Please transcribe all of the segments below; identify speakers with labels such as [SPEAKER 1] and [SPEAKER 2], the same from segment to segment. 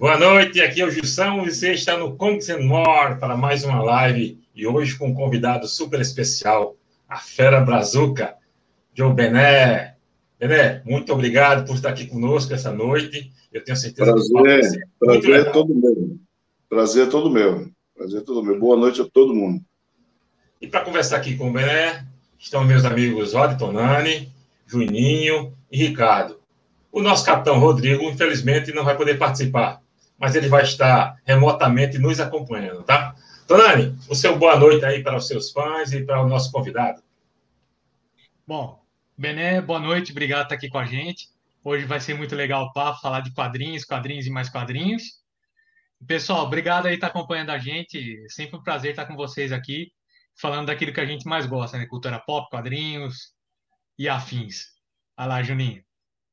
[SPEAKER 1] Boa noite, aqui é o Gilson e você está no Comics and More para mais uma live e hoje com um convidado super especial, a Fera Brazuca, Joe Bené. Bené, muito obrigado por estar aqui conosco essa noite. Eu tenho certeza que o papo vai ser muito
[SPEAKER 2] prazer é
[SPEAKER 1] legal.
[SPEAKER 2] todo meu. Prazer é todo meu. Prazer é todo meu. Boa noite a todo mundo.
[SPEAKER 1] E para conversar aqui com o Bené, estão meus amigos Rod Tonani, Juninho e Ricardo. O nosso capitão Rodrigo, infelizmente, não vai poder participar, mas ele vai estar remotamente nos acompanhando, tá? Tonani, o seu boa noite aí para os seus fãs e para o nosso convidado.
[SPEAKER 3] Bom, Bené, boa noite, obrigado por estar aqui com a gente. Hoje vai ser muito legal o papo, falar de quadrinhos, quadrinhos e mais quadrinhos. Pessoal, obrigado aí por estar acompanhando a gente. Sempre um prazer estar com vocês aqui, falando daquilo que a gente mais gosta, né? Cultura pop, quadrinhos e afins. Vai lá, Juninho.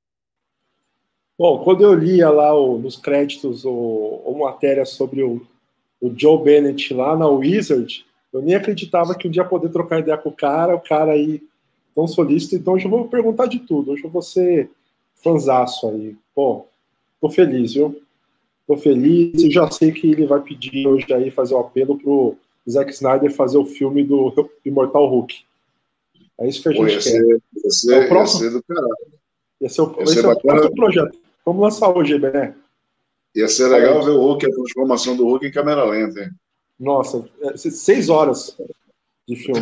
[SPEAKER 4] Bom, quando eu lia lá nos créditos a matéria sobre o Joe Bennett lá na Wizard, eu nem acreditava que um dia ia poder trocar ideia com o cara aí tão solícito. Então hoje eu vou perguntar de tudo. Hoje eu vou ser fanzaço aí. Pô, tô feliz, viu? Tô feliz e já sei que ele vai pedir hoje aí fazer o apelo pro Zack Snyder fazer o filme do Immortal Hulk. É isso que a gente quer.
[SPEAKER 2] Ia ser do caralho.
[SPEAKER 4] Esse é o próximo projeto. Vamos lançar hoje, Bené.
[SPEAKER 2] Ia ser legal ver o Hulk, a transformação do Hulk em câmera lenta, hein?
[SPEAKER 4] Nossa, 6 horas de filme.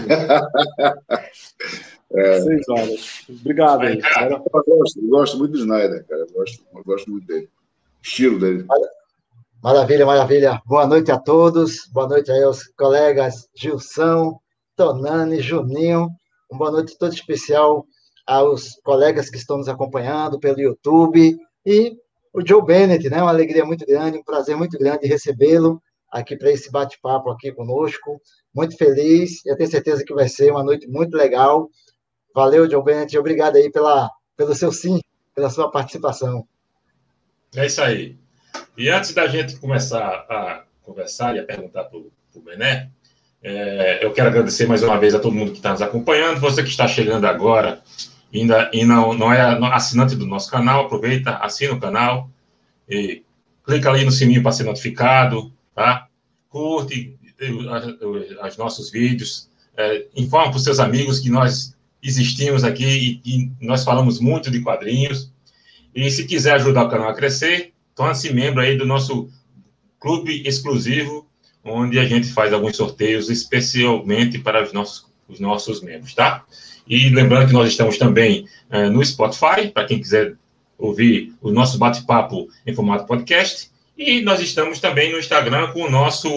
[SPEAKER 4] 6 horas. Obrigado aí.
[SPEAKER 2] Eu gosto muito do Snyder, cara. Eu gosto muito dele. O estilo dele.
[SPEAKER 5] Maravilha, maravilha. Boa noite a todos. Boa noite aí aos colegas Gilson, Tonani, Juninho. Uma boa noite toda especial aos colegas que estão nos acompanhando pelo YouTube e o Joe Bennett, né? Uma alegria muito grande, um prazer muito grande recebê-lo aqui para esse bate-papo aqui conosco. Muito feliz e eu tenho certeza que vai ser uma noite muito legal. Valeu, Joe Bennett. Obrigado aí pelo seu sim, pela sua participação.
[SPEAKER 1] É isso aí. E antes da gente começar a conversar e a perguntar para o Bené, eu quero agradecer mais uma vez a todo mundo que está nos acompanhando. Você que está chegando agora e não é assinante do nosso canal, aproveita, assina o canal e clica ali no sininho para ser notificado, tá? Curte os nossos vídeos, informa para os seus amigos que nós existimos aqui e que nós falamos muito de quadrinhos. E se quiser ajudar o canal a crescer, torne-se membro aí do nosso clube exclusivo, onde a gente faz alguns sorteios especialmente para os nossos membros, tá? E lembrando que nós estamos também no Spotify, para quem quiser ouvir o nosso bate-papo em formato podcast, e nós estamos também no Instagram com o nosso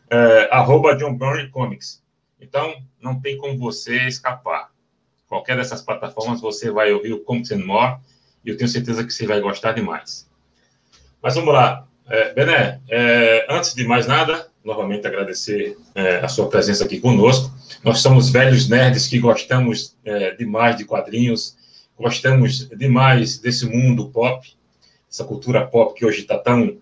[SPEAKER 1] @JohnBurneyComics. Então, não tem como você escapar. Qualquer dessas plataformas você vai ouvir o Comics and More, e eu tenho certeza que você vai gostar demais. Mas vamos lá. Bené, antes de mais nada, novamente agradecer a sua presença aqui conosco. Nós somos velhos nerds que gostamos demais de quadrinhos, gostamos demais desse mundo pop, essa cultura pop que hoje está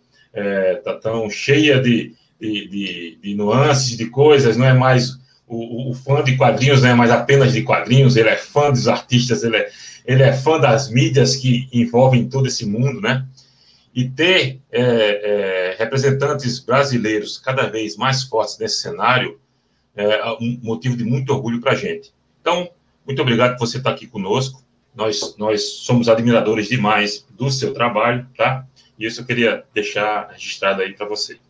[SPEAKER 1] tão cheia de nuances, de coisas, não é mais... O fã de quadrinhos não é mais apenas de quadrinhos, ele é fã dos artistas, ele é fã das mídias que envolvem todo esse mundo, né? E ter representantes brasileiros cada vez mais fortes nesse cenário é um motivo de muito orgulho para a gente. Então, muito obrigado por você estar aqui conosco. Nós somos admiradores demais do seu trabalho, tá? E isso eu queria deixar registrado aí para você.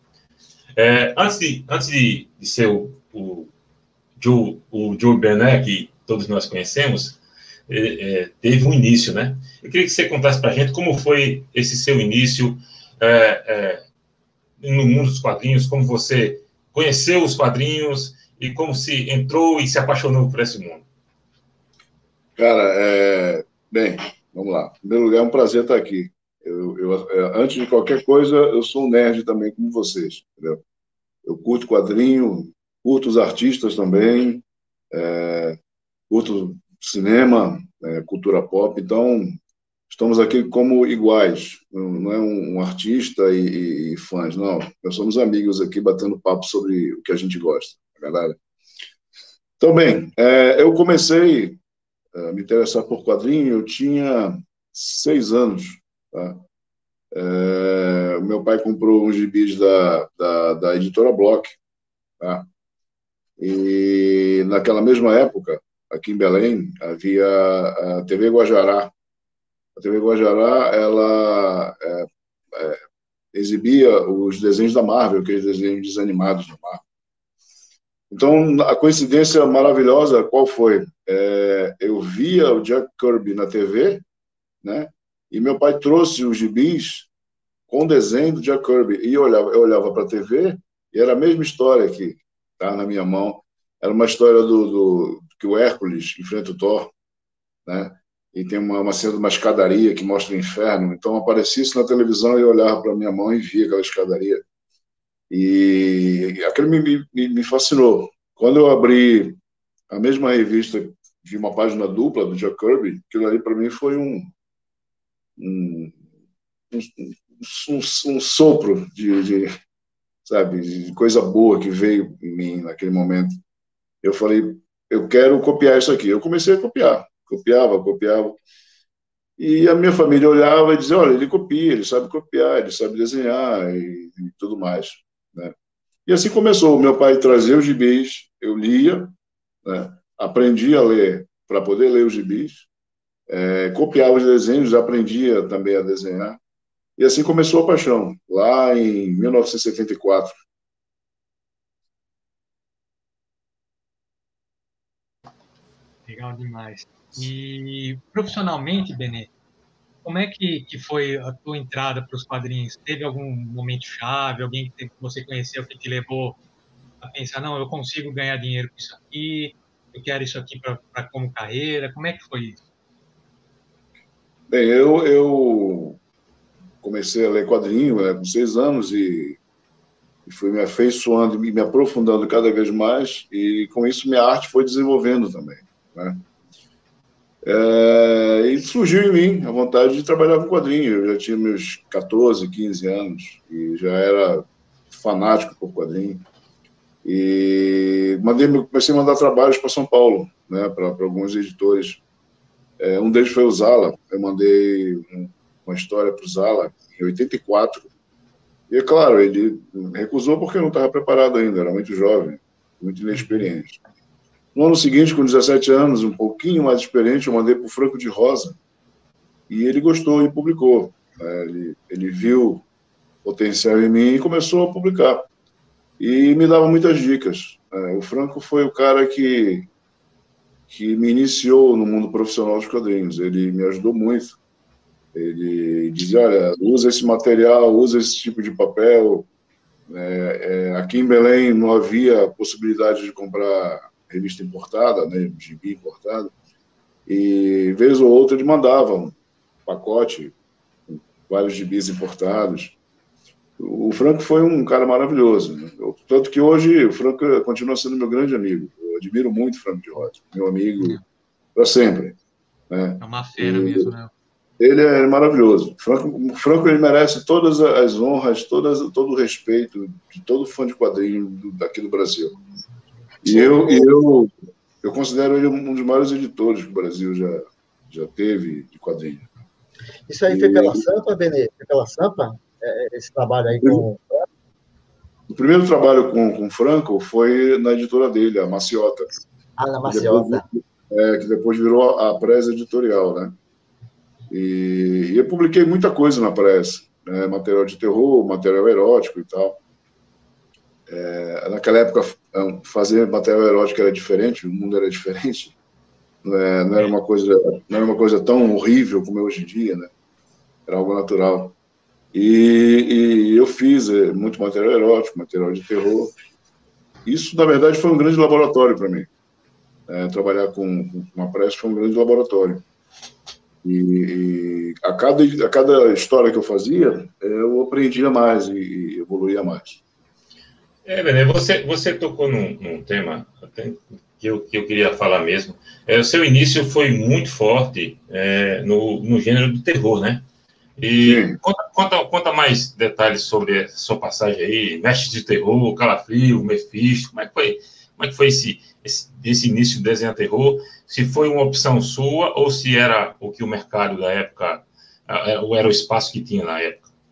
[SPEAKER 1] Antes de ser o Joe Bené, que todos nós conhecemos, teve um início, né? Eu queria que você contasse para a gente como foi esse seu início no mundo dos quadrinhos, como você conheceu os quadrinhos e como se entrou e se apaixonou por esse mundo.
[SPEAKER 2] Cara, bem, vamos lá. Em primeiro lugar, é um prazer estar aqui. Antes de qualquer coisa, eu sou um nerd também, como vocês, entendeu? Eu curto quadrinho, curto os artistas também, curto cinema, cultura pop, então estamos aqui como iguais, não é um artista e fãs, não. Nós somos amigos aqui batendo papo sobre o que a gente gosta, galera. Então, bem, eu comecei a me interessar por quadrinho, eu tinha 6 anos, tá? O meu pai comprou uns gibis da editora Bloch, tá? E naquela mesma época, aqui em Belém, havia a TV Guajará. A TV Guajará, ela exibia os desenhos da Marvel, aqueles desenhos desanimados da Marvel. Então, a coincidência maravilhosa, qual foi? Eu via o Jack Kirby na TV, né? E meu pai trouxe os gibis com desenho do Jack Kirby. E eu olhava para a TV e era a mesma história aqui, tá, na minha mão. Era uma história que o Hércules enfrenta o Thor, né? E tem uma cena de uma escadaria que mostra o inferno. Então, aparecia isso na televisão e eu olhava para a minha mão e via aquela escadaria. E aquilo me fascinou. Quando eu abri a mesma revista, vi uma página dupla do Jack Kirby, aquilo ali para mim foi um sopro sabe, de coisa boa que veio em mim naquele momento. Eu falei, eu quero copiar isso aqui. Eu comecei a copiava. E a minha família olhava e dizia, olha, ele copia, ele sabe copiar, ele sabe desenhar e tudo mais, né? E assim começou. Meu pai trazia os gibis, eu lia, né? Aprendi a ler para poder ler os gibis, copiava os desenhos, aprendia também a desenhar. E assim começou a paixão, lá em 1974.
[SPEAKER 3] Legal demais. E profissionalmente, Benê, como é que foi a tua entrada para os quadrinhos? Teve algum momento chave, alguém que você conheceu que te levou a pensar, não, eu consigo ganhar dinheiro com isso aqui, eu quero isso aqui para como carreira? Como é que foi isso?
[SPEAKER 2] Bem, eu comecei a ler quadrinho, né, com 6 anos e fui me afeiçoando e me aprofundando cada vez mais, e com isso minha arte foi desenvolvendo também, né? E surgiu em mim a vontade de trabalhar com quadrinho. Eu já tinha meus 14, 15 anos e já era fanático por quadrinho. E comecei a mandar trabalhos para São Paulo, né, para alguns editores. Um deles foi o Zala. Eu mandei uma história para o Zala em 84. E, é claro, ele recusou porque não estava preparado ainda, era muito jovem, muito inexperiente. No ano seguinte, com 17 anos, um pouquinho mais experiente, eu mandei para o Franco de Rosa e ele gostou e publicou. Ele viu potencial em mim e começou a publicar. E me dava muitas dicas. O Franco foi o cara que me iniciou no mundo profissional dos quadrinhos. Ele me ajudou muito. Ele dizia, olha, usa esse material, usa esse tipo de papel. Aqui em Belém não havia possibilidade de comprar revista importada, né, gibi importado, e vez ou outra ele mandava um pacote com vários gibis importados. O Franco foi um cara maravilhoso, né? Tanto que hoje o Franco continua sendo meu grande amigo. Eu admiro muito o Franco de Rosa, meu amigo para sempre, né?
[SPEAKER 3] É uma fera mesmo, né?
[SPEAKER 2] Ele é maravilhoso. O Franco ele merece todas as honras, todo o respeito de todo fã de quadrinho daqui do Brasil. E eu considero ele um dos maiores editores que o Brasil já teve de quadrinho.
[SPEAKER 5] Isso aí foi pela Sampa, Benê? Foi pela Sampa? Esse trabalho aí com...
[SPEAKER 2] O primeiro trabalho com o Franco foi na editora dele, a Maciota.
[SPEAKER 5] Na Maciota.
[SPEAKER 2] Que depois virou a Press Editorial, né? E eu publiquei muita coisa na Press, né? Material de terror, material erótico e tal. Naquela época, fazer material erótico era diferente, o mundo era diferente. Não era uma coisa tão horrível como é hoje em dia, né? Era algo natural. E eu fiz muito material erótico, material de terror. Isso, na verdade, foi um grande laboratório para mim. Trabalhar com uma press foi um grande laboratório. E a cada história que eu fazia, eu aprendia mais e evoluía mais.
[SPEAKER 1] Benê, você tocou num tema que eu queria falar mesmo. O seu início foi muito forte no gênero do terror, né? E conta mais detalhes sobre a sua passagem aí, Mestre de Terror, Calafrio, Mephisto, como é que foi esse início do desenho a terror? Se foi uma opção sua ou se era o que o mercado da época, ou era o espaço que tinha na época?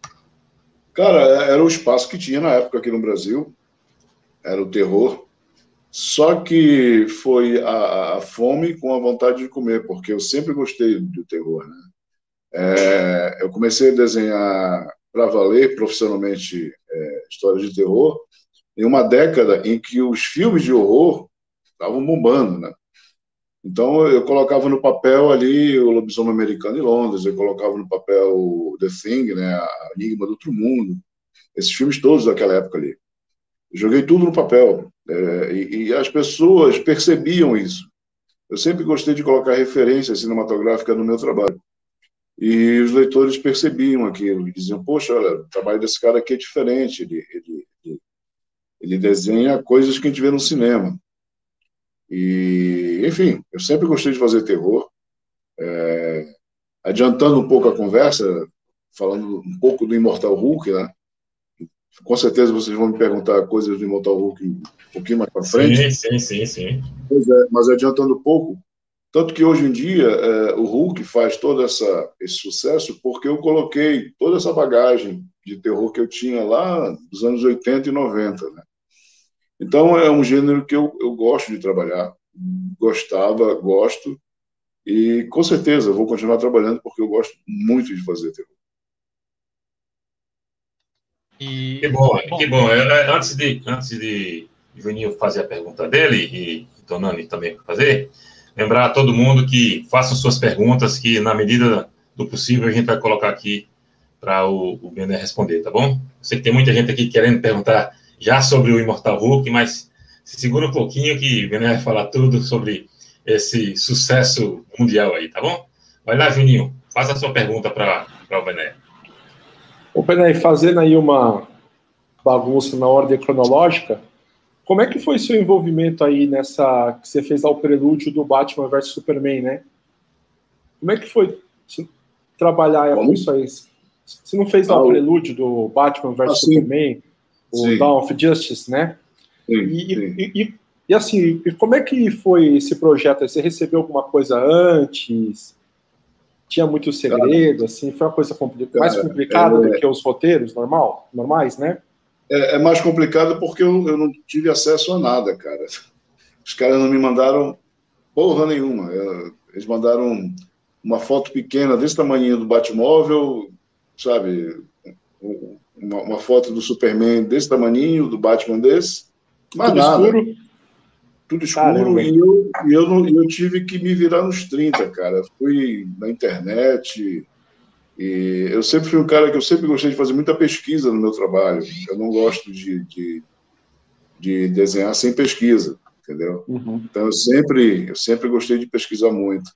[SPEAKER 2] Cara, era o espaço que tinha na época aqui no Brasil, era o terror, só que foi a fome com a vontade de comer, porque eu sempre gostei do terror, né? Eu comecei a desenhar para valer profissionalmente histórias de terror em uma década em que os filmes de horror estavam bombando, né? Então eu colocava no papel ali o Lobisomem Americano em Londres, eu colocava no papel The Thing, né? A Enigma do Outro Mundo, esses filmes todos daquela época ali. Joguei tudo no papel e as pessoas percebiam isso. Eu sempre gostei de colocar referência cinematográfica no meu trabalho. E os leitores percebiam aquilo, e diziam, poxa, olha, o trabalho desse cara aqui é diferente, ele desenha coisas que a gente vê no cinema. E, enfim, eu sempre gostei de fazer terror. Adiantando um pouco a conversa, falando um pouco do Imortal Hulk, né? Com certeza vocês vão me perguntar coisas do Imortal Hulk um pouquinho mais para frente.
[SPEAKER 1] Sim.
[SPEAKER 2] Pois é, mas adiantando um pouco, tanto que hoje em dia o Hulk faz todo esse sucesso porque eu coloquei toda essa bagagem de terror que eu tinha lá dos anos 80 e 90, né? Então é um gênero que eu gosto de trabalhar, gosto, e com certeza vou continuar trabalhando porque eu gosto muito de fazer terror.
[SPEAKER 1] Que bom. Antes de Juninho fazer a pergunta dele e Tonani também fazer, lembrar a todo mundo que façam suas perguntas, que na medida do possível a gente vai colocar aqui para o Bené responder, tá bom? Eu sei que tem muita gente aqui querendo perguntar já sobre o Imortal Hulk, mas se segura um pouquinho que o Bené vai falar tudo sobre esse sucesso mundial aí, tá bom? Vai lá, Juninho, faça a sua pergunta para o Bené.
[SPEAKER 4] Ô, Bené, fazendo aí uma bagunça na ordem cronológica, como é que foi seu envolvimento aí nessa... que você fez lá o prelúdio do Batman vs Superman, né? Como é que foi trabalhar com isso aí? Você não fez lá o prelúdio do Batman vs Superman, o Dawn of Justice, né?
[SPEAKER 2] Sim.
[SPEAKER 4] E assim, como é que foi esse projeto? Você recebeu alguma coisa antes? Tinha muito segredo, assim? Foi uma coisa mais complicada do que os roteiros normais, né?
[SPEAKER 2] É mais complicado porque eu não tive acesso a nada, cara. Os caras não me mandaram porra nenhuma. Eles mandaram uma foto pequena desse tamanho do Batmóvel, sabe? Uma foto do Superman desse tamanho, do Batman desse. Mas
[SPEAKER 4] tudo
[SPEAKER 2] nada.
[SPEAKER 4] Escuro.
[SPEAKER 2] Tudo escuro. E eu tive que me virar nos 30, cara. Fui na internet. E eu sempre fui um cara que eu sempre gostei de fazer muita pesquisa no meu trabalho. Eu não gosto de desenhar sem pesquisa, entendeu?
[SPEAKER 4] Uhum.
[SPEAKER 2] Então eu sempre gostei de pesquisar muito.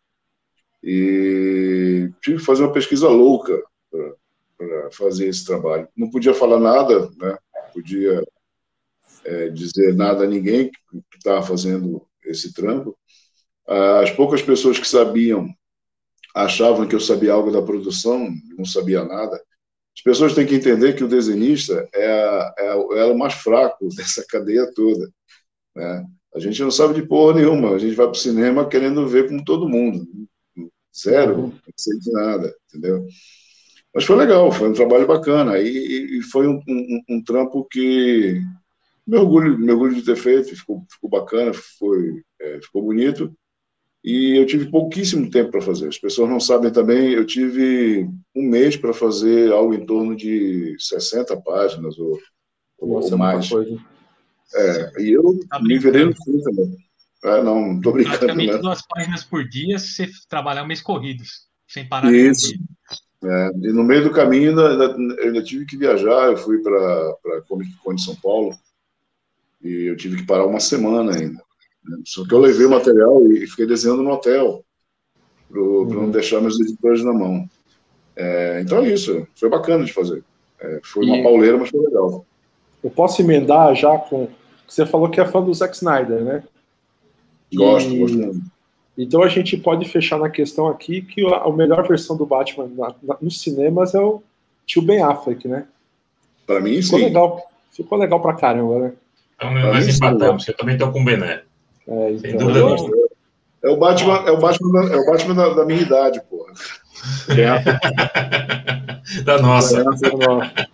[SPEAKER 2] E tive que fazer uma pesquisa louca para fazer esse trabalho. Não podia falar nada, né? Não podia dizer nada a ninguém que estava fazendo esse trampo. As poucas pessoas que sabiam achavam que eu sabia algo da produção, não sabia nada. As pessoas têm que entender que o desenhista é o mais fraco dessa cadeia toda, né? A gente não sabe de porra nenhuma, a gente vai para o cinema querendo ver como todo mundo. Zero, não sei de nada, entendeu? Mas foi legal, foi um trabalho bacana. E foi um trampo que me orgulho de ter feito, ficou bacana, ficou bonito. E eu tive pouquíssimo tempo para fazer. As pessoas não sabem também, eu tive um mês para fazer algo em torno de 60 páginas ou mais.
[SPEAKER 4] Coisa.
[SPEAKER 2] E eu me virei no fim também. Não estou brincando.
[SPEAKER 3] Praticamente 2 páginas por dia, se você trabalhar um mês corridos, sem parar nenhum dia.
[SPEAKER 2] E no meio do caminho eu ainda tive que viajar. Eu fui para a Comic Con de São Paulo e eu tive que parar uma semana ainda. Só que eu levei o material e fiquei desenhando no hotel para não deixar meus editores na mão. Então é isso, foi bacana de fazer. Foi uma pauleira, mas foi legal.
[SPEAKER 4] Eu posso emendar já com... Você falou que é fã do Zack Snyder, né?
[SPEAKER 2] Gosto muito.
[SPEAKER 4] Então a gente pode fechar na questão aqui que a melhor versão do Batman nos cinemas é o tio Ben Affleck, né?
[SPEAKER 2] Para mim,
[SPEAKER 4] sim. Ficou legal pra caramba, né?
[SPEAKER 1] Então nós empatamos, eu também estou com o Bené. Sem dúvida nenhuma.
[SPEAKER 2] É o Batman da minha idade, porra.
[SPEAKER 1] Da nossa.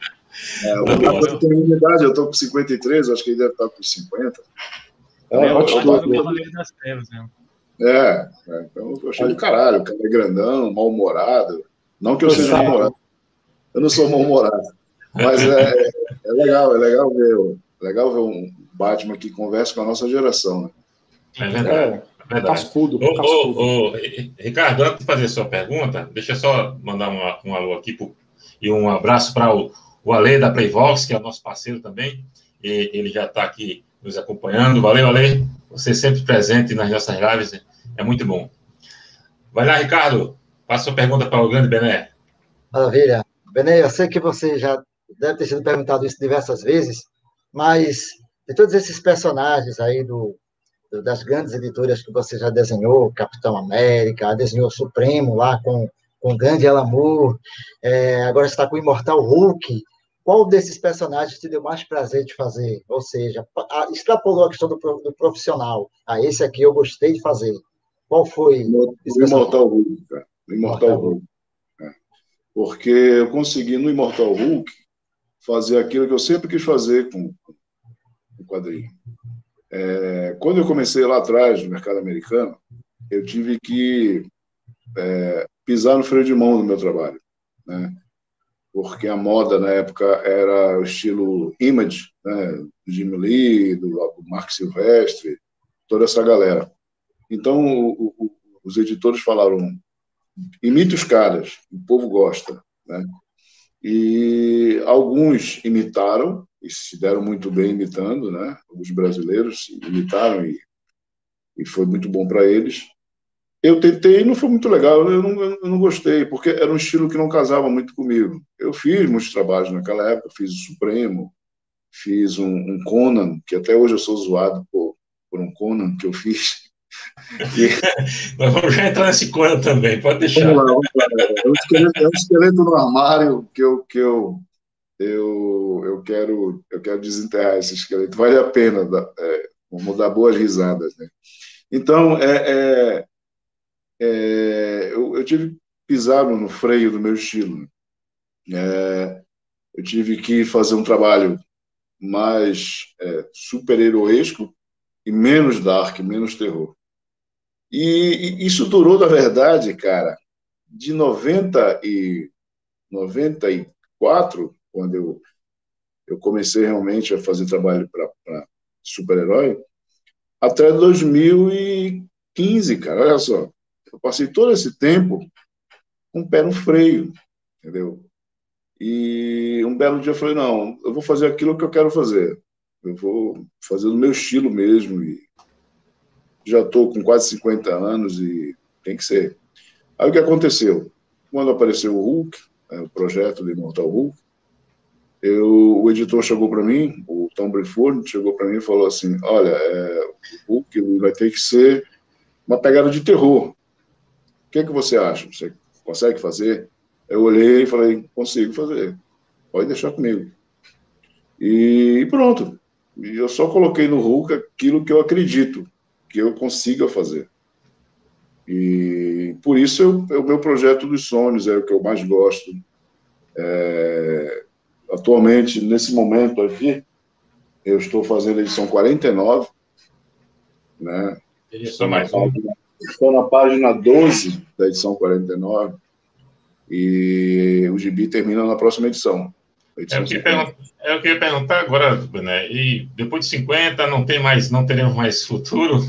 [SPEAKER 2] Eu tenho minha idade, eu estou com 53, acho que ele deve estar com 50.
[SPEAKER 3] Ótimo do Cavaleiro das Trevas, mesmo.
[SPEAKER 2] Então eu achei do caralho, o cara é grandão, mal-humorado. Não que eu seja mal-humorado. Eu não sou mal-humorado. Mas é legal ver um Batman que conversa com a nossa geração, né?
[SPEAKER 1] É verdade.
[SPEAKER 4] Cascudo.
[SPEAKER 1] Ricardo, antes de fazer a sua pergunta, deixa eu só mandar um alô aqui e um abraço para o Ale da Playvox, que é o nosso parceiro também. E ele já está aqui nos acompanhando. Valeu, Ale. Você sempre presente nas nossas lives. É muito bom. Vai lá, Ricardo. Faça sua pergunta para o grande Bené.
[SPEAKER 5] Maravilha. Bené, eu sei que você já deve ter sido perguntado isso diversas vezes, mas de todos esses personagens aí das grandes editoras que você já desenhou, Capitão América, desenhou o Supremo lá com o grande Alan Moore, agora está com o Imortal Hulk. Qual desses personagens te deu mais prazer de fazer? Ou seja, extrapolou a questão do profissional. Esse aqui eu gostei de fazer. Qual foi?
[SPEAKER 2] O Imortal Hulk, cara. O Imortal Hulk. Porque eu consegui, no Imortal Hulk, fazer aquilo que eu sempre quis fazer com o quadrinho. Quando eu comecei lá atrás, no mercado americano, eu tive que pisar no freio de mão do meu trabalho, né? Porque a moda, na época, era o estilo Image, né? Do Jim Lee, do Mark Silvestre, toda essa galera. Então, os editores falaram, imite os caras, o povo gosta, né? E alguns imitaram, e se deram muito bem imitando, né? Os brasileiros imitaram e foi muito bom para eles. Eu tentei e não foi muito legal, eu não gostei, porque era um estilo que não casava muito comigo. Eu fiz muitos trabalhos naquela época, fiz o Supremo, fiz um Conan, que até hoje eu sou zoado por um Conan que eu fiz.
[SPEAKER 1] Nós vamos já entrar nesse Conan também, pode deixar.
[SPEAKER 2] Vamos lá. É um esqueleto no armário que eu quero desenterrar esse esqueleto. Vale a pena, vamos dar boas risadas, né? Então, eu tive que pisar no freio do meu estilo. Eu tive que fazer um trabalho mais super-heroesco e menos dark, menos terror. E isso durou, na verdade, cara, de 94, quando eu comecei realmente a fazer trabalho para super-herói, até 2015, cara, olha só. Eu passei todo esse tempo com o pé no freio, entendeu? E um belo dia eu falei, não, eu vou fazer aquilo que eu quero fazer. Eu vou fazer do meu estilo mesmo. E já estou com quase 50 anos e tem que ser. Aí o que aconteceu? Quando apareceu o Hulk, o projeto de Imortal Hulk, o editor chegou para mim, o Tom Briford chegou para mim e falou assim, olha, o Hulk vai ter que ser uma pegada de terror. O que você acha? Você consegue fazer? Eu olhei e falei, consigo fazer, pode deixar comigo. E pronto. E eu só coloquei no Hulk aquilo que eu acredito que eu consiga fazer. E por isso o meu projeto dos sonhos é o que eu mais gosto. Atualmente, nesse momento aqui, eu estou fazendo a edição 49, né? Estou na página 12 da edição 49 e o gibi termina na próxima edição.
[SPEAKER 1] É o que eu ia perguntar agora, né? E depois de 50 não teremos mais futuro?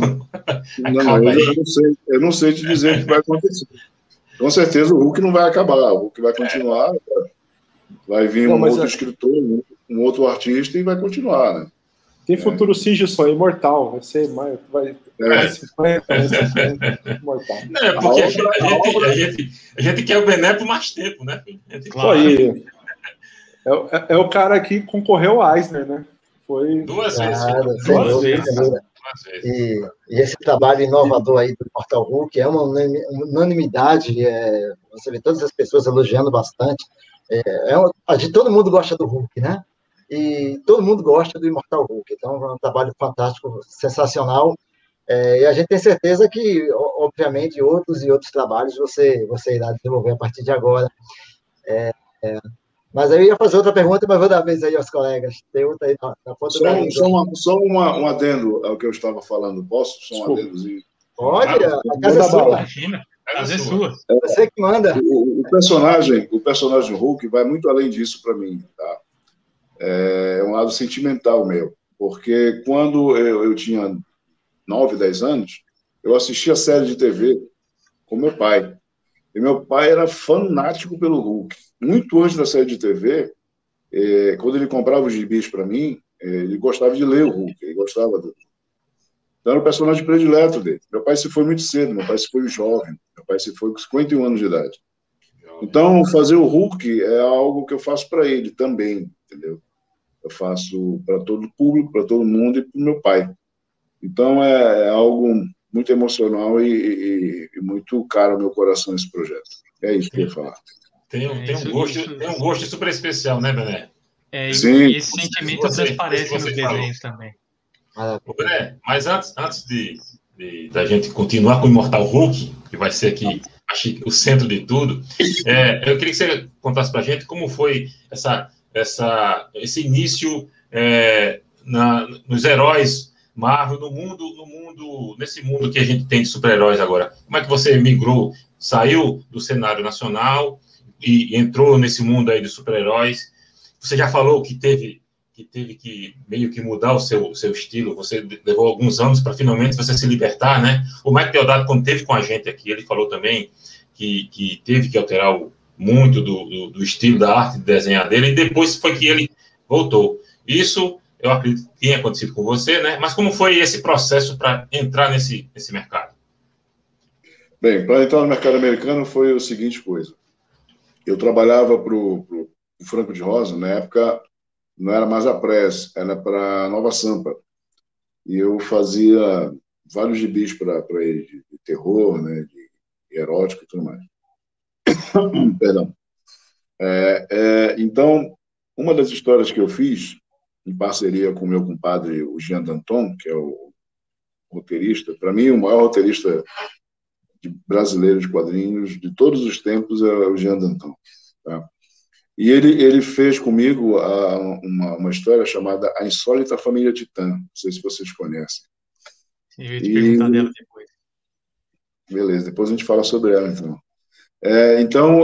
[SPEAKER 2] Eu não sei te dizer o que vai acontecer. Com certeza o Hulk não vai acabar, o Hulk vai continuar, vai vir outro escritor, um outro artista e vai continuar, né?
[SPEAKER 4] Tem futuro Sigisson, é imortal, vai ser mais 50, vai ser imortal.
[SPEAKER 1] Não, porque a gente quer o Bené por mais tempo, né?
[SPEAKER 4] Claro. É o cara que concorreu ao Eisner, né? Foi
[SPEAKER 1] duas vezes.
[SPEAKER 5] E esse trabalho inovador aí do Imortal Hulk é uma unanimidade. Você vê todas as pessoas elogiando bastante. Todo mundo gosta do Hulk, né? E todo mundo gosta do Imortal Hulk. Então, é um trabalho fantástico, sensacional. E a gente tem certeza que, obviamente, outros trabalhos você irá desenvolver a partir de agora. Mas aí eu ia fazer outra pergunta, mas vou dar a vez aí aos colegas. Tem outra aí na ponta da língua.
[SPEAKER 2] Só um adendo ao que eu estava falando. Posso? Só um
[SPEAKER 4] Desculpa.
[SPEAKER 2] adendozinho.
[SPEAKER 5] Pode,
[SPEAKER 1] Claro.
[SPEAKER 5] a casa é
[SPEAKER 4] Manda
[SPEAKER 5] sua.
[SPEAKER 4] bala.
[SPEAKER 3] Imagina,
[SPEAKER 1] Casa
[SPEAKER 3] casa é
[SPEAKER 1] sua.
[SPEAKER 3] sua.
[SPEAKER 5] Você que manda.
[SPEAKER 2] O personagem Hulk vai muito além disso para mim, tá? É um lado sentimental meu, porque quando eu tinha 9, 10 anos, eu assistia série de TV com meu pai. E meu pai era fanático pelo Hulk. Muito antes da série de TV, quando ele comprava os gibis para mim, ele gostava de ler o Hulk, ele gostava do... Então era o personagem predileto dele. Meu pai se foi muito cedo, meu pai se foi jovem, meu pai se foi com 51 anos de idade. Então, fazer o Hulk é algo que eu faço para ele também, entendeu? Eu faço para todo o público, para todo mundo e para o meu pai. Então, é algo muito emocional e muito caro ao meu coração esse projeto. É isso que eu ia falar.
[SPEAKER 1] Tem um gosto super especial, né, Bené?
[SPEAKER 2] Sim.
[SPEAKER 3] E esse sentimento transparece nos desenhos também.
[SPEAKER 1] Bené, mas antes da gente continuar com o Imortal Hulk, que vai ser aqui, acho que o centro de tudo, eu queria que você contasse pra gente como foi esse início nos heróis Marvel, nesse mundo que a gente tem de super-heróis agora. Como é que você migrou, saiu do cenário nacional e entrou nesse mundo aí de super-heróis? Você já falou que teve que meio que mudar o seu estilo, você levou alguns anos para finalmente você se libertar, né? O Mike Deodato, quando esteve com a gente aqui, ele falou também que teve que alterar muito do estilo da arte de desenhar dele, e depois foi que ele voltou. Isso, eu acredito que tenha acontecido com você, né? Mas como foi esse processo para entrar nesse mercado?
[SPEAKER 2] Bem, para entrar no mercado americano foi a seguinte coisa. Eu trabalhava para o Franco de Rosa, na época não era mais a Press, era para a Nova Sampa. E eu fazia vários gibis para ele, de terror, né, de erótico e tudo mais. Perdão. Então, uma das histórias que eu fiz, em parceria com o meu compadre, o Jean Danton, que é o roteirista, para mim, o maior roteirista brasileiro de quadrinhos de todos os tempos é o Jean Danton. Tá? E ele fez comigo uma história chamada A Insólita Família Titã. Não sei se vocês conhecem.
[SPEAKER 3] Eu ia te perguntar dela depois.
[SPEAKER 2] Beleza, depois a gente fala sobre ela, então. Então,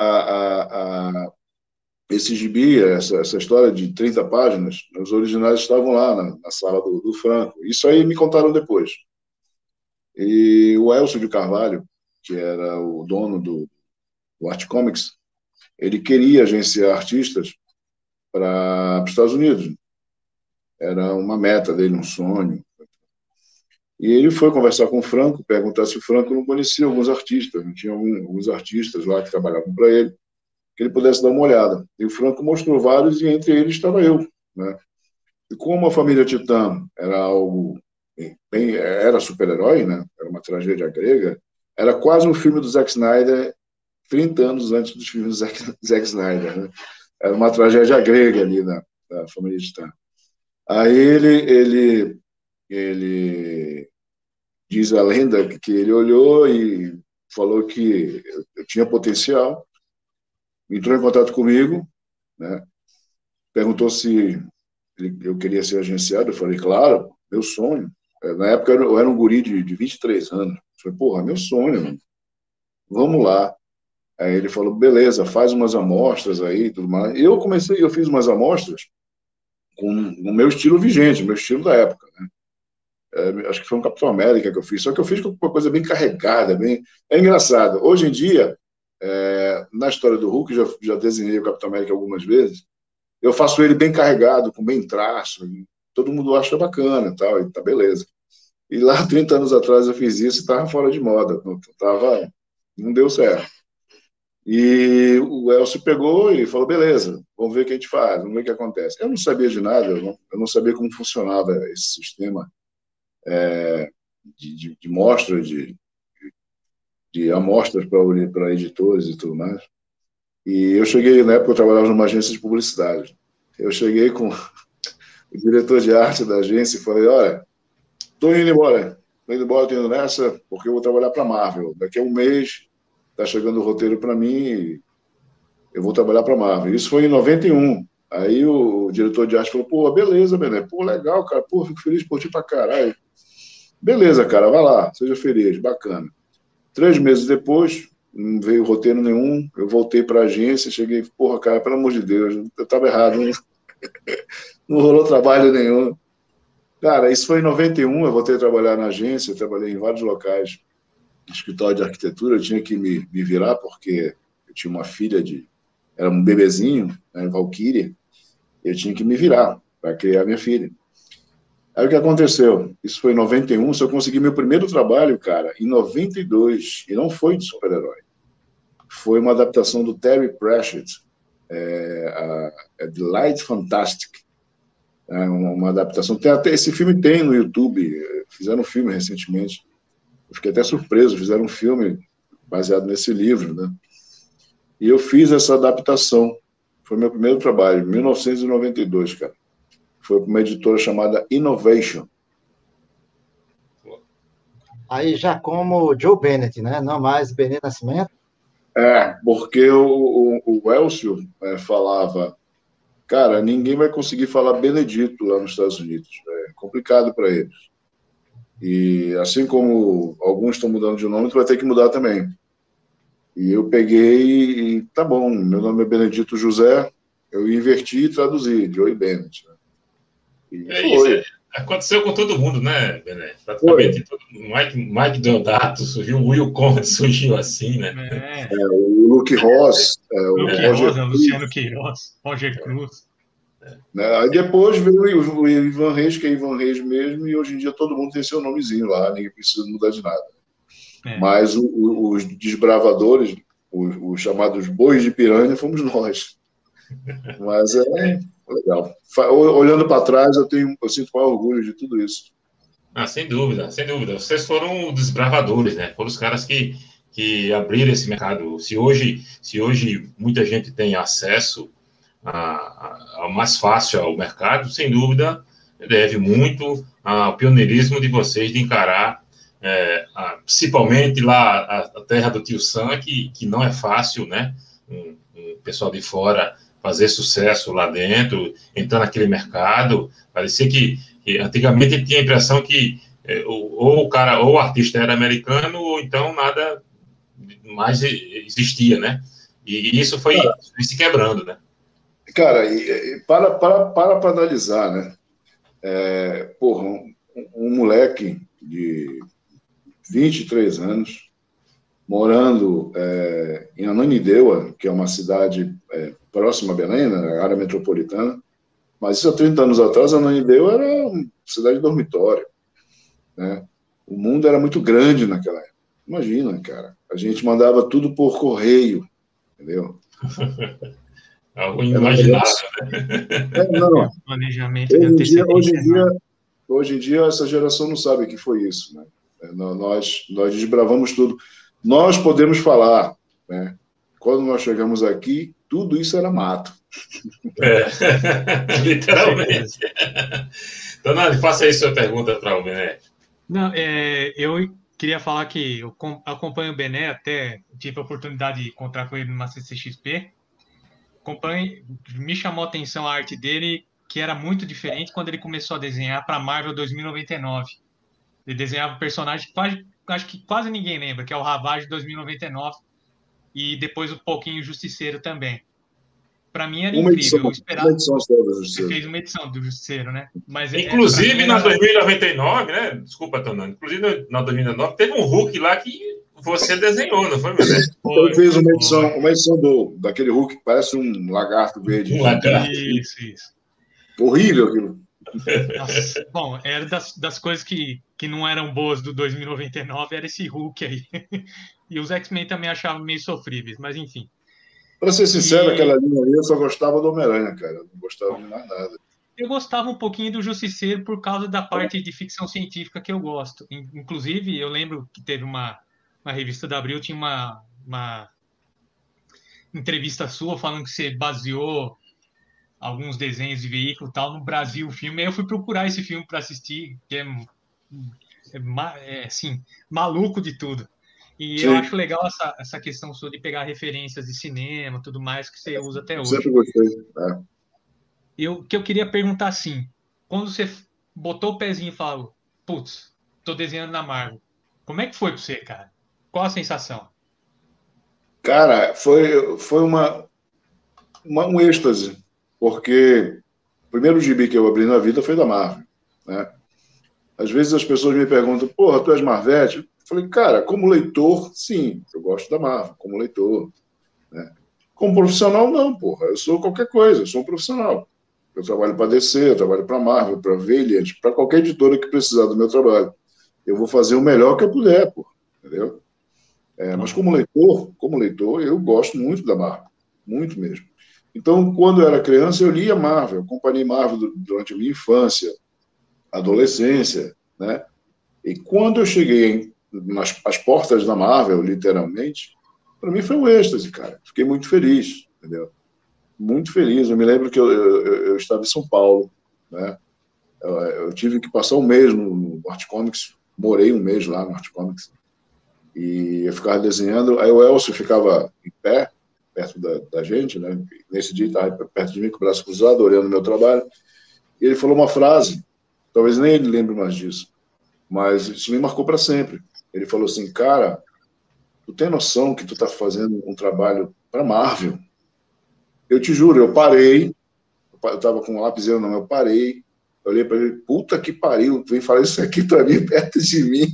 [SPEAKER 2] esse gibi, essa história de 30 páginas, os originais estavam lá na sala do Franco. Isso aí me contaram depois. E o Elcio de Carvalho, que era o dono do Art Comics, ele queria agenciar artistas para os Estados Unidos. Era uma meta dele, um sonho. E ele foi conversar com o Franco, perguntar se o Franco não conhecia alguns artistas, não tinha alguns artistas lá que trabalhavam para ele, que ele pudesse dar uma olhada. E o Franco mostrou vários, e entre eles estava eu. Né? E como a família Titã era algo era super-herói, né? Era uma tragédia grega, era quase um filme do Zack Snyder 30 anos antes dos filmes do Zack Snyder. Né? Era uma tragédia grega ali da família Titã. Aí ele diz a lenda que ele olhou e falou que eu tinha potencial, entrou em contato comigo, né? Perguntou se eu queria ser agenciado. Eu falei, claro, meu sonho. Na época eu era um guri de 23 anos. Eu falei, porra, meu sonho, mano. Vamos lá. Aí ele falou, beleza, faz umas amostras aí, tudo mais. Eu fiz umas amostras com o meu estilo vigente, o meu estilo da época, né? Acho que foi um Capitão América que eu fiz, só que eu fiz com uma coisa bem carregada, É engraçado. Hoje em dia, na história do Hulk, já desenhei o Capitão América algumas vezes, eu faço ele bem carregado, com bem traço, todo mundo acha bacana e tal, e tá beleza. E lá, 30 anos atrás, eu fiz isso e estava fora de moda, não deu certo. E o Elcio pegou e falou, beleza, vamos ver o que a gente faz, vamos ver o que acontece. Eu não sabia de nada, eu não sabia como funcionava esse sistema de mostra, de amostras para editores e tudo mais. E eu cheguei, na época eu trabalhava numa agência de publicidade. Eu cheguei com o diretor de arte da agência e falei, olha, estou indo embora, estou indo nessa, porque eu vou trabalhar para a Marvel. Daqui a um mês está chegando o roteiro para mim e eu vou trabalhar para a Marvel. Isso foi em 91. Aí o diretor de arte falou, pô, beleza, Bené, pô, legal, cara, pô, fico feliz por ti pra caralho. Beleza, cara, vai lá, seja feliz, bacana. 3 meses depois, não veio roteiro nenhum, eu voltei para a agência, cheguei, porra, cara, pelo amor de Deus, eu estava errado, não rolou trabalho nenhum. Cara, isso foi em 91, eu voltei a trabalhar na agência, eu trabalhei em vários locais, escritório de arquitetura, eu tinha que me virar, porque eu tinha uma filha era um bebezinho, né, Valkyria, eu tinha que me virar para criar minha filha. Aí o que aconteceu? Isso foi em 91, só consegui meu primeiro trabalho, cara, em 92, e não foi de super-herói. Foi uma adaptação do Terry Pratchett, The Light Fantastic. Uma adaptação. Até esse filme tem no YouTube, fizeram um filme recentemente. Eu fiquei até surpreso, fizeram um filme baseado nesse livro, né? E eu fiz essa adaptação. Foi meu primeiro trabalho, em 1992, cara. Foi para uma editora chamada Innovation.
[SPEAKER 5] Aí já como Joe Bennett, né? Não mais Benê Nascimento.
[SPEAKER 2] Porque o Elcio falava, cara, ninguém vai conseguir falar Benedito lá nos Estados Unidos. É complicado para eles. E assim como alguns estão mudando de nome, tu vai ter que mudar também. E eu peguei e tá bom, meu nome é Benedito José, eu inverti e traduzi, Joey Bennett. Né? E foi.
[SPEAKER 1] Isso aconteceu com todo mundo, né, Bené? Praticamente todo mundo. Mike Deodato surgiu, o Will Conde surgiu assim, né?
[SPEAKER 2] O Luke Ross,
[SPEAKER 3] Luke Ross, Luciano Queiroz, Roger Cruz.
[SPEAKER 2] Né? Aí depois veio o Ivan Reis, que é Ivan Reis mesmo, e hoje em dia todo mundo tem seu nomezinho lá, ninguém precisa mudar de nada. Mas os desbravadores, os chamados bois de piranha, fomos nós. Mas legal. Olhando para trás, eu sinto maior orgulho de tudo isso.
[SPEAKER 1] Sem dúvida, sem dúvida. Vocês foram desbravadores, né? Foram os caras que abriram esse mercado. Se hoje muita gente tem acesso ao mais fácil ao mercado, sem dúvida, deve muito ao pioneirismo de vocês de encarar, principalmente lá a terra do Tio Sam, que não é fácil, né? Um pessoal de fora fazer sucesso lá dentro, entrar naquele mercado. Parecia que antigamente tinha a impressão que ou o artista era americano, ou então nada mais existia, né? E isso foi se quebrando, né?
[SPEAKER 2] Cara, para analisar, né? Porra, um moleque de 23 anos, morando em Ananindeua, que é uma cidade próxima a Belém, na área metropolitana, mas isso há 30 anos atrás, Ananindeua era uma cidade de dormitório, né? O mundo era muito grande naquela época. Imagina, cara, a gente mandava tudo por correio, entendeu?
[SPEAKER 1] Algo inimaginável, né?
[SPEAKER 2] Não.
[SPEAKER 3] Planejamento
[SPEAKER 2] Hoje em dia, essa geração não sabe o que foi isso, né? Nós desbravamos tudo. Nós podemos falar, né? Quando nós chegamos aqui, tudo isso era mato.
[SPEAKER 1] Literalmente. Tonali, faça aí sua pergunta para o Bené.
[SPEAKER 3] Não, eu queria falar que eu acompanho o Bené, até tive a oportunidade de encontrar com ele numa CCXP. Me chamou a atenção a arte dele, que era muito diferente quando ele começou a desenhar para Marvel 2099. Ele desenhava um personagem que acho que quase ninguém lembra, que é o Ravage 2099, e depois um pouquinho Justiceiro também. Para mim era incrível. Eu esperava. Você fez uma edição do Justiceiro, né? Mas
[SPEAKER 1] inclusive na 2099, né? Desculpa, Tonani. Inclusive na 2099 teve um Hulk lá que você desenhou, não foi, Bené?
[SPEAKER 2] Eu fiz uma edição daquele Hulk que parece um lagarto verde.
[SPEAKER 1] Um lagarto.
[SPEAKER 3] Isso.
[SPEAKER 2] Horrível aquilo.
[SPEAKER 3] Nossa, bom, era das coisas que não eram boas do 2099, era esse Hulk aí. E os X-Men também achavam meio sofríveis, mas enfim.
[SPEAKER 2] Para ser sincero, aquela linha ali eu só gostava do Homem-Aranha, cara. Eu não gostava de mais nada.
[SPEAKER 3] Eu gostava um pouquinho do Justiceiro por causa da parte de ficção científica que eu gosto. Inclusive, eu lembro que teve uma revista da Abril, tinha uma entrevista sua falando que você baseou alguns desenhos de veículo e tal no Brasil, o filme. Aí eu fui procurar esse filme para assistir, que assim, maluco de tudo. E
[SPEAKER 2] Sim.
[SPEAKER 3] eu acho legal essa questão sua de pegar referências de cinema, tudo mais, que você usa até hoje.
[SPEAKER 2] Sempre gostei. É.
[SPEAKER 3] E o que eu queria perguntar assim, quando você botou o pezinho e falou, putz, tô desenhando na Marvel, como é que foi pra você, cara? Qual a sensação?
[SPEAKER 2] Cara, foi um êxtase, porque o primeiro gibi que eu abri na vida foi da Marvel, né? Às vezes as pessoas me perguntam, porra, tu és Marvete? Eu falei, cara, como leitor, sim, eu gosto da Marvel, como leitor, né? Como profissional, não, porra, eu sou qualquer coisa, eu sou um profissional. Eu trabalho para DC, eu trabalho para Marvel, para Valiant, para qualquer editora que precisar do meu trabalho. Eu vou fazer o melhor que eu puder, porra, entendeu? Mas como leitor, eu gosto muito da Marvel, muito mesmo. Então, quando eu era criança, eu lia Marvel, acompanhei Marvel durante a minha infância, adolescência, né? E quando eu cheguei às portas da Marvel, literalmente, para mim foi um êxtase, cara. Fiquei muito feliz, entendeu? Muito feliz. Eu me lembro que eu estava em São Paulo, né? Eu tive que passar um mês no Art Comics, morei um mês lá no Art Comics, e eu ficava desenhando. Aí o Elcio ficava em pé, perto da gente, né? Nesse dia ele estava perto de mim, com o braço cruzado, olhando o meu trabalho, e ele falou uma frase, talvez nem ele lembre mais disso, mas isso me marcou para sempre. Ele falou assim, cara, tu tem noção que tu está fazendo um trabalho para Marvel? Eu te juro, eu parei, eu estava com um lapiseiro na mão, eu parei, eu olhei para ele, puta que pariu, vem falar isso aqui para mim, perto de mim.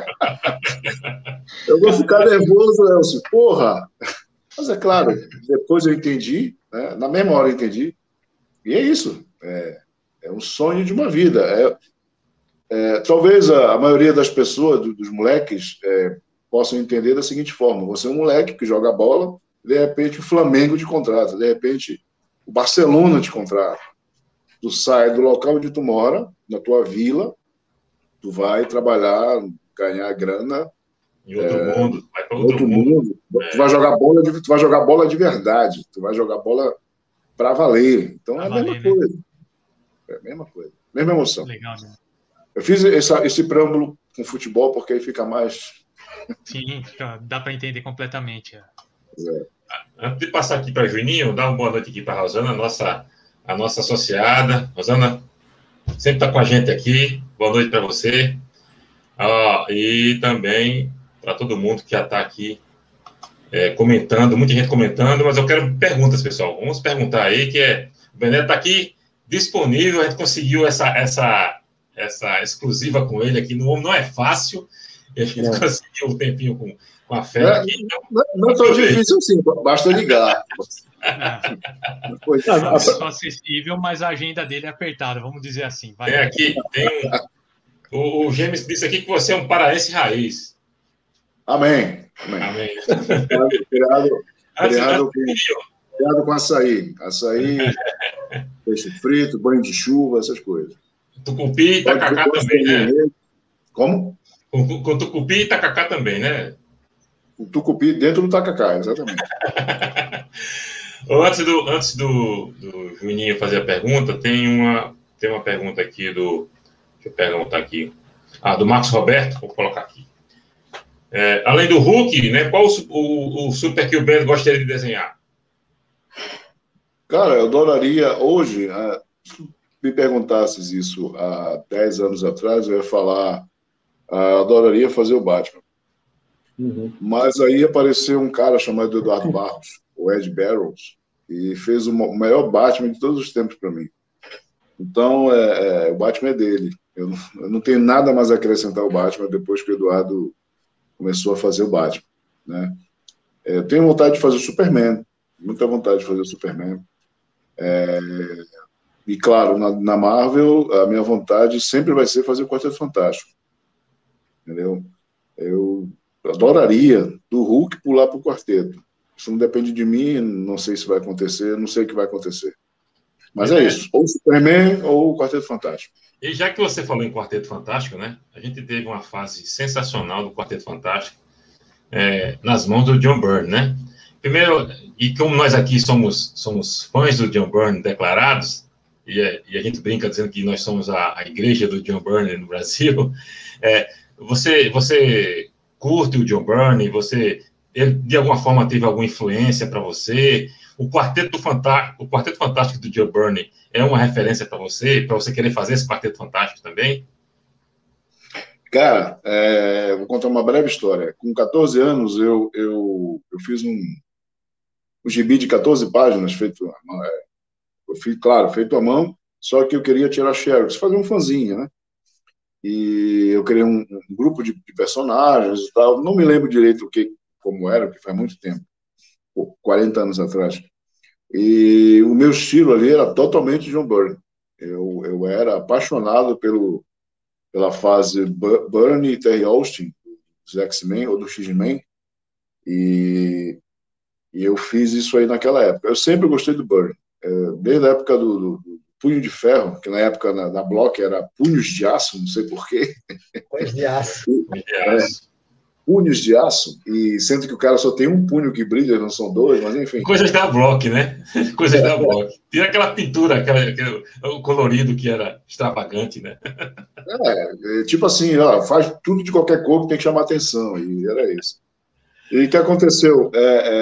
[SPEAKER 2] Eu vou ficar nervoso, Elcio, porra. Mas é claro, depois eu entendi, né? Na mesma hora eu entendi, e é isso, é um sonho de uma vida. Talvez a maioria das pessoas, dos moleques, possam entender da seguinte forma: você é um moleque que joga bola, de repente o Flamengo te contrata, de repente o Barcelona te contrata. Tu sai do local onde tu mora, na tua vila, tu vai trabalhar, ganhar grana.
[SPEAKER 1] Em outro mundo, vai para
[SPEAKER 2] outro mundo. Tu vai jogar bola de verdade, tu vai jogar bola para valer. Então é a mesma coisa. É a mesma coisa. Mesma emoção.
[SPEAKER 3] Legal, né?
[SPEAKER 2] Eu fiz esse preâmbulo com futebol porque aí fica mais.
[SPEAKER 3] Sim, dá para entender completamente.
[SPEAKER 1] Antes de passar aqui para Juninho, dá uma boa noite aqui para a Rosana, a nossa associada. Rosana sempre está com a gente aqui. Boa noite para você. E também para todo mundo que já está aqui comentando, muita gente comentando, mas eu quero perguntas, pessoal. Vamos perguntar aí, o Bené está aqui disponível, a gente conseguiu essa exclusiva com ele aqui, não é fácil, e a gente conseguiu um tempinho com a fé aqui. Então,
[SPEAKER 2] não é tão difícil assim, basta ligar.
[SPEAKER 3] É só acessível, mas a agenda dele é apertada, vamos dizer assim. Vai.
[SPEAKER 2] O
[SPEAKER 3] James
[SPEAKER 1] disse aqui que você é um paraense raiz.
[SPEAKER 2] Amém. Criado com açaí. Açaí, peixe frito, banho de chuva, essas coisas.
[SPEAKER 1] Tucupi e tacacá também, né?
[SPEAKER 2] Como?
[SPEAKER 1] Com tucupi e tacacá também, né?
[SPEAKER 2] O tucupi dentro do tacacá, exatamente.
[SPEAKER 1] Antes do Juninho fazer a pergunta, tem uma pergunta aqui Deixa eu perguntar aqui. Do Marcos Roberto, vou colocar aqui. Além do Hulk, né, qual o super que o Ben gostaria de desenhar?
[SPEAKER 2] Cara, eu adoraria hoje, se me perguntasses isso há 10 anos atrás, eu ia falar, adoraria fazer o Batman. Uhum. Mas aí apareceu um cara chamado Eduardo Barros, o Ed Barrows, e fez o melhor Batman de todos os tempos para mim. Então, o Batman é dele. Eu não tenho nada mais a acrescentar ao Batman depois que o Eduardo começou a fazer o Batman, né? Eu tenho vontade de fazer o Superman, muita vontade de fazer o Superman. E, claro, na Marvel, a minha vontade sempre vai ser fazer o Quarteto Fantástico. Entendeu? Eu adoraria do Hulk pular para o Quarteto. Isso não depende de mim, não sei se vai acontecer, não sei o que vai acontecer. Mas é isso, ou o Superman ou o Quarteto Fantástico.
[SPEAKER 1] E já que você falou em Quarteto Fantástico, né? A gente teve uma fase sensacional do Quarteto Fantástico nas mãos do John Byrne, né? Primeiro, e como nós aqui somos fãs do John Byrne declarados, e a gente brinca dizendo que nós somos a igreja do John Byrne no Brasil, você curte o John Byrne? Ele, de alguma forma, teve alguma influência para você? O Quarteto Fantástico do John Byrne é uma referência para você querer fazer esse Quarteto Fantástico também?
[SPEAKER 2] Cara, vou contar uma breve história. Com 14 anos, eu fiz um gibi de 14 páginas, feito à mão, só que eu queria tirar xerox, fazer um fanzinho, né? E eu criei um grupo de personagens e tal. Não me lembro direito como era, porque faz muito tempo, 40 anos atrás. E o meu estilo ali era totalmente John Byrne. Eu era apaixonado pela fase Byrne e Terry Austin, dos X-Men ou do X-Men, e eu fiz isso aí naquela época. Eu sempre gostei do Byrne, desde a época do Punho de Ferro, que na época na Block era Punhos de Aço, não sei porquê.
[SPEAKER 5] Punhos de Aço.
[SPEAKER 2] Punhos de Aço, e sendo que o cara só tem um punho que brilha, não são dois, mas enfim.
[SPEAKER 1] Coisas da Block, né? Coisas da Block. Tinha aquela pintura, o colorido que era extravagante, né?
[SPEAKER 2] Tipo assim, faz tudo de qualquer cor que tem que chamar atenção, e era isso. E o que aconteceu?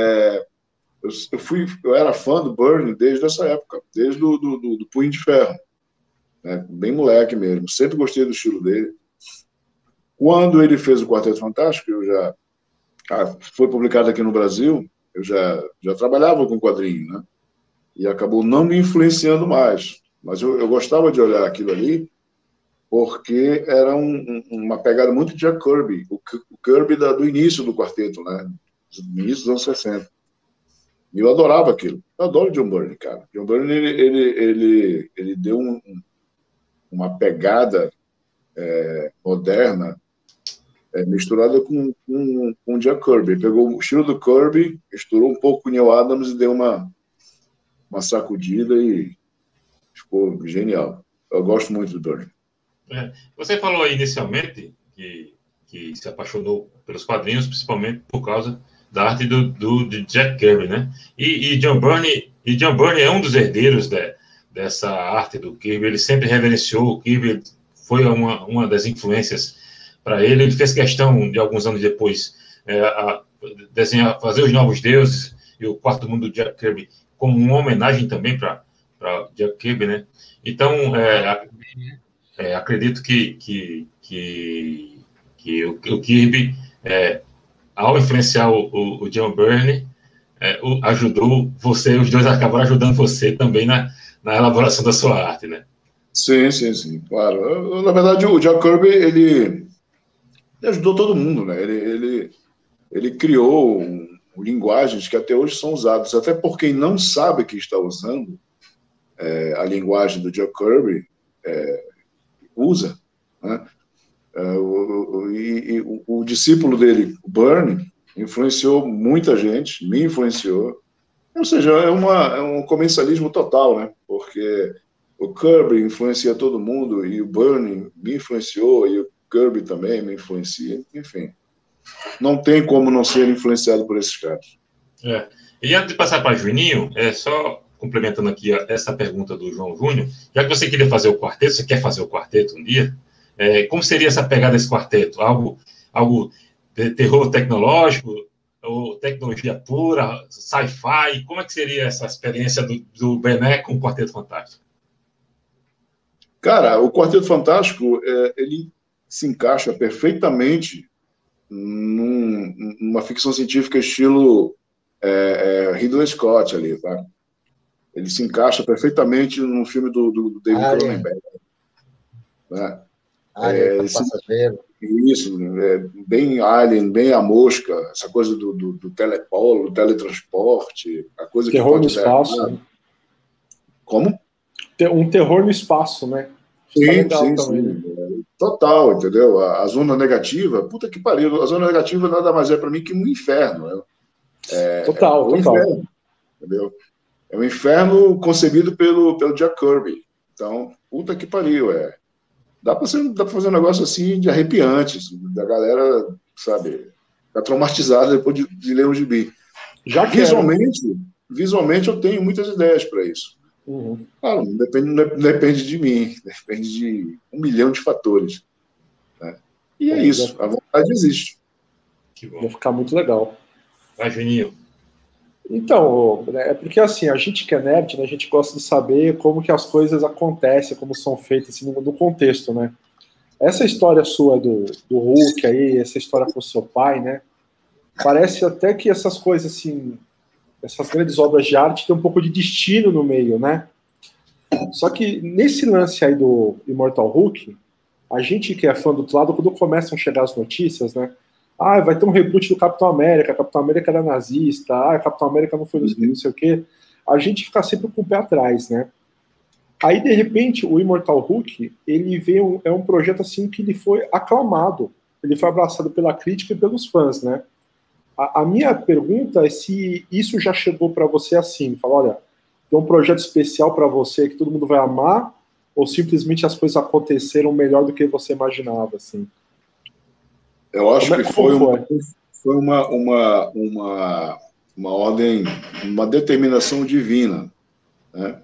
[SPEAKER 2] Eu era fã do Byrne desde essa época, desde do Punho de Ferro, né? Bem moleque mesmo, sempre gostei do estilo dele. Quando ele fez o Quarteto Fantástico, foi publicado aqui no Brasil, eu já trabalhava com quadrinho, né? E acabou não me influenciando mais, mas eu gostava de olhar aquilo ali, porque era uma pegada muito de Jack Kirby, o Kirby do início do quarteto, né? Do início dos anos 60. E eu adorava aquilo. Eu adoro John Byrne, cara. John Byrne, ele deu uma pegada moderna, misturada com o Jack Kirby. Ele pegou o estilo do Kirby, misturou um pouco com o Neil Adams e deu uma sacudida e ficou genial. Eu gosto muito do Byrne.
[SPEAKER 1] Você falou aí inicialmente que se apaixonou pelos quadrinhos, principalmente por causa da arte de Jack Kirby, né? E John Byrne é um dos herdeiros dessa arte do Kirby. Ele sempre reverenciou o Kirby, foi uma das influências para ele. Ele fez questão de alguns anos depois desenhar, fazer os Novos Deuses e o Quarto Mundo do Jack Kirby como uma homenagem também para Jack Kirby, né? Então acredito que o Kirby ao influenciar o John Byrne, ajudou você, os dois acabaram ajudando você também na elaboração da sua arte, né?
[SPEAKER 2] Sim, claro. Na verdade, o Jack Kirby, ele ajudou todo mundo, né? Ele criou linguagens que até hoje são usadas, até por quem não sabe que está usando a linguagem do Jack Kirby, usa, né? O discípulo dele, o Byrne, influenciou muita gente, me influenciou. Ou seja, é um comensalismo total, né? Porque o Kirby influencia todo mundo e o Byrne me influenciou e o Kirby também me influencia. Enfim, não tem como não ser influenciado por esses caras.
[SPEAKER 1] E antes de passar para Juninho, só complementando aqui essa pergunta do João Júnior, já que você queria fazer o quarteto, você quer fazer o quarteto um dia? Como seria essa pegada desse quarteto? Algo de terror tecnológico, ou tecnologia pura, sci-fi? Como é que seria essa experiência do Bené com o Quarteto Fantástico?
[SPEAKER 2] Cara, o Quarteto Fantástico, ele se encaixa perfeitamente numa ficção científica estilo Ridley Scott ali, tá? Ele se encaixa perfeitamente num filme do David Cronenberg, né?
[SPEAKER 5] Passageiro.
[SPEAKER 2] Isso, bem Alien, bem A Mosca, essa coisa do telepolo, do teletransporte, a coisa
[SPEAKER 4] terror
[SPEAKER 2] que pode
[SPEAKER 4] no espaço. Né?
[SPEAKER 2] Como?
[SPEAKER 4] Um terror no espaço, né?
[SPEAKER 2] Sim. Total, entendeu? A zona negativa, puta que pariu, a zona negativa nada mais é para mim que um inferno.
[SPEAKER 4] Total.
[SPEAKER 2] Inferno, entendeu? É um inferno concebido pelo Jack Kirby. Então, puta que pariu, Dá para fazer um negócio assim de arrepiante, da galera, sabe, ficar traumatizada depois de ler um gibi. Visualmente eu tenho muitas ideias para isso.
[SPEAKER 4] Uhum.
[SPEAKER 2] Claro, não depende de mim, depende de 1 milhão de fatores. Né? E é isso, a vontade existe.
[SPEAKER 1] Que bom.
[SPEAKER 4] Ia ficar muito legal.
[SPEAKER 1] Vai, Juninho.
[SPEAKER 4] Então, é porque assim, a gente que é nerd, né, a gente gosta de saber como que as coisas acontecem, como são feitas assim, no contexto, né? Essa história sua do Hulk aí, essa história com o seu pai, né? Parece até que essas coisas assim, essas grandes obras de arte têm um pouco de destino no meio, né? Só que nesse lance aí do Immortal Hulk, a gente que é fã do outro lado, quando começam a chegar as notícias, né? Ah, vai ter um reboot do Capitão América, Capitão América era nazista, Capitão América não foi não sei o quê. A gente fica sempre com o pé atrás, né? Aí, de repente, o Immortal Hulk, ele veio, é um projeto assim que ele foi aclamado, ele foi abraçado pela crítica e pelos fãs, né? A minha pergunta é se isso já chegou para você assim, fala, olha, tem um projeto especial para você que todo mundo vai amar, ou simplesmente as coisas aconteceram melhor do que você imaginava, assim?
[SPEAKER 2] Eu acho que foi uma ordem, uma determinação divina, né?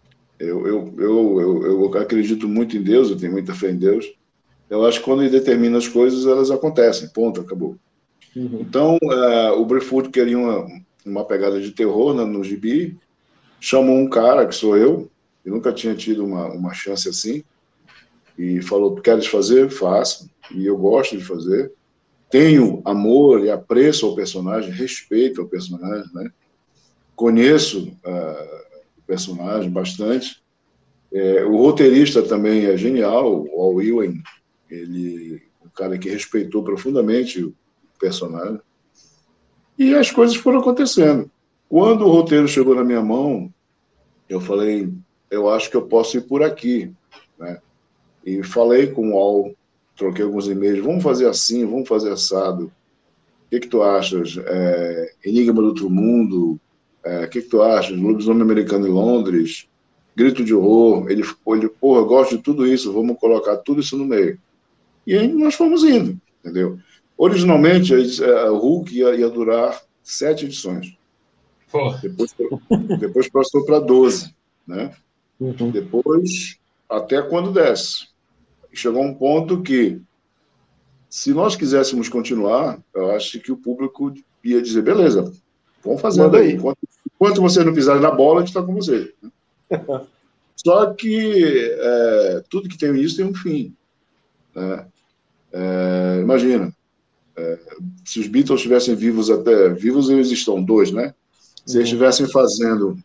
[SPEAKER 2] Eu acredito muito em Deus, eu tenho muita fé em Deus. Eu acho que quando ele determina as coisas, elas acontecem, ponto, acabou. Uhum. Então, o Brentwood queria uma pegada de terror no gibi, chamou um cara, que sou eu, que nunca tinha tido uma chance assim, e falou, queres fazer? Faço, e eu gosto de fazer. Tenho amor e apreço ao personagem, respeito ao personagem, né? Conheço o personagem bastante. O roteirista também é genial, o Al Ewing, ele é um cara que respeitou profundamente o personagem. E as coisas foram acontecendo. Quando o roteiro chegou na minha mão, eu falei, eu acho que eu posso ir por aqui, né? E falei com o Al, troquei alguns e-mails, vamos fazer assim, vamos fazer assado. O que tu achas? Enigma do Outro Mundo? O que tu achas? Lobisomem Americano em Londres? Grito de Horror? Ele porra, eu gosto de tudo isso, vamos colocar tudo isso no meio. E aí nós fomos indo, entendeu? Originalmente, o Hulk ia durar 7 edições. Depois passou para 12, né? Uhum. Depois, até quando desce. Chegou um ponto que, se nós quiséssemos continuar, eu acho que o público ia dizer, beleza, vamos fazendo aí. Enquanto vocês não pisarem na bola, a gente está com vocês. Só que tudo que tem isso tem um fim, né? Imagina, se os Beatles estivessem vivos eles estão 2, né? Se eles estivessem fazendo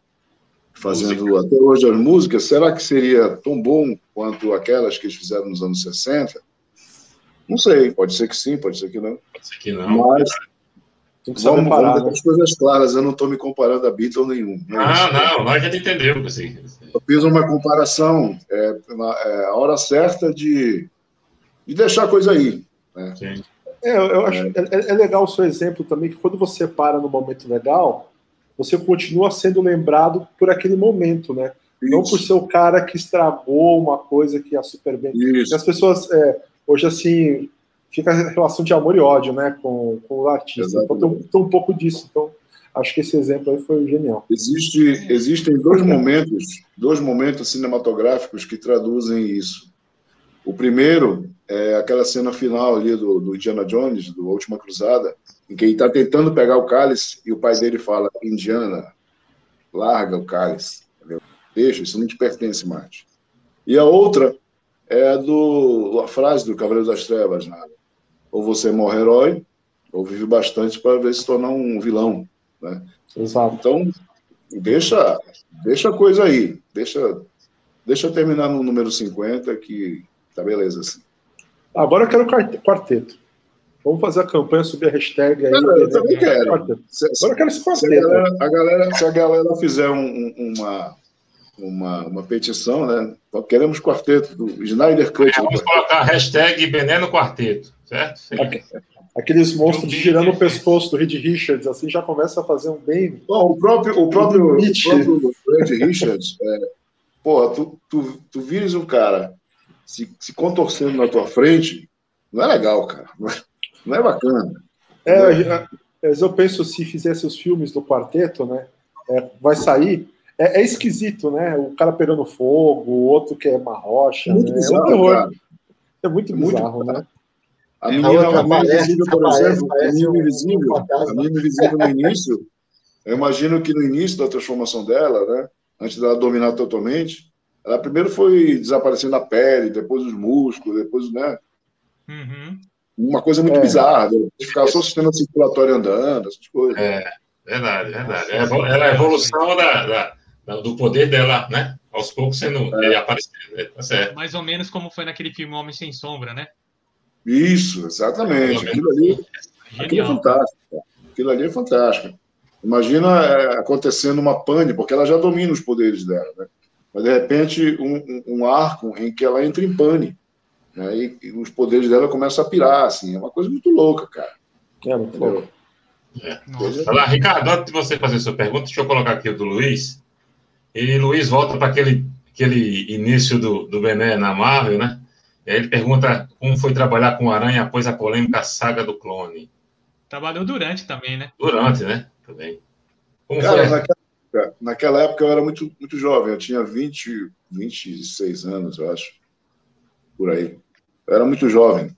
[SPEAKER 2] até hoje as músicas, será que seria tão bom quanto aquelas que eles fizeram nos anos 60? Não sei, pode ser que sim, pode ser que não.
[SPEAKER 1] Pode ser que não.
[SPEAKER 2] Mas vamos
[SPEAKER 4] parar,
[SPEAKER 2] ter as coisas claras, eu não estou me comparando a Beatles nenhum.
[SPEAKER 1] Não, nós já entendemos. Assim.
[SPEAKER 2] Eu fiz uma comparação, a hora certa de deixar a coisa aí. Né?
[SPEAKER 1] Sim.
[SPEAKER 4] Eu acho é legal o seu exemplo também, que quando você para no momento legal, você continua sendo lembrado por aquele momento, né? Isso. Não por ser o cara que estragou uma coisa que ia super bem. Isso. E as pessoas, hoje, assim, fica a relação de amor e ódio, né, com o artista. Exatamente. Então tem um pouco disso. Então, acho que esse exemplo aí foi genial.
[SPEAKER 2] Existem dois momentos cinematográficos que traduzem isso. O primeiro é aquela cena final ali do Indiana Jones, do Última Cruzada, em que ele está tentando pegar o cálice e o pai dele fala, Indiana, larga o cálice, entendeu? Deixa, isso não te pertence mais. E a outra é a frase do Cavaleiro das Trevas, né? Ou você morre herói, ou vive bastante para ver se tornar um vilão, né?
[SPEAKER 4] Exato.
[SPEAKER 2] Então, deixa a coisa aí, deixa terminar no número 50, que tá beleza, assim.
[SPEAKER 4] Agora eu quero quarteto. Vamos fazer a campanha, subir a hashtag aí.
[SPEAKER 2] Eu também quero.
[SPEAKER 4] Agora eu quero esse quarteto.
[SPEAKER 2] Se a galera fizer uma petição, né? Queremos quarteto, do Snyder Cut.
[SPEAKER 1] Vamos colocar a hashtag Bené no quarteto, certo?
[SPEAKER 4] Aqueles monstros girando o pescoço do Reed Richards, assim, já começa a fazer um bem...
[SPEAKER 2] Bom, o próprio Reed Richards, porra, tu vires um cara se contorcendo na tua frente, não é legal, cara. Não é bacana.
[SPEAKER 4] Eu penso, se fizesse os filmes do quarteto, né, vai sair... É esquisito, né? O cara pegando fogo, o outro que é uma rocha.
[SPEAKER 2] É muito bizarro, cara.
[SPEAKER 4] É muito bizarro, né?
[SPEAKER 2] A menina,
[SPEAKER 5] outra
[SPEAKER 2] a menina
[SPEAKER 5] aparece,
[SPEAKER 2] invisível, por
[SPEAKER 5] aparece,
[SPEAKER 2] exemplo,
[SPEAKER 5] parece um
[SPEAKER 2] a
[SPEAKER 5] fantasma.
[SPEAKER 2] menina invisível no início, eu imagino que no início da transformação dela, né, antes dela dominar totalmente, ela primeiro foi desaparecendo a pele, depois os músculos, depois, né,
[SPEAKER 3] Uhum.
[SPEAKER 2] uma coisa muito bizarra, né, de ficar só o sistema circulatório andando, essas coisas.
[SPEAKER 1] Verdade, verdade.
[SPEAKER 3] Nossa,
[SPEAKER 1] Ela é a evolução do poder dela, né? Aos poucos sendo aparecendo. Né? Tá certo.
[SPEAKER 3] mais ou menos como foi naquele filme Homem Sem Sombra, né?
[SPEAKER 2] Isso,
[SPEAKER 1] Mais
[SPEAKER 2] exatamente.
[SPEAKER 1] ou
[SPEAKER 2] Aquilo
[SPEAKER 1] menos
[SPEAKER 2] ali,
[SPEAKER 1] assim.
[SPEAKER 2] aquilo é
[SPEAKER 3] Genial, cara.
[SPEAKER 2] fantástico. Cara. Aquilo ali é fantástico. Imagina acontecendo uma pane, porque ela já domina os poderes dela, né? Mas, de repente, um arco em que ela entra em pane, né? E os poderes dela começam a pirar, assim. É uma coisa muito louca, cara.
[SPEAKER 4] É muito louco.
[SPEAKER 3] Nossa.
[SPEAKER 1] Vai lá, Ricardo, antes de você fazer sua pergunta, deixa eu colocar aqui o do Luiz. E Luiz volta para aquele início do Bené na Marvel, né? E aí ele pergunta como foi trabalhar com o Aranha após a polêmica saga do clone.
[SPEAKER 3] Trabalhou durante também, né?
[SPEAKER 1] Durante, né? Também. Como
[SPEAKER 2] Cara,
[SPEAKER 1] foi?
[SPEAKER 2] naquela época eu era muito, muito jovem. Eu tinha 26 anos, eu acho, por aí. Eu era muito jovem.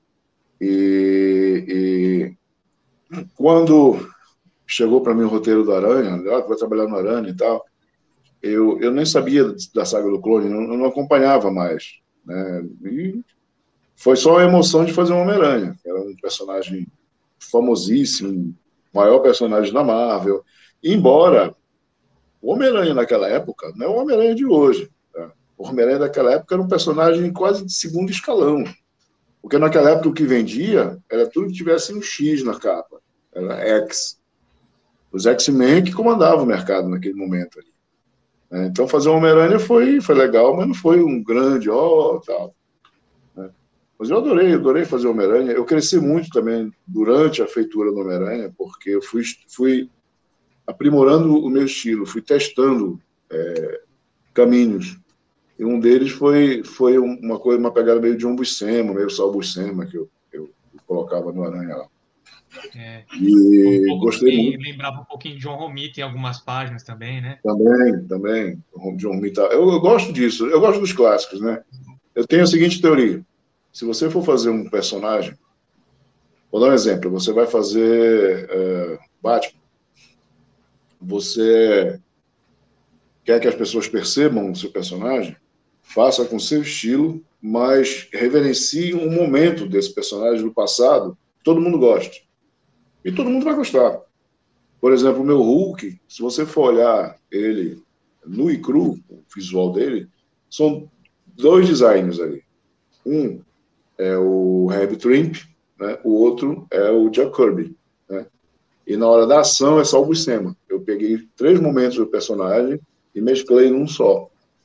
[SPEAKER 2] E quando chegou para mim o roteiro do Aranha, vai trabalhar no Aranha e tal, eu nem sabia da saga do clone, eu não acompanhava mais, né? E foi só a emoção de fazer um Homem-Aranha, que era um personagem famosíssimo, maior personagem da Marvel. Embora o Homem-Aranha naquela época não é o Homem-Aranha de hoje. Tá? O Homem-Aranha daquela época era um personagem quase de segundo escalão. Porque naquela época o que vendia era tudo que tivesse um X na capa. Era X. Os X-Men que comandavam o mercado naquele momento ali. Então fazer o Homem-Aranha foi legal, mas não foi um grande, tal. Mas eu adorei fazer o Homem-Aranha. Eu cresci muito também durante a feitura do Homem-Aranha, porque eu fui aprimorando o meu estilo, fui testando caminhos. E um deles foi uma pegada meio John Buscema, meio Sal Buscema, que eu colocava no Aranha lá. E gostei muito.
[SPEAKER 3] Lembrava um pouquinho de John Romita em algumas páginas também, né?
[SPEAKER 2] Também. John Romita. Eu gosto disso. Eu gosto dos clássicos, né? Eu tenho a seguinte teoria. Se você for fazer um personagem, vou dar um exemplo. Você vai fazer Batman. Você quer que as pessoas percebam o seu personagem? Faça com seu estilo, mas reverencie um momento desse personagem do passado que todo mundo gosta. E todo mundo vai gostar. Por exemplo, o meu Hulk, se você for olhar ele nu e cru, o visual dele, são dois designers ali. Um é o Herb Trimp, né? O outro é o Jack Kirby. Né? E na hora da ação é só o Buscema. Eu peguei 3 momentos do personagem e mesclei num só.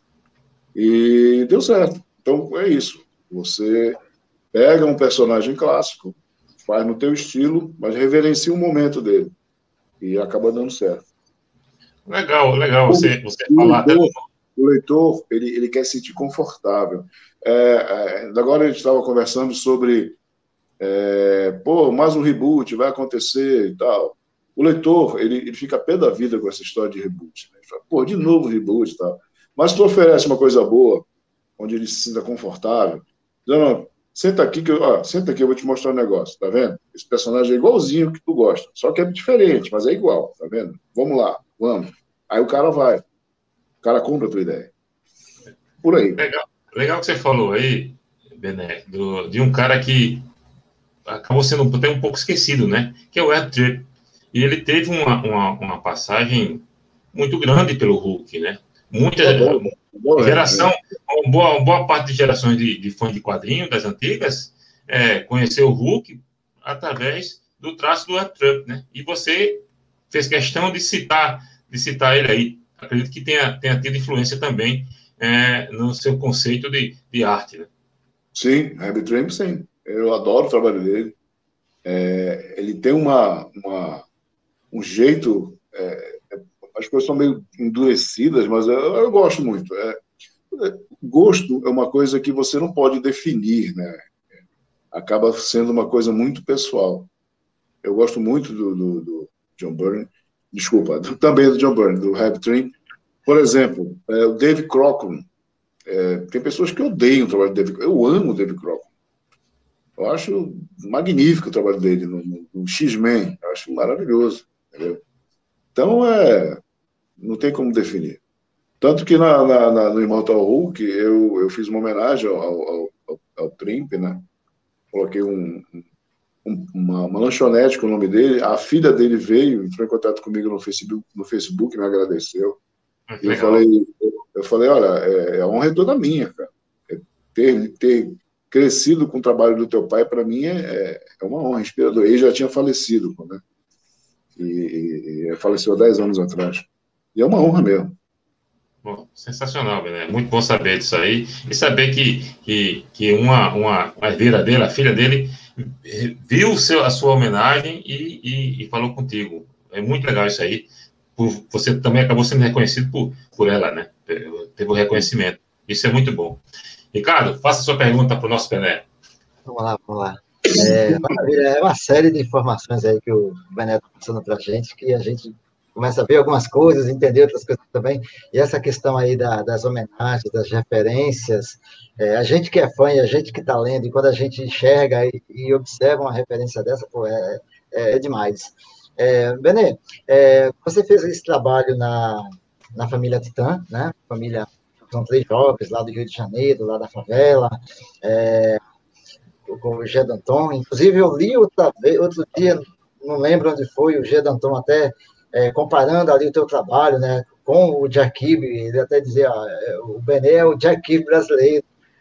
[SPEAKER 2] E deu certo. Então é isso. Você pega um personagem clássico, faz no teu estilo, mas reverencia o momento dele. E acaba dando certo.
[SPEAKER 1] Legal você falar até...
[SPEAKER 2] O leitor, ele quer se sentir confortável. Agora a gente estava conversando sobre mais um reboot vai acontecer e tal. O leitor, ele fica pé da vida com essa história de reboot. Né? Ele fala, de novo reboot e tal. Mas tu oferece uma coisa boa, onde ele se sinta confortável. Não, senta aqui eu vou te mostrar um negócio, tá vendo? Esse personagem é igualzinho que tu gosta, só que é diferente, mas é igual, tá vendo? Vamos lá, vamos. Aí o cara vai. O cara compra a tua ideia. Por aí.
[SPEAKER 1] Legal que você falou aí, Bené, de um cara que acabou sendo até um pouco esquecido, né? Que é o Ed Tripp. E ele teve uma passagem muito grande pelo Hulk, né? Muita geração, uma boa parte de gerações de fãs de quadrinhos das antigas conheceu o Hulk através do traço do Ed Tripp, né? E você fez questão de citar ele aí. Acredito que tenha tido influência também no seu conceito de arte, né? Sim,
[SPEAKER 2] Herb Trimp, sim. Eu adoro o trabalho dele. Ele tem um jeito... as coisas são meio endurecidas, mas eu gosto muito. Gosto é uma coisa que você não pode definir, né? Acaba sendo uma coisa muito pessoal. Eu gosto muito do John Byrne. Desculpa, também do John Byrne, do Herb Trimp. Por exemplo, o Dave Cockrum. Tem pessoas que odeiam o trabalho do Dave Cockrum. Eu amo o Dave Cockrum. Eu acho magnífico o trabalho dele no X-Men. Eu acho maravilhoso. Entendeu? Então, não tem como definir. Tanto que no Immortal Hulk eu fiz uma homenagem ao Trimp, né? Coloquei uma lanchonete com o nome dele. A filha dele veio, entrou em contato comigo no Facebook, me agradeceu. E eu falei, olha, a honra é toda minha, cara. Ter crescido com o trabalho do teu pai, para mim, é uma honra, inspirador. Ele já tinha falecido, né? E faleceu há 10 anos atrás. E é uma honra mesmo.
[SPEAKER 1] Bom, sensacional, Bené. Muito bom saber disso aí. E saber que uma herdeira dele, a filha dele, viu a sua homenagem e falou contigo. É muito legal isso aí. Você também acabou sendo reconhecido por ela, né? Teve o reconhecimento. Isso é muito bom. Ricardo, faça a sua pergunta para o nosso Bené.
[SPEAKER 5] Vamos lá. Maravilha, é uma série de informações aí que o Bené está passando para a gente, que a gente começa a ver algumas coisas, entender outras coisas também, e essa questão aí das homenagens, das referências, a gente que é fã e a gente que está lendo, e quando a gente enxerga e observa uma referência dessa, pô, é demais. Benê, você fez esse trabalho na família Titã, né? Família, são 3 jovens lá do Rio de Janeiro, lá da favela, com o Gé Danton. Inclusive, eu li outro dia, não lembro onde foi, o Gé Danton até comparando ali o teu trabalho, né, com o Jack Kirby. Ele até dizia, o Bené é o Jack Kirby brasileiro.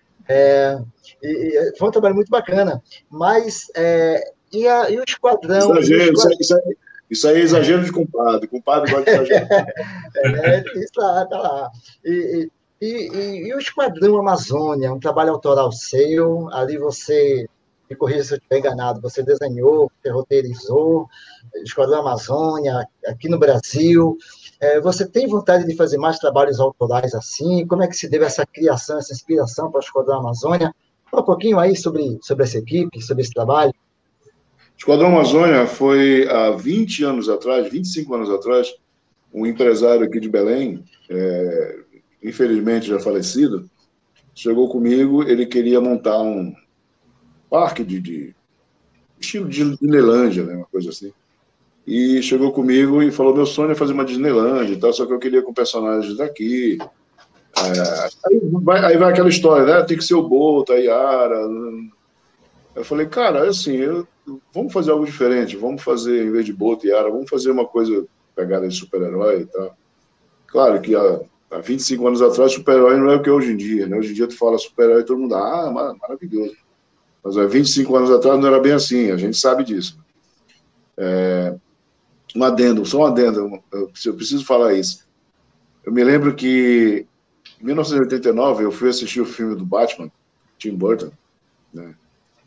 [SPEAKER 5] E foi um trabalho muito bacana. Mas, e o Esquadrão?
[SPEAKER 2] Isso aí é exagero de compadre. Compadre gosta de exagero.
[SPEAKER 5] Isso lá, tá lá. E o Esquadrão Amazônia, um trabalho autoral seu, ali você, me corrija se eu estiver enganado, você desenhou, você roteirizou, Esquadrão Amazônia, aqui no Brasil. Você tem vontade de fazer mais trabalhos autorais assim? Como é que se deu essa criação, essa inspiração para o Esquadrão Amazônia? Fala um pouquinho aí sobre essa equipe, sobre esse trabalho.
[SPEAKER 2] Esquadrão Amazônia foi há 20 anos atrás, 25 anos atrás, um empresário aqui de Belém, infelizmente já falecido, chegou comigo, ele queria montar um parque de estilo de Disneylândia, né, uma coisa assim. E chegou comigo e falou, meu sonho é fazer uma Disneylândia e tal, só que eu queria com personagens daqui. Aí vai aquela história, né? Tem que ser o Boto, a Yara. Eu falei, cara, assim, vamos fazer algo diferente, vamos fazer, em vez de Boto e Yara, vamos fazer uma coisa pegada de super-herói e tal. Claro que há 25 anos atrás, super-herói não é o que é hoje em dia, né? Hoje em dia tu fala super-herói e todo mundo, maravilhoso. Mas há 25 anos atrás não era bem assim, a gente sabe disso. Só um adendo, eu preciso falar isso. Eu me lembro que em 1989 eu fui assistir o filme do Batman, Tim Burton, né?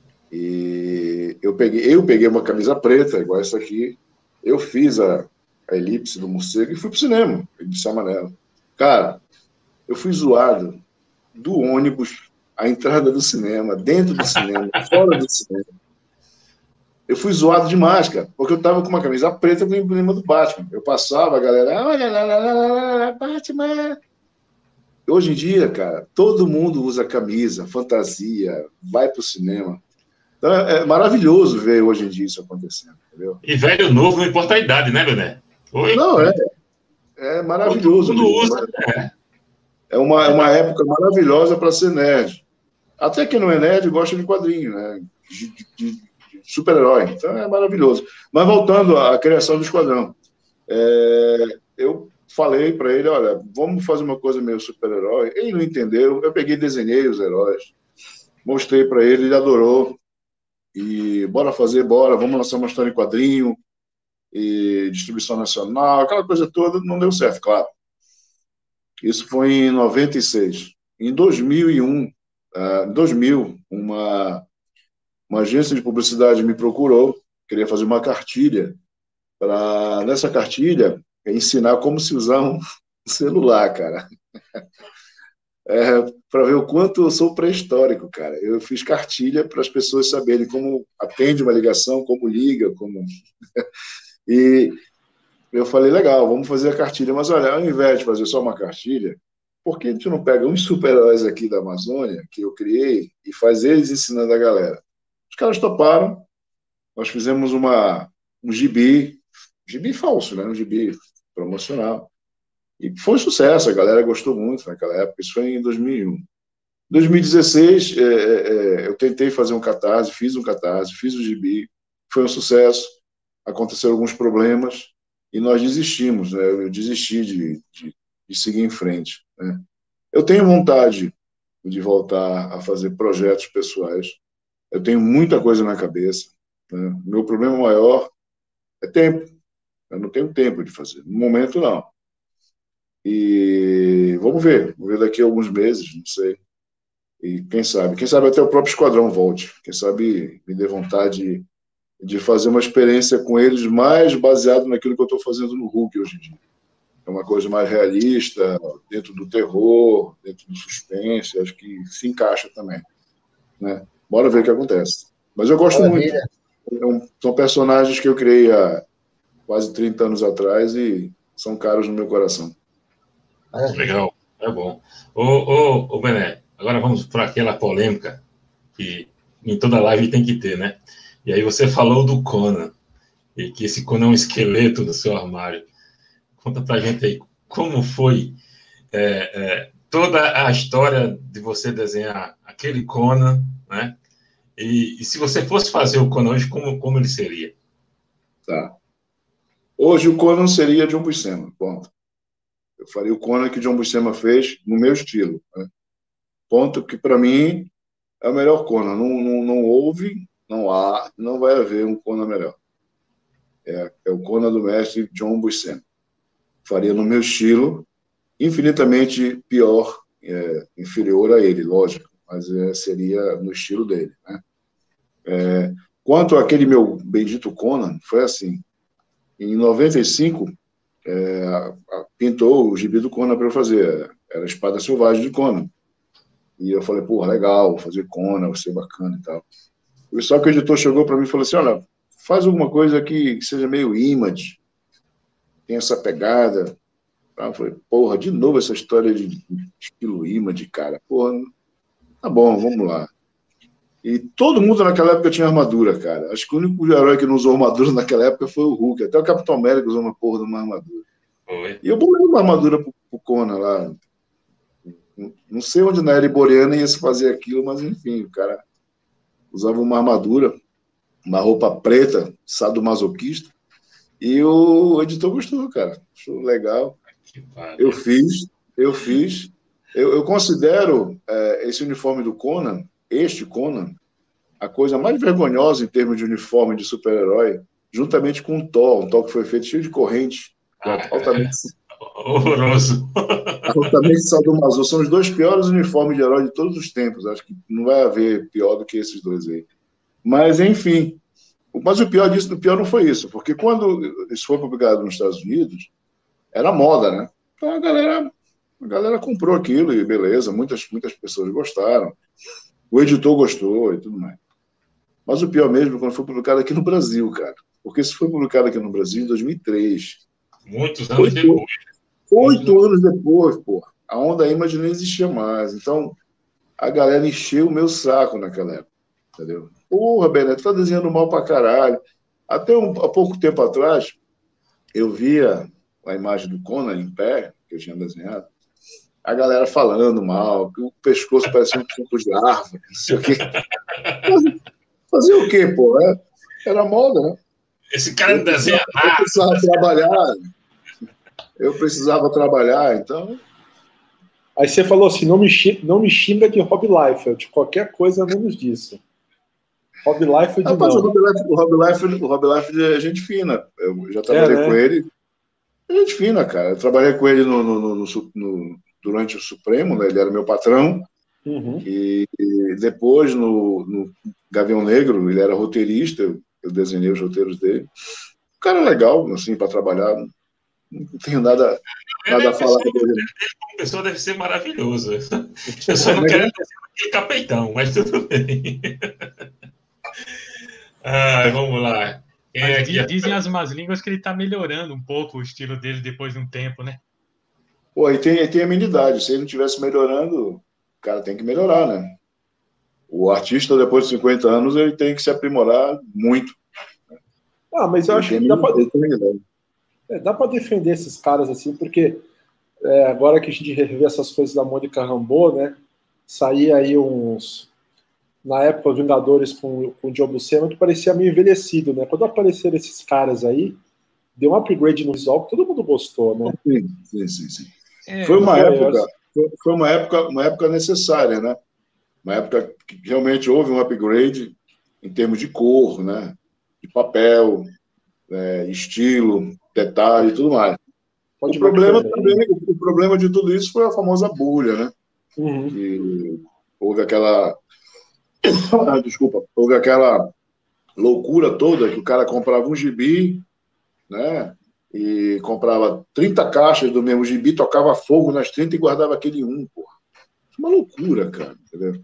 [SPEAKER 2] E eu peguei uma camisa preta, igual essa aqui, eu fiz a elipse do morcego e fui pro cinema, elipse amarela. Cara, eu fui zoado do ônibus à entrada do cinema, dentro do cinema, fora do cinema. Eu fui zoado demais, cara, porque eu tava com uma camisa preta com o emblema do Batman. Eu passava, a galera, olha lá, Batman. Hoje em dia, cara, todo mundo usa camisa, fantasia, vai pro cinema. Então é maravilhoso ver hoje em dia isso acontecendo, entendeu?
[SPEAKER 1] E velho novo, não importa a idade, né, Bené?
[SPEAKER 2] Não, é maravilhoso.
[SPEAKER 1] Todo mundo usa, né?
[SPEAKER 2] É uma época maravilhosa para ser nerd. Até quem não é nerd gosta de quadrinho, né? De super-herói. Então é maravilhoso. Mas voltando à criação do Esquadrão. Eu falei para ele, olha, vamos fazer uma coisa meio super-herói. Ele não entendeu. Eu peguei e desenhei os heróis. Mostrei para ele, ele adorou. E bora, vamos lançar uma história em quadrinho. E distribuição nacional, aquela coisa toda, não deu certo, claro. Isso foi em 96. Em 2001, uma agência de publicidade me procurou, queria fazer uma cartilha, para, nessa cartilha, ensinar como se usar um celular, cara. Para ver o quanto eu sou pré-histórico, cara. Eu fiz cartilha para as pessoas saberem como atende uma ligação, como liga, como... E eu falei, legal, vamos fazer a cartilha. Mas, olha, ao invés de fazer só uma cartilha, por que a gente não pega uns super-heróis aqui da Amazônia, que eu criei, e faz eles ensinando a galera? Os caras toparam, nós fizemos um gibi falso, né? Um gibi promocional. E foi um sucesso, a galera gostou muito naquela época, isso foi em 2001. Em 2016, eu tentei fazer um catarse, fiz o gibi, foi um sucesso, aconteceram alguns problemas e nós desistimos, né? Eu desisti de seguir em frente, né? Eu tenho vontade de voltar a fazer projetos pessoais, eu tenho muita coisa na cabeça, né? Meu problema maior é tempo, eu não tenho tempo de fazer, no momento não. E vamos ver daqui a alguns meses, não sei. E quem sabe até o próprio Esquadrão volte. Quem sabe me dê vontade de fazer uma experiência com eles mais baseado naquilo que eu estou fazendo no Hulk hoje em dia. É uma coisa mais realista, dentro do terror, dentro do suspense, acho que se encaixa também, né? Bora ver o que acontece. Mas eu gosto muito. São personagens que eu criei há quase 30 anos atrás e são caros no meu coração.
[SPEAKER 1] Legal, é bom. Ô Bené, agora vamos para aquela polêmica que em toda live tem que ter, né? E aí você falou do Conan, e que esse Conan é um esqueleto no seu armário. Conta pra gente aí como foi toda a história de você desenhar aquele Conan, né? E se você fosse fazer o Conan hoje, como ele seria?
[SPEAKER 2] Tá. Hoje o Conan seria John Buscema, ponto. Eu faria o Conan que John Buscema fez no meu estilo, né? Ponto que, para mim, é o melhor Conan. Não houve, não há, não vai haver um Conan melhor. É o Conan do mestre John Buscema. Faria no meu estilo, infinitamente pior, inferior a ele, lógico, mas seria no estilo dele, né? Quanto àquele meu bendito Conan, foi assim. Em 95, pintou o gibi do Conan para eu fazer. Era a Espada Selvagem de Conan. E eu falei, porra, legal, vou fazer Conan, vai ser bacana e tal. Só que o editor chegou para mim e falou assim, olha, faz alguma coisa que seja meio Image, tem essa pegada. Eu falei, porra, de novo essa história de estilo Image, cara. Porra, tá bom, vamos lá. E todo mundo naquela época tinha armadura, cara. Acho que o único herói que não usou armadura naquela época foi o Hulk. Até o Capitão América usou uma porra de uma armadura.
[SPEAKER 1] Oi.
[SPEAKER 2] E eu botei uma armadura pro Conan lá. Não sei onde na era iboriana ia se fazer aquilo, mas enfim, o cara usava uma armadura, uma roupa preta, sadomasoquista, e o editor gostou, cara. Achou legal. Eu fiz. Eu considero esse uniforme do Conan, este Conan, a coisa mais vergonhosa em termos de uniforme de super-herói, juntamente com o Thor que foi feito cheio de corrente,
[SPEAKER 1] horroroso.
[SPEAKER 2] Altamente sadomaso. São os dois piores uniformes de herói de todos os tempos. Acho que não vai haver pior do que esses dois aí. Mas, enfim. Mas o pior não foi isso, porque quando isso foi publicado nos Estados Unidos, era moda, né? Então a galera comprou aquilo e beleza, muitas pessoas gostaram. O editor gostou e tudo mais. Mas o pior mesmo é quando foi publicado aqui no Brasil, cara. Porque isso foi publicado aqui no Brasil em 2003.
[SPEAKER 1] Muitos anos depois.
[SPEAKER 2] 8 anos depois, pô. A Onda Image não existia mais. Então, a galera encheu o meu saco naquela época. Entendeu? Porra, Beneto, tá desenhando mal pra caralho. Até há pouco tempo atrás, eu via a imagem do Conan em pé, que eu tinha desenhado, a galera falando mal, que o pescoço parecia um tronco de árvore, não sei o quê. Fazer o quê, pô? Era moda, né?
[SPEAKER 1] Esse cara não desenha nada.
[SPEAKER 2] Eu precisava trabalhar, então...
[SPEAKER 4] Aí você falou assim, não me xinga de Rob Liefeld, qualquer coisa menos disso. Rob Liefeld
[SPEAKER 2] Rapaz,
[SPEAKER 4] não.
[SPEAKER 2] O Rob Liefeld é gente fina. Eu já trabalhei com ele. É gente fina, cara. Eu trabalhei com ele durante o Supremo, né? Ele era meu patrão.
[SPEAKER 4] Uhum.
[SPEAKER 2] E depois, no Gavião Negro, ele era roteirista. Eu desenhei os roteiros dele. Um cara legal, assim, para trabalhar. Não tenho nada a falar dele.
[SPEAKER 1] Ele como pessoa deve ser maravilhoso. Eu só não quero aquele capetão, mas tudo bem. Vamos lá.
[SPEAKER 3] Dizem as más línguas que ele está melhorando um pouco o estilo dele depois de um tempo, né?
[SPEAKER 2] Pô, e tem amenidade. Se ele não estivesse melhorando, o cara tem que melhorar, né? O artista, depois de 50 anos, ele tem que se aprimorar muito.
[SPEAKER 4] Mas eu acho que dá para defender esses caras assim, porque agora que a gente revê essas coisas da Mônica Rambeau, né? Saía aí na época, os Vingadores com o Joe Buscema, que parecia meio envelhecido, né? Quando apareceram esses caras aí, deu um upgrade no visual que todo mundo gostou, né?
[SPEAKER 2] Sim. Foi uma época necessária, né? Uma época que realmente houve um upgrade em termos de cor, né? De papel, estilo, detalhe e tudo mais. O problema de tudo isso foi a famosa bolha, né?
[SPEAKER 4] Uhum.
[SPEAKER 2] Que houve aquela loucura toda que o cara comprava um gibi, né? E comprava 30 caixas do mesmo gibi, tocava fogo nas 30 e guardava aquele porra. Uma loucura, cara, entendeu?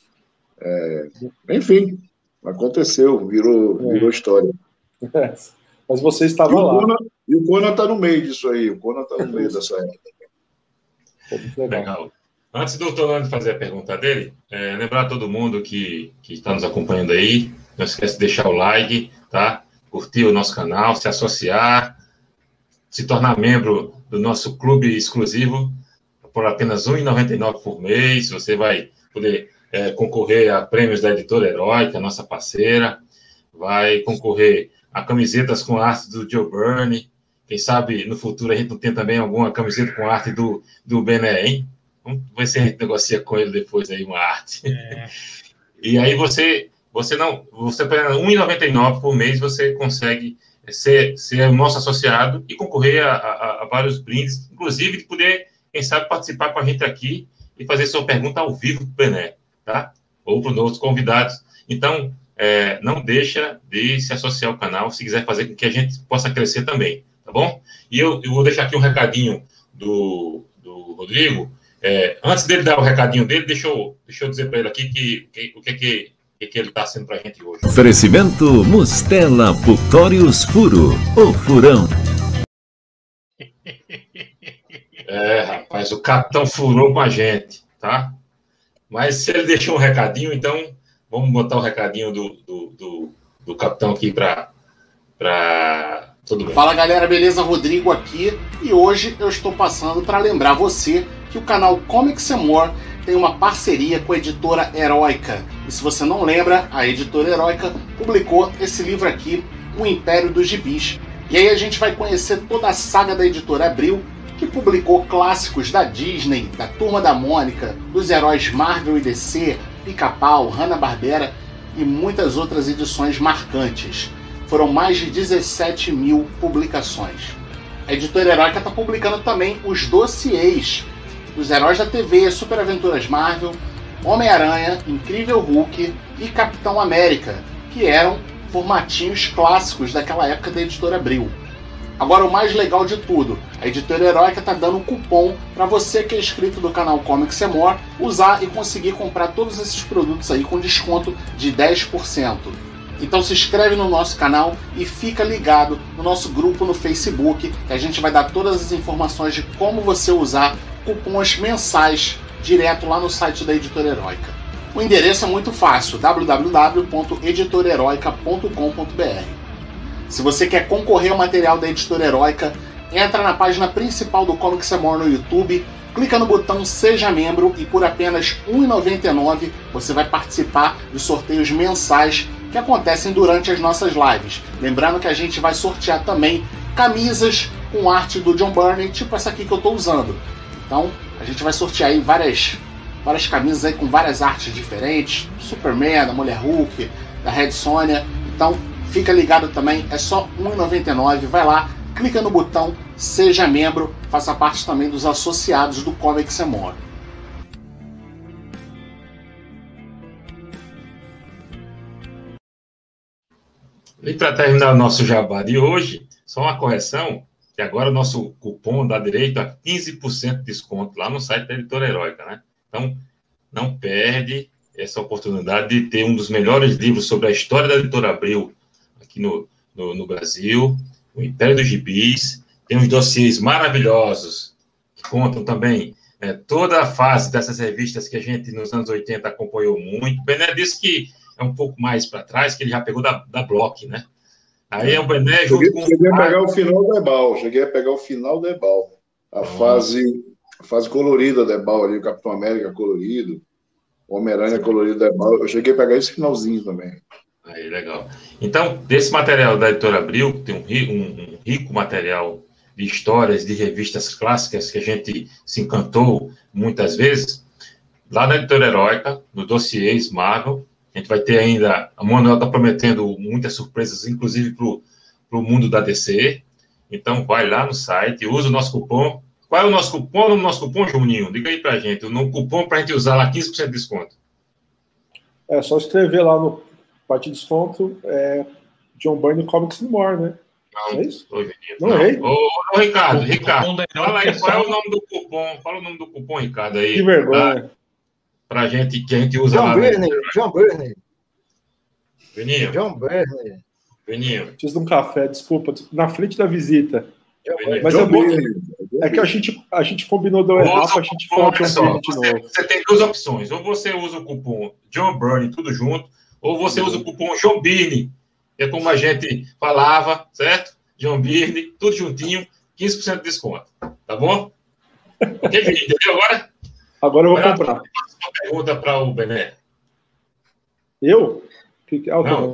[SPEAKER 2] Enfim, aconteceu, virou história.
[SPEAKER 4] Mas você estava lá.
[SPEAKER 2] E o Conan está no meio disso aí, o Conan está no meio dessa época.
[SPEAKER 1] Legal. Antes do Tonani fazer a pergunta dele, lembrar a todo mundo que está nos acompanhando aí, não esquece de deixar o like, tá? Curtir o nosso canal, se associar, se tornar membro do nosso clube exclusivo por apenas R$ 1,99 por mês. Você vai poder concorrer a prêmios da Editora Heróica, nossa parceira, vai concorrer a camisetas com arte do Joe Burney. Quem sabe no futuro a gente não tem também alguma camiseta com arte do Bené, hein? Vamos ver se a gente negocia com ele depois aí uma arte. E aí você pagando R$ 1,99 por mês, você consegue ser o nosso associado e concorrer a vários brindes, inclusive de poder, quem sabe, participar com a gente aqui e fazer sua pergunta ao vivo para o Bené, tá? Ou para os nossos convidados. Então, não deixa de se associar ao canal, se quiser fazer com que a gente possa crescer também, tá bom? E eu vou deixar aqui um recadinho do Rodrigo. Antes dele dar o recadinho dele, deixa eu dizer para ele aqui o que ele está sendo para a gente hoje.
[SPEAKER 6] Oferecimento Mustela Putórios Furo, o furão.
[SPEAKER 1] Rapaz, o capitão furou com a gente, tá? Mas se ele deixou um recadinho, então vamos botar o recadinho do capitão aqui para todo mundo.
[SPEAKER 7] Fala galera, beleza? Rodrigo aqui e hoje eu estou passando para lembrar você que o canal Comics and More tem uma parceria com a Editora Heróica. E se você não lembra, a Editora Heróica publicou esse livro aqui, O Império dos Gibis. E aí a gente vai conhecer toda a saga da Editora Abril, que publicou clássicos da Disney, da Turma da Mônica, dos heróis Marvel e DC, Pica-Pau, Hanna-Barbera e muitas outras edições marcantes. Foram mais de 17 mil publicações. A Editora Heróica está publicando também os dossiês dos heróis da TV, Super Aventuras Marvel, Homem-Aranha, Incrível Hulk e Capitão América, que eram formatinhos clássicos daquela época da Editora Abril. Agora o mais legal de tudo, a Editora Heróica está dando um cupom para você que é inscrito do canal Comics and More usar e conseguir comprar todos esses produtos aí com desconto de 10%. Então se inscreve no nosso canal e fica ligado no nosso grupo no Facebook, que a gente vai dar todas as informações de como você usar cupons mensais direto lá no site da Editora Heróica. O endereço é muito fácil, www.editoreroica.com.br. Se você quer concorrer ao material da Editora Heróica, entra na página principal do Comics and More no YouTube, clica no botão Seja Membro e por apenas R$ 1,99 você vai participar dos sorteios mensais que acontecem durante as nossas lives. Lembrando que a gente vai sortear também camisas com arte do John Burney, tipo essa aqui que eu estou usando. Então, a gente vai sortear aí várias camisas aí com várias artes diferentes, Superman, da Mulher Hulk, da Red Sonja. Então, fica ligado também, é só R$ 1,99, vai lá, clica no botão Seja Membro, faça parte também dos associados do Comics and More.
[SPEAKER 1] E para terminar o nosso jabá de hoje, só uma correção, que agora o nosso cupom dá direito a 15% de desconto lá no site da Editora Heróica, né? Então, não perde essa oportunidade de ter um dos melhores livros sobre a história da Editora Abril aqui no Brasil, o Império dos Gibis. Tem uns dossiês maravilhosos que contam também toda a fase dessas revistas que a gente, nos anos 80, acompanhou muito. O Bené disse que é um pouco mais para trás, que ele já pegou da Block, né? Aí é o Bené junto com...
[SPEAKER 2] Cheguei a pegar o final do Ebal, a fase colorida do Ebal ali, o Capitão América colorido, o Homem-Aranha colorido do Ebal. Eu cheguei a pegar esse finalzinho também.
[SPEAKER 1] Aí, legal. Então, desse material da Editora Abril, tem um rico material de histórias, de revistas clássicas que a gente se encantou muitas vezes. Lá na Editora Heróica, no Dossiês Marvel, a gente vai ter ainda... A Manuel está prometendo muitas surpresas, inclusive para o mundo da DC. Então, vai lá no site, usa o nosso cupom. Qual é o nosso cupom? O nome do nosso cupom, Juninho? Diga aí para a gente. O cupom para a gente usar lá 15% de desconto.
[SPEAKER 4] É só escrever lá no parte de desconto, John Byrne Comics and More, né?
[SPEAKER 1] Não,
[SPEAKER 4] é isso?
[SPEAKER 1] Não
[SPEAKER 4] errei?
[SPEAKER 1] Ô, Ricardo, fala aí, qual é o nome do cupom? Fala o nome do cupom, Ricardo, aí.
[SPEAKER 4] Que vergonha.
[SPEAKER 1] Pra gente, que a gente usa
[SPEAKER 5] John
[SPEAKER 1] lá.
[SPEAKER 5] Byrne.
[SPEAKER 1] Beninho.
[SPEAKER 5] John Byrne.
[SPEAKER 1] Beninho.
[SPEAKER 4] Preciso de um café, desculpa, na frente da visita. Mas
[SPEAKER 2] John
[SPEAKER 4] é bom.
[SPEAKER 2] Byrne.
[SPEAKER 4] É que a gente combinou do errado, a gente fala John Byrne de novo.
[SPEAKER 1] Você tem duas opções. Ou você usa o cupom John Byrne, tudo junto, ou você usa o cupom John Byrne, que é como a gente falava, certo? John Byrne, tudo juntinho, 15% de desconto. Tá bom? Ok, Beninho, entendeu agora?
[SPEAKER 4] Agora eu vou comprar.
[SPEAKER 1] Uma pergunta para o Bené.
[SPEAKER 4] Eu?
[SPEAKER 1] Não,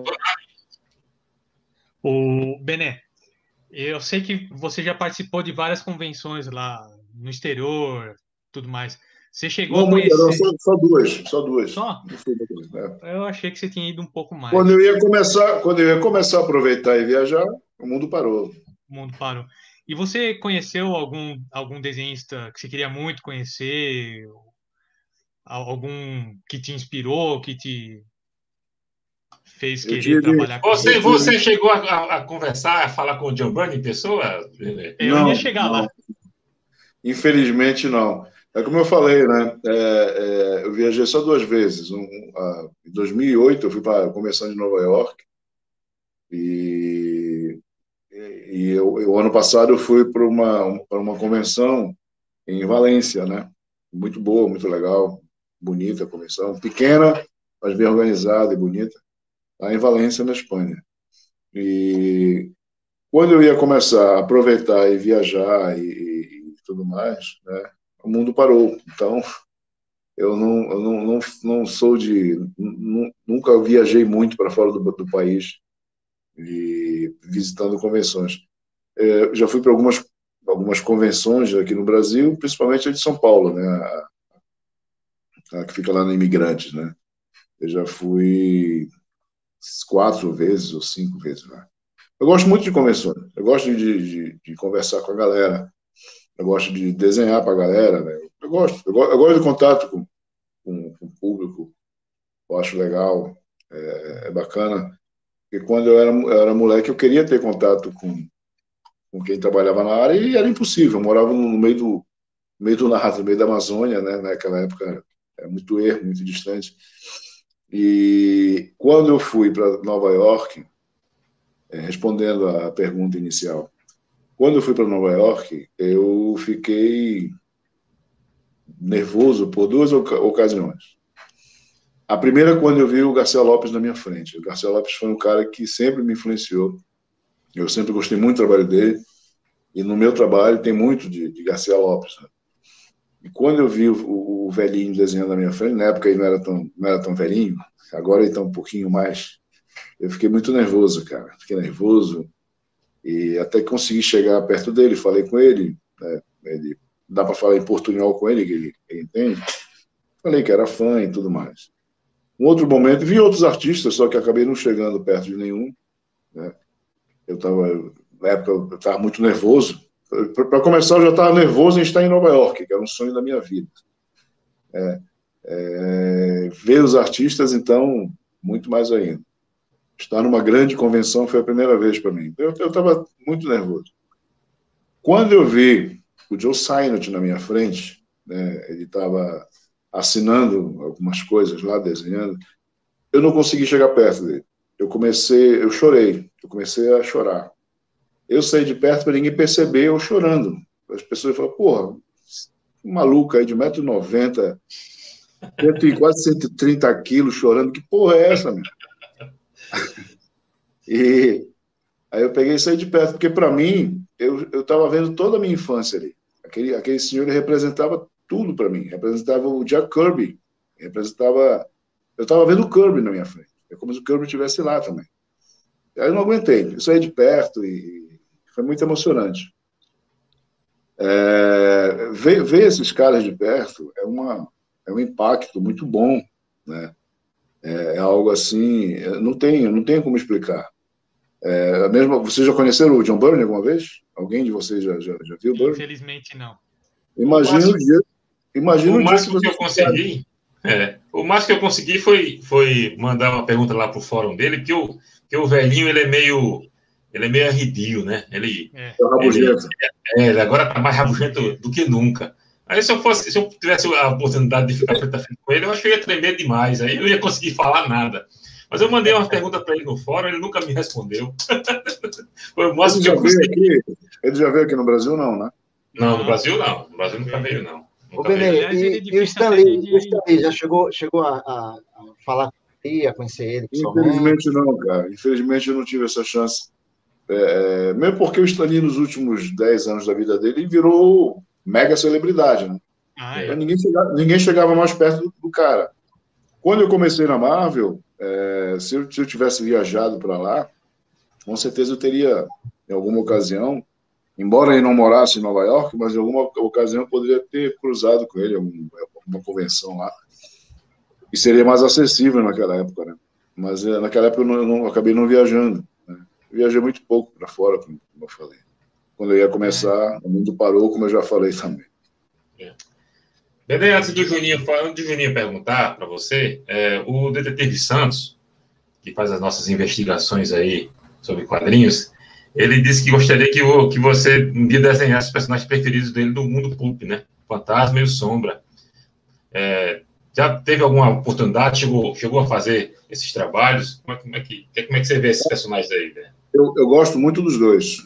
[SPEAKER 3] O Bené, eu sei que você já participou de várias convenções lá no exterior, tudo mais. Você chegou a conhecer...
[SPEAKER 2] Só duas.
[SPEAKER 3] Só? Eu achei que você tinha ido um pouco mais.
[SPEAKER 2] Quando eu ia começar a aproveitar e viajar, o mundo parou.
[SPEAKER 3] O mundo parou. E você conheceu algum desenhista que você queria muito conhecer? Algum que te inspirou, que te fez querer trabalhar com ele?
[SPEAKER 1] Você chegou a conversar, a falar com o John Byrne em pessoa?
[SPEAKER 3] Eu ia chegar lá.
[SPEAKER 2] Infelizmente, não. É como eu falei, né? Eu viajei só 2 vezes. Em 2008, eu fui para a Convenção de Nova York. E o ano passado eu fui para uma convenção em Valência, né? Muito boa, muito legal. Bonita a convenção. Pequena, mas bem organizada e bonita. Lá em Valência, na Espanha. E quando eu ia começar a aproveitar e viajar e tudo mais, né? O mundo parou. Então, eu não sou nunca viajei muito para fora do país e visitando convenções. Já fui para algumas convenções aqui no Brasil, principalmente a de São Paulo, né? A que fica lá no Imigrantes, né? Eu já fui 4 vezes ou 5 vezes lá. Eu gosto muito de convenções. Eu gosto de conversar com a galera. Eu gosto de desenhar para a galera, né? Eu gosto de contato com o público. Eu acho legal, é bacana. Porque quando eu era moleque, eu queria ter contato com quem trabalhava na área e era impossível. Eu morava no meio do nada, no meio da Amazônia, né? Naquela época era muito ermo, muito distante. E quando eu fui para Nova York, respondendo à pergunta inicial, quando eu fui para Nova York, eu fiquei nervoso por 2 ocasiões. A primeira, quando eu vi o Garcia Lopes na minha frente. O Garcia Lopes foi um cara que sempre me influenciou. Eu sempre gostei muito do trabalho dele. E no meu trabalho tem muito de Garcia Lopes. Né? E quando eu vi o velhinho desenhando na minha frente, na época ele não era tão velhinho, agora ele está um pouquinho mais. Eu fiquei muito nervoso, cara. Fiquei nervoso. E até que consegui chegar perto dele, falei com ele. Né? Dá para falar em portunhol com ele, que ele entende. Falei que era fã e tudo mais. Um outro momento, vi outros artistas, só que acabei não chegando perto de nenhum. Né? Na época, eu estava muito nervoso. Para começar, eu já estava nervoso em estar em Nova York, que era um sonho da minha vida. Ver os artistas, então, muito mais ainda. Estar numa grande convenção foi a primeira vez para mim. Eu estava muito nervoso. Quando eu vi o Joe Signott na minha frente, né, ele estava assinando algumas coisas lá, desenhando, eu não consegui chegar perto dele. Eu chorei, eu comecei a chorar. Eu saí de perto para ninguém perceber eu chorando. As pessoas falam, porra, um maluco aí de 1,90 m, quase 130 quilos, chorando. Que porra é essa, meu? E aí eu peguei isso aí de perto, porque para mim, eu estava vendo toda a minha infância ali. Aquele senhor, ele representava tudo para mim. Representava o Jack Kirby. Representava... Eu estava vendo o Kirby na minha frente. É como se o Kirby estivesse lá também. Aí eu não aguentei. Isso aí de perto e foi muito emocionante. Ver esses caras de perto é um impacto muito bom, né? É algo assim, não tenho como explicar. Vocês já conheceram o John Byrne alguma vez? Alguém de vocês já viu o Byrne?
[SPEAKER 3] Infelizmente, não.
[SPEAKER 2] Imagina o dia.
[SPEAKER 1] O máximo que eu consegui. O máximo que eu consegui foi mandar uma pergunta lá pro fórum dele, porque o velhinho, ele é meio arredio, né? Ele agora tá mais rabugento do que nunca. Aí se eu tivesse a oportunidade de ficar frente a frente com ele, eu acho que eu ia tremer demais, aí eu não ia conseguir falar nada. Mas eu mandei uma pergunta para ele no fórum, ele nunca me respondeu. Foi o máximo que eu consegui.
[SPEAKER 2] Ele já veio aqui no Brasil, não, né?
[SPEAKER 1] Não, no Brasil não. No Brasil nunca veio, não.
[SPEAKER 5] Ô, Benê, e o Stanley já chegou a falar com ele, a conhecer ele pessoalmente?
[SPEAKER 2] Infelizmente não, cara. Infelizmente eu não tive essa chance. Mesmo porque o Stanley, nos últimos 10 anos da vida dele, virou mega celebridade, né? Ninguém chegava mais perto do cara. Quando eu comecei na Marvel, se eu tivesse viajado para lá, com certeza eu teria, em alguma ocasião, embora ele não morasse em Nova York, mas em alguma ocasião eu poderia ter cruzado com ele em alguma convenção lá. E seria mais acessível naquela época, né? Mas naquela época eu acabei não viajando, né? Eu viajei muito pouco para fora, como eu falei. Quando eu ia começar, o mundo parou, como eu já falei também.
[SPEAKER 1] Bem, antes do Juninho perguntar para você, o detetive Santos, que faz as nossas investigações aí sobre quadrinhos, ele disse que gostaria que você um dia desenhasse os personagens preferidos dele do mundo pulp, né? Fantasma e o Sombra. Já teve alguma oportunidade? Chegou a fazer esses trabalhos? Como é que você vê esses personagens aí, né?
[SPEAKER 2] Eu gosto muito dos dois.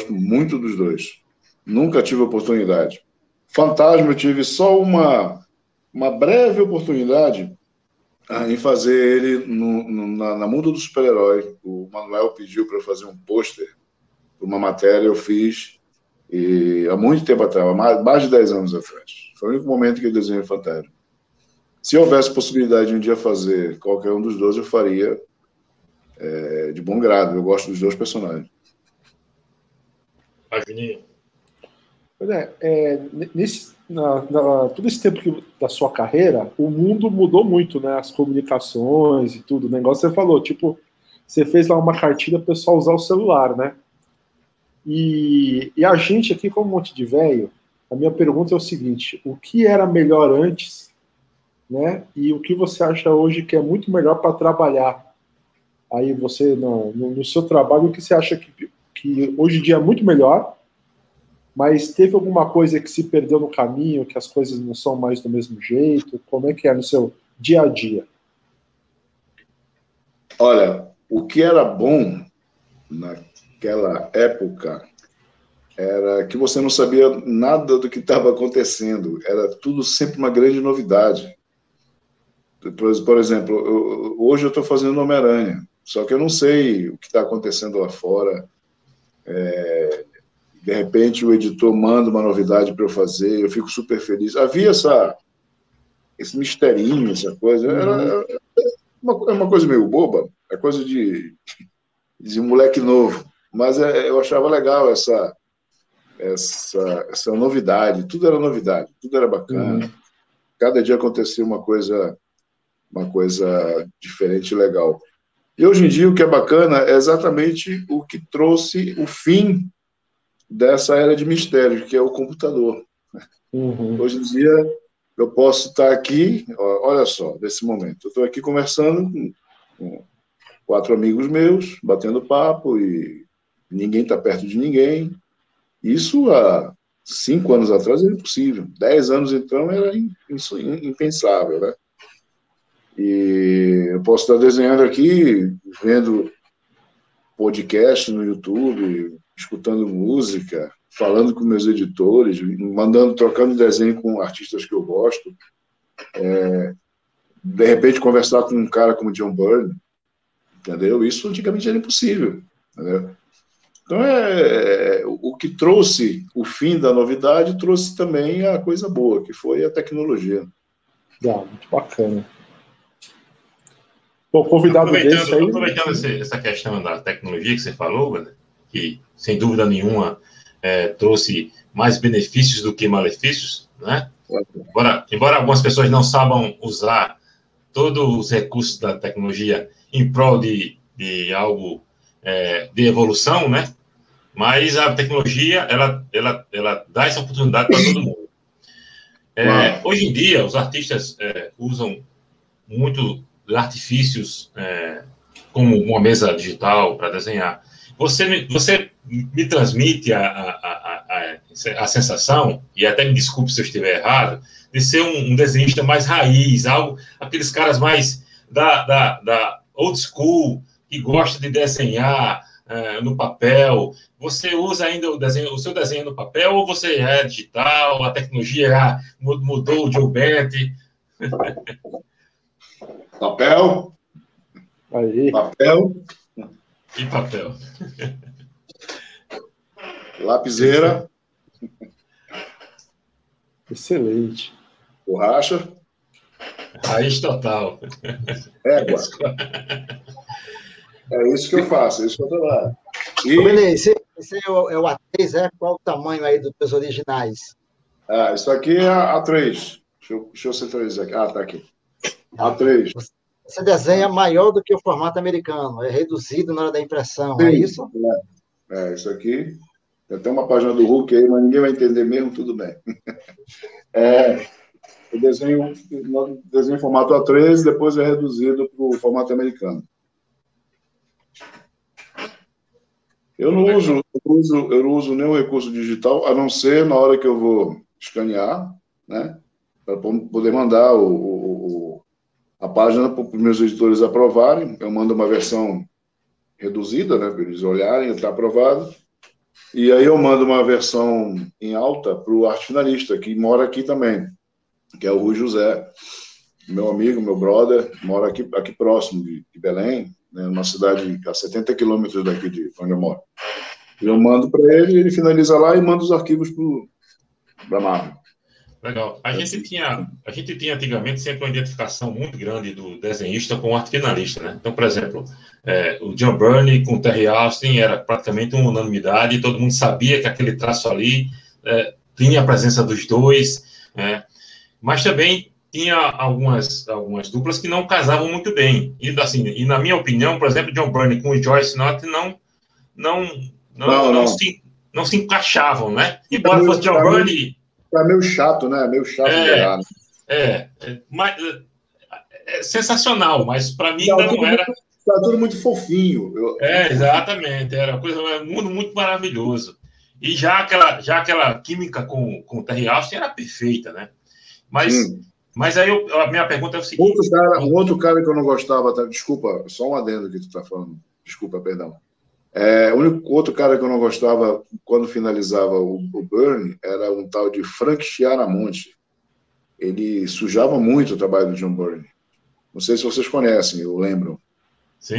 [SPEAKER 2] Nunca tive oportunidade. Fantasma, eu tive só uma breve oportunidade em fazer ele na Mundo do Super-Herói. O Manuel pediu para eu fazer um pôster para uma matéria, eu fiz, e há muito tempo atrás, mais de 10 anos atrás. Foi o único momento que eu desenhei Fantasma. Se houvesse possibilidade de um dia fazer qualquer um dos dois, eu faria de bom grado. Eu gosto dos dois personagens.
[SPEAKER 1] Juninho.
[SPEAKER 4] Todo esse tempo da sua carreira, o mundo mudou muito, né? As comunicações e tudo. O negócio você falou, tipo, você fez lá uma cartilha para o pessoal usar o celular, né? E a gente aqui, como um monte de velho, a minha pergunta é o seguinte: o que era melhor antes, né? E o que você acha hoje que é muito melhor para trabalhar? Aí você, no seu trabalho, o que você acha que hoje em dia é muito melhor, mas teve alguma coisa que se perdeu no caminho, que as coisas não são mais do mesmo jeito? Como é que é no seu dia a dia?
[SPEAKER 2] Olha, o que era bom naquela época era que você não sabia nada do que estava acontecendo. Era tudo sempre uma grande novidade. Por exemplo, hoje eu estou fazendo Homem-Aranha, só que eu não sei o que está acontecendo lá fora. De repente o editor manda uma novidade para eu fazer, eu fico super feliz. Havia esse misterinho, essa coisa. Era uma coisa meio boba, é coisa de moleque novo. Mas eu achava legal essa novidade. Tudo era novidade, tudo era bacana. Cada dia acontecia uma coisa diferente e legal. E hoje em dia o que é bacana é exatamente o que trouxe o fim dessa era de mistério, que é o computador. Hoje em dia eu posso estar aqui, olha só, nesse momento, eu estou aqui conversando com 4 amigos meus, batendo papo, e ninguém está perto de ninguém. Isso há 5 anos atrás era impossível. 10 anos, então, era impensável, né? E eu posso estar desenhando aqui, vendo podcast no YouTube, escutando música, falando com meus editores, trocando desenho com artistas que eu gosto. De repente, conversar com um cara como John Byrne, entendeu? Isso antigamente era impossível, entendeu? Então, o que trouxe o fim da novidade, trouxe também a coisa boa, que foi a tecnologia.
[SPEAKER 4] Muito bacana. Bom, convidado desse aí...
[SPEAKER 1] Aproveitando essa questão da tecnologia que você falou, né, que, sem dúvida nenhuma, trouxe mais benefícios do que malefícios, né? Embora algumas pessoas não saibam usar todos os recursos da tecnologia em prol de algo de evolução, né? Mas a tecnologia, ela dá essa oportunidade para todo mundo. Hoje em dia, os artistas usam muito artifícios como uma mesa digital para desenhar. Você me transmite a sensação, e até me desculpe se eu estiver errado, de ser um desenhista mais raiz, aqueles caras mais da old school, que gosta de desenhar no papel. Você usa ainda o seu desenho no papel, ou você é digital, a tecnologia já mudou o Joe Bennett?
[SPEAKER 2] Papel.
[SPEAKER 4] Aí.
[SPEAKER 2] Papel.
[SPEAKER 1] E papel.
[SPEAKER 2] Lapiseira.
[SPEAKER 4] Excelente.
[SPEAKER 2] Borracha.
[SPEAKER 1] Raiz total.
[SPEAKER 2] É isso que eu faço, é isso que eu trabalho.
[SPEAKER 5] Esse é o A3, qual o tamanho aí dos teus originais?
[SPEAKER 2] Isso aqui é a A3. Deixa eu centralizar aqui. Tá aqui. A3.
[SPEAKER 5] Você desenha maior do que o formato americano, é reduzido na hora da impressão, é isso?
[SPEAKER 2] Isso aqui. Tem até uma página do Hulk aí, mas ninguém vai entender mesmo, tudo bem. Eu desenho em formato A3, depois é reduzido para o formato americano. Eu não uso nenhum recurso digital, a não ser na hora que eu vou escanear, né, para poder mandar a página para os meus editores aprovarem. Eu mando uma versão reduzida, né, para eles olharem, está aprovado. E aí eu mando uma versão em alta para o arte finalista, que mora aqui também, que é o Rui José, meu amigo, meu brother, mora aqui próximo de Belém, né, numa cidade a 70 quilômetros daqui de onde eu moro. Eu mando para ele finaliza lá e manda os arquivos para a Marvel.
[SPEAKER 1] Legal. A gente tinha antigamente sempre uma identificação muito grande do desenhista com o arte finalista, né? Então, por exemplo, o John Byrne com o Terry Austin era praticamente uma unanimidade, todo mundo sabia que aquele traço ali tinha a presença dos dois, mas também tinha algumas duplas que não casavam muito bem. E na minha opinião, por exemplo, John Byrne com o Joyce Knott não se encaixavam, né? Embora fosse John Byrne...
[SPEAKER 2] É meio chato, né? Meio chato de errar.
[SPEAKER 1] Mas sensacional, mas para mim não era...
[SPEAKER 2] Tá tudo muito fofinho.
[SPEAKER 1] Exatamente. Era um mundo muito maravilhoso. E já aquela química com o Terry Austin era perfeita, né? Mas aí a minha pergunta é o seguinte...
[SPEAKER 2] Um outro cara que eu não gostava... Desculpa, só um adendo que tu tá falando. Desculpa, perdão. O único outro cara que eu não gostava quando finalizava o Byrne era um tal de Frank Chiaramonte. Ele sujava muito o trabalho do John Byrne. Não sei se vocês conhecem, ou lembram.
[SPEAKER 1] Sim.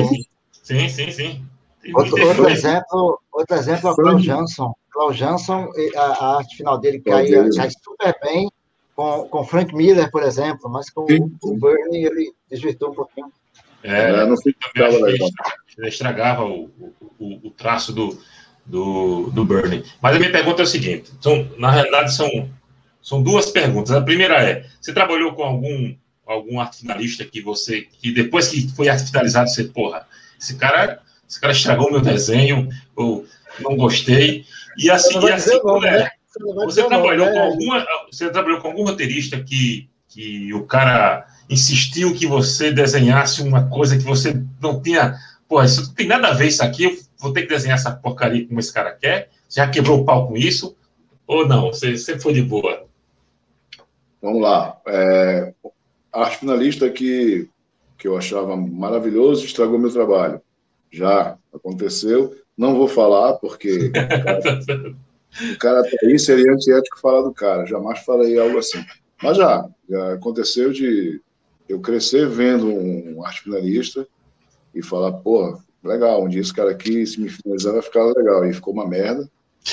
[SPEAKER 5] Outro exemplo é o Klaus Jansson. Klaus Jansson, a arte final dele cai super bem com Frank Miller, por exemplo, mas com o Byrne ele desvirtuou um pouquinho.
[SPEAKER 2] Não ficava legal.
[SPEAKER 1] Ele estragava o traço do Byrne. Mas a minha pergunta é o seguinte: na realidade, são duas perguntas. A primeira é: você trabalhou com algum arte finalista que depois que foi arte finalizado, você, porra, esse cara estragou meu desenho, eu não gostei. E assim, você trabalhou com algum roteirista que o cara insistiu que você desenhasse uma coisa que você não tinha... Pô, isso não tem nada a ver isso aqui, eu vou ter que desenhar essa porcaria como esse cara quer? Você já quebrou o pau com isso? Ou não? Você sempre foi de boa?
[SPEAKER 2] Vamos lá. Arte finalista que eu achava maravilhoso, estragou meu trabalho. Já aconteceu. Não vou falar, porque O cara tá aí, seria antiético falar do cara. Jamais falei algo assim. Mas já aconteceu de eu crescer vendo um arte finalista e falar, pô, legal, um dia esse cara aqui, se me finalizar, vai ficar legal. E ficou uma merda.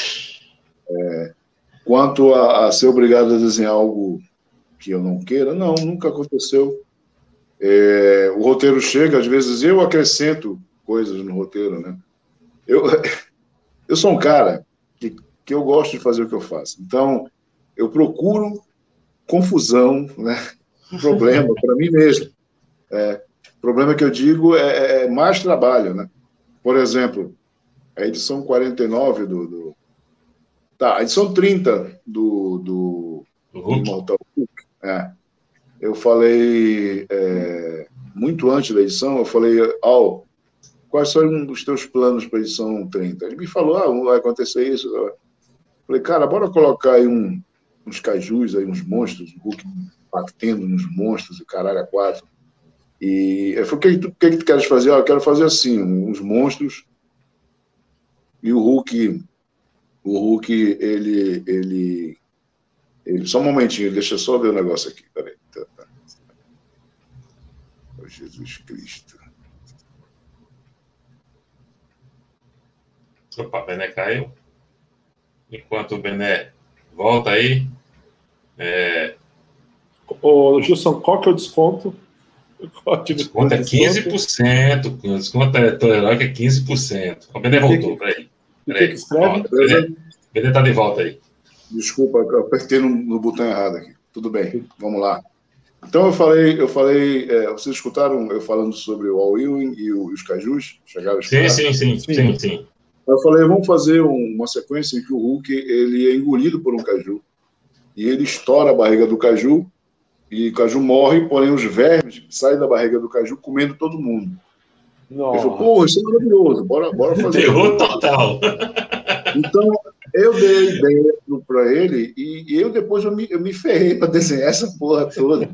[SPEAKER 2] Quanto a ser obrigado a desenhar algo que eu não queira, não, nunca aconteceu. O roteiro chega, às vezes eu acrescento coisas no roteiro, né? Eu sou um cara que eu gosto de fazer o que eu faço. Então, eu procuro confusão, né? Problema para mim mesmo. Problema que eu digo é mais trabalho, né? Por exemplo, a edição 49 a edição 30 do Immortal Hulk. Eu falei, muito antes da edição, eu falei, quais são os teus planos para a edição 30? Ele me falou, vai acontecer isso. Eu falei, cara, bora colocar aí uns kaijus, aí, uns monstros, o Hulk batendo nos monstros, e caralho, a 4. E eu falei, o que tu queres fazer? Eu quero fazer assim, uns monstros, e o Hulk, ele... Só um momentinho, deixa eu só ver o negócio aqui, peraí. Oh, Jesus Cristo.
[SPEAKER 1] Opa, o Bené caiu. Enquanto o Bené volta aí.
[SPEAKER 4] Ô, Gilson, qual que é o desconto?
[SPEAKER 1] O desconto é 15%. O desconto é heróico, é 15%. O Bené voltou, peraí.
[SPEAKER 4] O que escreve?
[SPEAKER 1] O Bené tá de volta aí.
[SPEAKER 2] Desculpa, eu apertei no botão errado aqui. Tudo bem, vamos lá. Então eu falei, vocês escutaram eu falando sobre o Al Ewing e os kaijus? Chegaram a escutar?
[SPEAKER 1] Sim.
[SPEAKER 2] Eu falei, vamos fazer uma sequência em que o Hulk ele é engolido por um kaiju e ele estoura a barriga do kaiju e o kaiju morre, porém os vermes saem da barriga do kaiju comendo todo mundo.
[SPEAKER 4] Nossa.
[SPEAKER 2] Ele falou, pô, isso é maravilhoso, bora fazer.
[SPEAKER 1] Terror total.
[SPEAKER 2] Então, eu dei a ideia para ele e depois eu me ferrei para desenhar essa porra toda.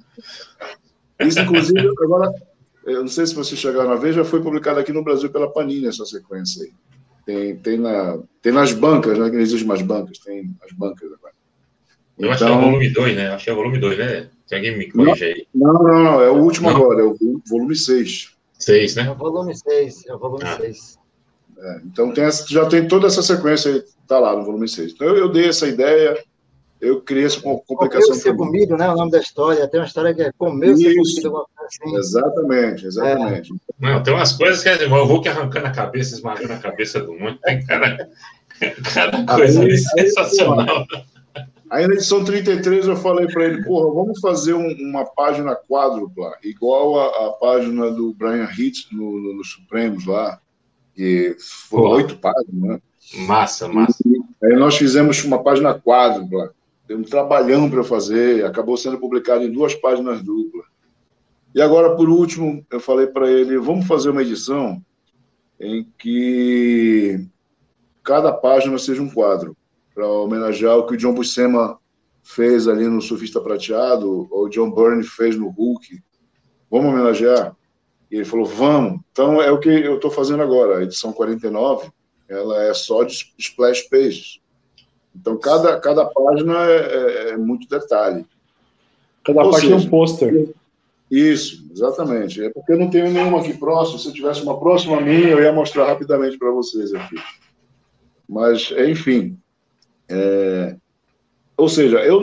[SPEAKER 2] Isso, inclusive, agora, eu não sei se vocês chegaram a ver, já foi publicado aqui no Brasil pela Panini essa sequência aí. Tem nas bancas, né? Que não existe mais bancas, tem as bancas agora.
[SPEAKER 1] Eu achei o volume 2, né? Achei o volume 2, né? Tem alguém me corrige aí?
[SPEAKER 2] Não, é o último agora, é o volume 6.
[SPEAKER 1] 6, né?
[SPEAKER 5] É o volume 6, é 6.
[SPEAKER 2] Então já tem toda essa sequência aí, tá lá no volume 6. Então eu dei essa ideia, eu criei essa complicação.
[SPEAKER 5] Comeu seu comido, né? O nome da história. Tem uma história que é comeu seu comido. Assim.
[SPEAKER 2] Exatamente.
[SPEAKER 1] Não, tem umas coisas que o Hulk arrancando a cabeça, esmagando a cabeça do mundo. Tem cada coisa ali sensacional.
[SPEAKER 2] Aí na edição 33 eu falei para ele, porra, vamos fazer uma página quádrupla, igual a página do Brian Hitch no Supremos lá, que foram 8 páginas, né?
[SPEAKER 1] Massa.
[SPEAKER 2] Aí nós fizemos uma página quádrupla, deu um trabalhão para fazer, acabou sendo publicado em 2 páginas duplas. E agora, por último, eu falei para ele, vamos fazer uma edição em que cada página seja um quadro, para homenagear o que o John Buscema fez ali no Surfista Prateado, ou o John Byrne fez no Hulk. Vamos homenagear? E ele falou, vamos. Então, é o que eu estou fazendo agora. A edição 49, ela é só de splash pages. Então, cada página é muito detalhe.
[SPEAKER 4] Cada página é um pôster.
[SPEAKER 2] Isso, exatamente. É porque eu não tenho nenhuma aqui próxima. Se eu tivesse uma próxima minha, eu ia mostrar rapidamente para vocês aqui. Mas, enfim... Ou seja, eu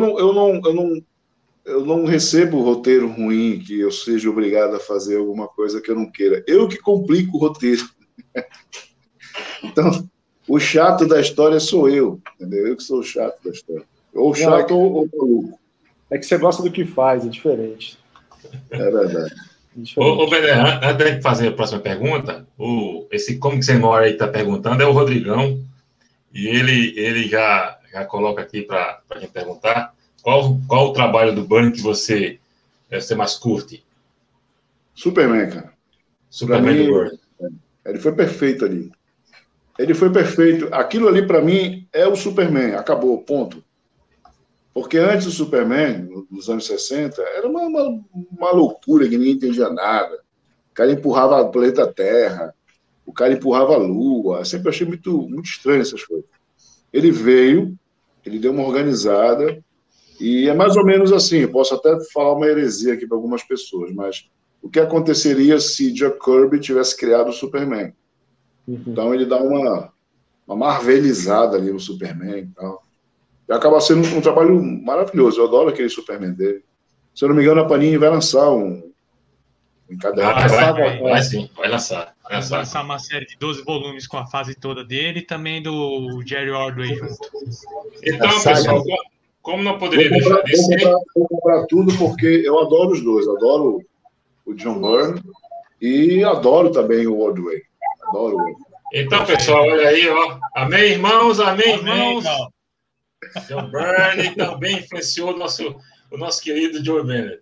[SPEAKER 2] não recebo roteiro ruim que eu seja obrigado a fazer alguma coisa que eu não queira. Eu que complico o roteiro. Então, o chato da história sou eu, entendeu? Eu que sou o chato da história. Ou chato ou maluco.
[SPEAKER 4] É que você gosta do que faz, é diferente.
[SPEAKER 2] É verdade.
[SPEAKER 1] Ô, Bené, antes de fazer a próxima pergunta, esse Como que você mora aí está perguntando é o Rodrigão. E ele já coloca aqui para a gente perguntar qual o trabalho do Byrne que você mais curte?
[SPEAKER 2] Superman, cara.
[SPEAKER 1] Superman do Byrne.
[SPEAKER 2] Ele foi perfeito ali. Ele foi perfeito. Aquilo ali, para mim, é o Superman. Acabou, ponto. Porque antes do Superman, nos anos 60, era uma loucura que ninguém entendia nada. O cara empurrava o planeta Terra. O cara empurrava a Lua. Eu sempre achei muito, muito estranho essas coisas. Ele veio, ele deu uma organizada, e é mais ou menos assim, eu posso até falar uma heresia aqui para algumas pessoas, mas o que aconteceria se Jack Kirby tivesse criado o Superman? Então ele dá uma marvelizada ali no Superman e tal. E acaba sendo um trabalho maravilhoso, eu adoro aquele Superman dele. Se eu não me engano, a Panini vai lançar um encadernado.
[SPEAKER 1] Vai lançar.
[SPEAKER 3] Vai lançar uma série de 12 volumes com a fase toda dele e também do Jerry Ordway junto.
[SPEAKER 1] Então, pessoal, como não poderia deixar de ser...
[SPEAKER 2] Vou comprar tudo porque eu adoro os dois. Adoro o John Byrne e adoro também o Ordway. Adoro.
[SPEAKER 1] Então, pessoal, olha aí, ó. Amém, irmãos, amém, irmãos. John Byrne também influenciou o nosso querido Joe Bennett.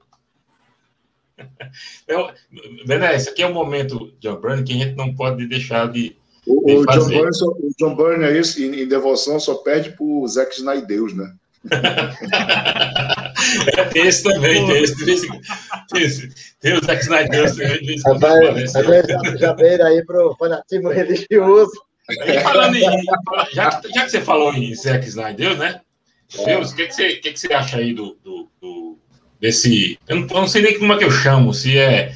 [SPEAKER 1] Bené, esse aqui é o momento, John Byrne, que a gente não pode deixar de fazer.
[SPEAKER 2] O John Byrne é esse, em devoção, só perde para o Zack Snyder, né?
[SPEAKER 1] Tem esse também, tem o Zack Snyder também.
[SPEAKER 5] Já veio aí para o fanatismo religioso.
[SPEAKER 1] Já que você falou em Zack Snyder, né? Deus, o que você acha aí desse... Eu não sei nem como é que eu chamo, se é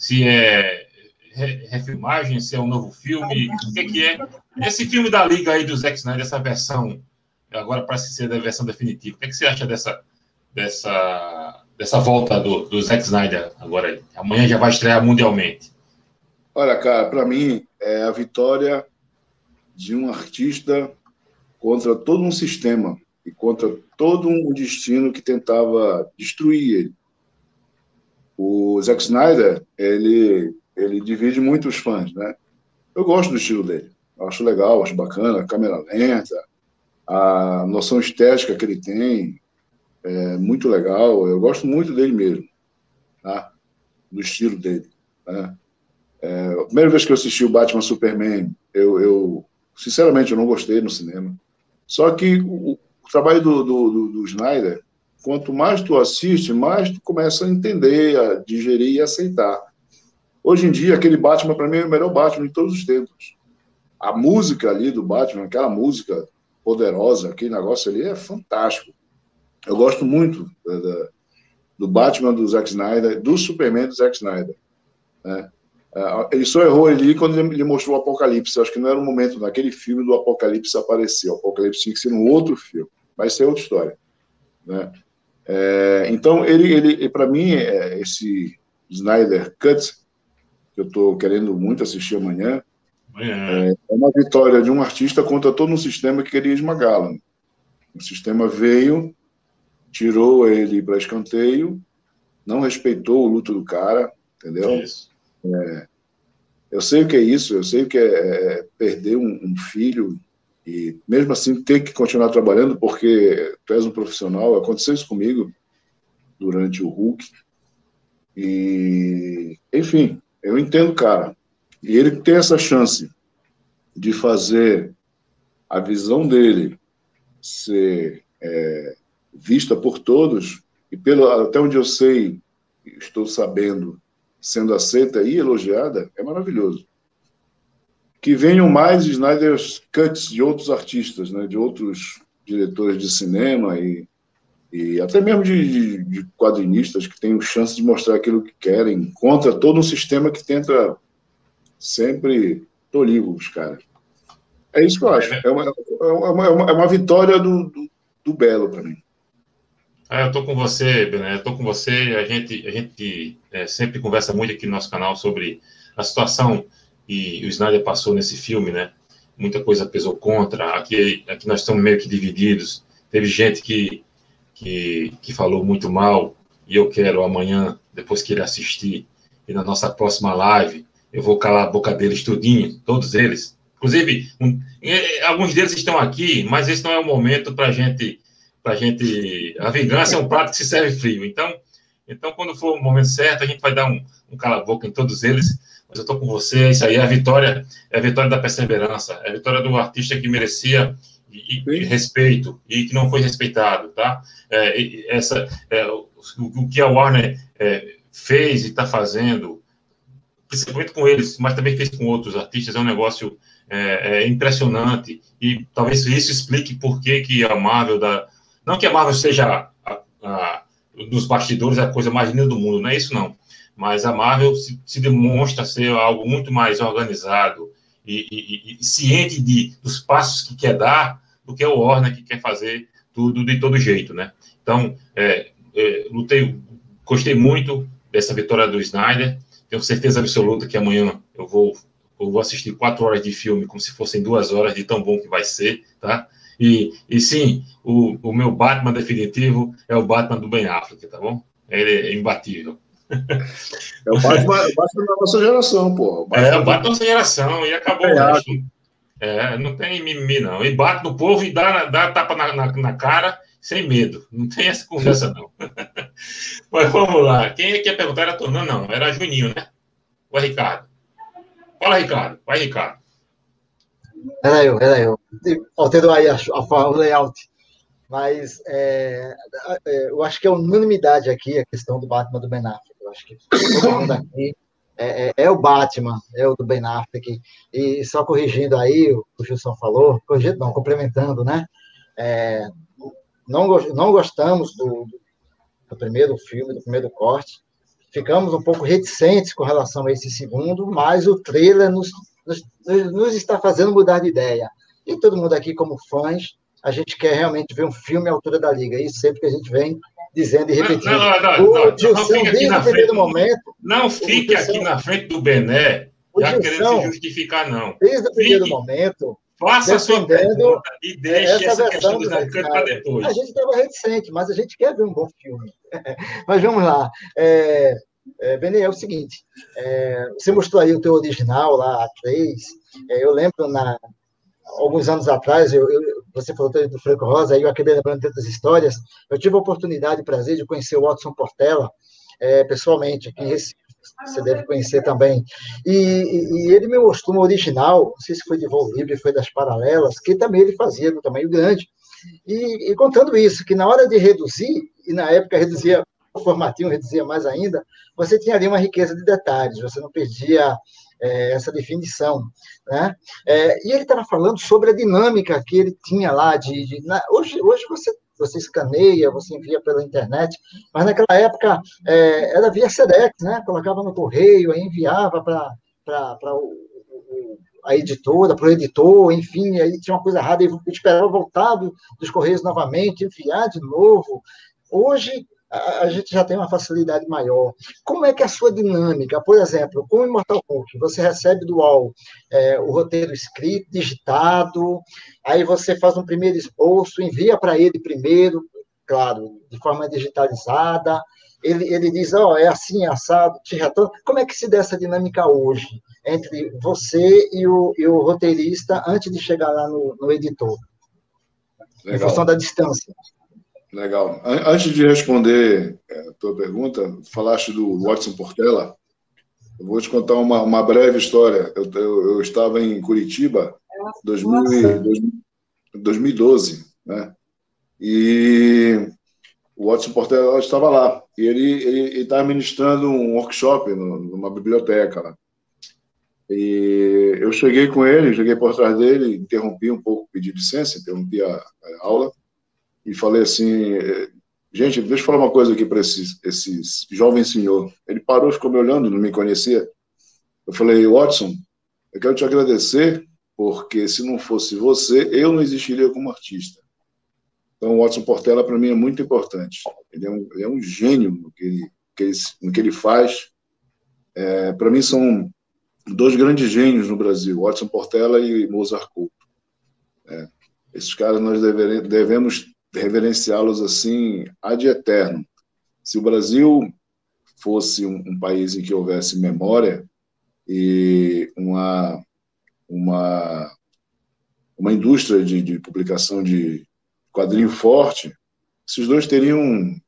[SPEAKER 1] refilmagem, se é um novo filme, o que é? Esse filme da Liga aí do Zack Snyder, essa versão, agora parece ser da versão definitiva. O que você acha dessa volta do Zack Snyder agora aí? Amanhã já vai estrear mundialmente.
[SPEAKER 2] Olha, cara, para mim é a vitória de um artista contra todo um sistema e contra todo um destino que tentava destruir ele. O Zack Snyder, ele divide muito os fãs, né? Eu gosto do estilo dele. Eu acho legal, acho bacana, a câmera lenta, a noção estética que ele tem, é muito legal. Eu gosto muito dele mesmo, tá? Do estilo dele, né? A primeira vez que eu assisti o Batman Superman, sinceramente, eu não gostei no cinema. Só que o trabalho do Snyder, quanto mais tu assiste, mais tu começa a entender, a digerir e aceitar. Hoje em dia, aquele Batman, para mim, é o melhor Batman de todos os tempos. A música ali do Batman, aquela música poderosa, aquele negócio ali é fantástico. Eu gosto muito do Batman do Zack Snyder, do Superman do Zack Snyder, né? Ele só errou ali quando ele mostrou o Apocalipse. Eu acho que não era o momento naquele filme do Apocalipse aparecer. O Apocalipse tinha que ser num outro filme. Mas isso é outra história, né? Então, ele para mim, esse Snyder Cut, que eu estou querendo muito assistir amanhã, é uma vitória de um artista contra todo um sistema que queria esmagá-lo. O sistema veio, tirou ele para escanteio, não respeitou o luto do cara, entendeu?
[SPEAKER 1] Isso.
[SPEAKER 2] Eu sei o que é isso, eu sei o que é perder um filho e mesmo assim ter que continuar trabalhando porque tu és um profissional. Aconteceu isso comigo durante o Hulk e, enfim, eu entendo, cara. E ele tem essa chance de fazer a visão dele ser vista por todos e até onde eu sei, estou sabendo, sendo aceita e elogiada, é maravilhoso. Que venham mais Snyder Cuts de outros artistas, né, de outros diretores de cinema e até mesmo de quadrinistas que tenham chance de mostrar aquilo que querem, contra todo um sistema que tenta sempre tolir os caras. É isso que eu acho. É uma vitória do belo para mim.
[SPEAKER 1] Eu estou com você, Bené, eu estou com você. A gente sempre conversa muito aqui no nosso canal sobre a situação que o Snyder passou nesse filme, né? Muita coisa pesou contra. Aqui nós estamos meio que divididos. Teve gente que falou muito mal e eu quero amanhã, depois que ele assistir, e na nossa próxima live, eu vou calar a boca deles tudinho, todos eles. Inclusive, alguns deles estão aqui, mas esse não é o momento para a gente... A vingança é um prato que se serve frio. Então, quando for o momento certo, a gente vai dar um cala-boca em todos eles. Mas eu estou com você, isso aí é a vitória da perseverança, é a vitória do artista que merecia respeito e que não foi respeitado, tá? O que a Warner fez e está fazendo principalmente com eles, mas também fez com outros artistas, é um negócio impressionante, e talvez isso explique por que a Marvel não que a Marvel seja dos bastidores a coisa mais linda do mundo, não é isso não, mas a Marvel se demonstra ser algo muito mais organizado e ciente dos passos que quer dar do que o Warner, que quer fazer tudo de todo jeito, né? Então, gostei muito dessa vitória do Snyder, tenho certeza absoluta que amanhã eu vou assistir 4 horas de filme como se fossem 2 horas, de tão bom que vai ser, tá? E sim, o meu Batman definitivo é o Batman do Ben Affleck, tá bom? Ele é imbatível.
[SPEAKER 2] É o Batman da nossa geração, pô.
[SPEAKER 1] O Batman da nossa geração, e acabou o resto. Não tem mimimi, não. E bate no povo e dá tapa na cara sem medo. Não tem essa conversa, não. Mas vamos lá. Quem é que ia perguntar? Era Tonã? Não, era Juninho, né? Ou é Ricardo? Fala, Ricardo. Vai, Ricardo.
[SPEAKER 5] Era eu. Alterou aí o layout. Mas eu acho que é unanimidade aqui a questão do Batman do Ben Affleck. Eu acho que todo mundo aqui é o Batman, é o do Ben Affleck. E só corrigindo aí o que o Gilson falou, corrigindo não, complementando, né? Não gostamos do primeiro filme, do primeiro corte. Ficamos um pouco reticentes com relação a esse segundo, mas o trailer nos está fazendo mudar de ideia. E todo mundo aqui, como fãs, a gente quer realmente ver um filme à altura da Liga. Isso sempre que a gente vem dizendo e repetindo.
[SPEAKER 1] Não fique aqui na frente do
[SPEAKER 5] momento.
[SPEAKER 1] Não fique aqui na frente do Bené, já querendo se justificar, não.
[SPEAKER 5] Desde o primeiro momento.
[SPEAKER 1] Faça a sua pergunta e deixe essa questão do Zancante para depois.
[SPEAKER 5] A gente estava reticente, mas a gente quer ver um bom filme. Mas vamos lá. Bené, é o seguinte, você mostrou aí o teu original lá, a 3. Eu lembro, alguns anos atrás, você falou do Franco Rosa, aí eu acabei lembrando de tantas histórias. Eu tive a oportunidade e prazer de conhecer o Watson Portela pessoalmente, aqui em Recife. Você deve conhecer também. E ele me mostrou um original, não sei se foi de Voo Livre, foi das Paralelas, que também ele fazia no tamanho grande. E contando isso, que na hora de reduzir, e na época reduzia o formatinho, reduzia mais ainda, você tinha ali uma riqueza de detalhes, você não perdia essa definição, né? E ele estava falando sobre a dinâmica que ele tinha lá hoje você escaneia, você envia pela internet, mas naquela época era via Sedex, né? Colocava no correio, aí enviava para a editora, para o editor, enfim, aí tinha uma coisa errada, e esperava voltar dos correios novamente, enviar de novo. Hoje, a gente já tem uma facilidade maior. Como é que é a sua dinâmica? Por exemplo, com o Immortal Hulk, você recebe do UOL o roteiro escrito, digitado, aí você faz um primeiro esboço, envia para ele primeiro, claro, de forma digitalizada, ele diz, é assim, assado, te retorno. Como é que se dá essa dinâmica hoje, entre você e o roteirista, antes de chegar lá no editor?
[SPEAKER 2] Legal.
[SPEAKER 5] Em função da distância.
[SPEAKER 2] Legal. Antes de responder a tua pergunta, falaste do Watson Portela. Eu vou te contar uma breve história. Eu estava em Curitiba em 2012, né? E o Watson Portela estava lá. E ele estava ministrando um workshop numa biblioteca lá. E eu cheguei com ele, cheguei por trás dele, interrompi um pouco, pedi licença, interrompi a aula, e falei assim, gente, deixa eu falar uma coisa aqui para esse jovem senhor. Ele parou, ficou me olhando, não me conhecia. Eu falei, Watson, eu quero te agradecer, porque se não fosse você, eu não existiria como artista. Então, o Watson Portela, para mim, é muito importante. Ele é um gênio no que ele faz. Para mim, são 2 grandes gênios no Brasil, Watson Portela e Mozart Couto. Esses caras nós devemos reverenciá-los assim ad eterno. Se o Brasil fosse um país em que houvesse memória e uma indústria de publicação de quadrinho forte, esses 2 teriam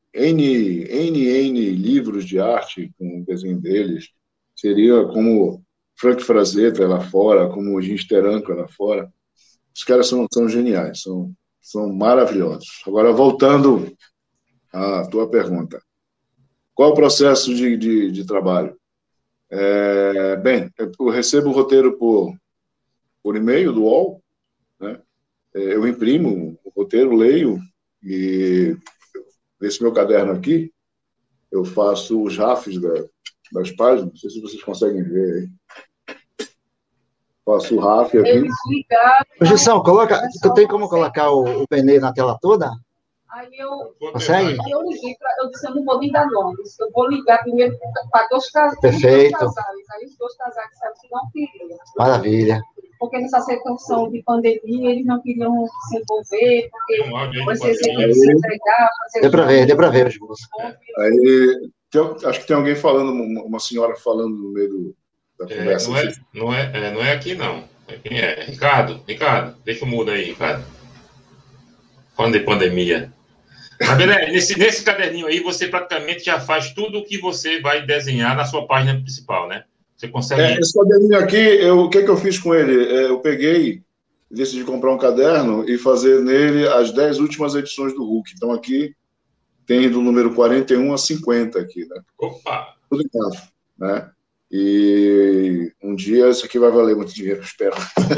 [SPEAKER 2] N livros de arte com o desenho deles. Seria como Frank Frazetta lá fora, como o Gins Teranco lá fora. Os caras são geniais, são maravilhosos. Agora, voltando à tua pergunta. Qual é o processo de trabalho? Bem, eu recebo o roteiro por e-mail do UOL, né? Eu imprimo o roteiro, leio, e nesse meu caderno aqui, eu faço os rafes das páginas, não sei se vocês conseguem ver aí. Faço o RAF aqui.
[SPEAKER 5] Gilson, tu tem como colocar o Benê na tela toda?
[SPEAKER 8] Aí eu...
[SPEAKER 5] Consegue?
[SPEAKER 8] Aí eu liguei, eu disse, eu não vou ligar nomes, eu vou ligar primeiro para dois casais.
[SPEAKER 5] Perfeito.
[SPEAKER 8] Aí os dois casais disseram que não queriam.
[SPEAKER 5] Maravilha.
[SPEAKER 8] Porque nessa situação de pandemia, eles não queriam se envolver, porque vocês iam se entregar, fazer...
[SPEAKER 5] Deu para ver os músicos.
[SPEAKER 2] Aí, acho que tem alguém falando, uma senhora falando no meio da conversa.
[SPEAKER 1] Não é aqui, não. Quem é? Ricardo, deixa eu mudar aí, Ricardo. Falando de pandemia. Mas, Bené, nesse caderninho aí, você praticamente já faz tudo o que você vai desenhar na sua página principal, né? Você consegue...
[SPEAKER 2] Esse caderninho aqui, o que eu fiz com ele? Eu peguei, decidi comprar um caderno e fazer nele as 10 últimas edições do Hulk. Então, aqui tem do número 41 a 50 aqui, né?
[SPEAKER 1] Opa!
[SPEAKER 2] Tudo em casa, né? E um dia isso aqui vai valer muito dinheiro, espero.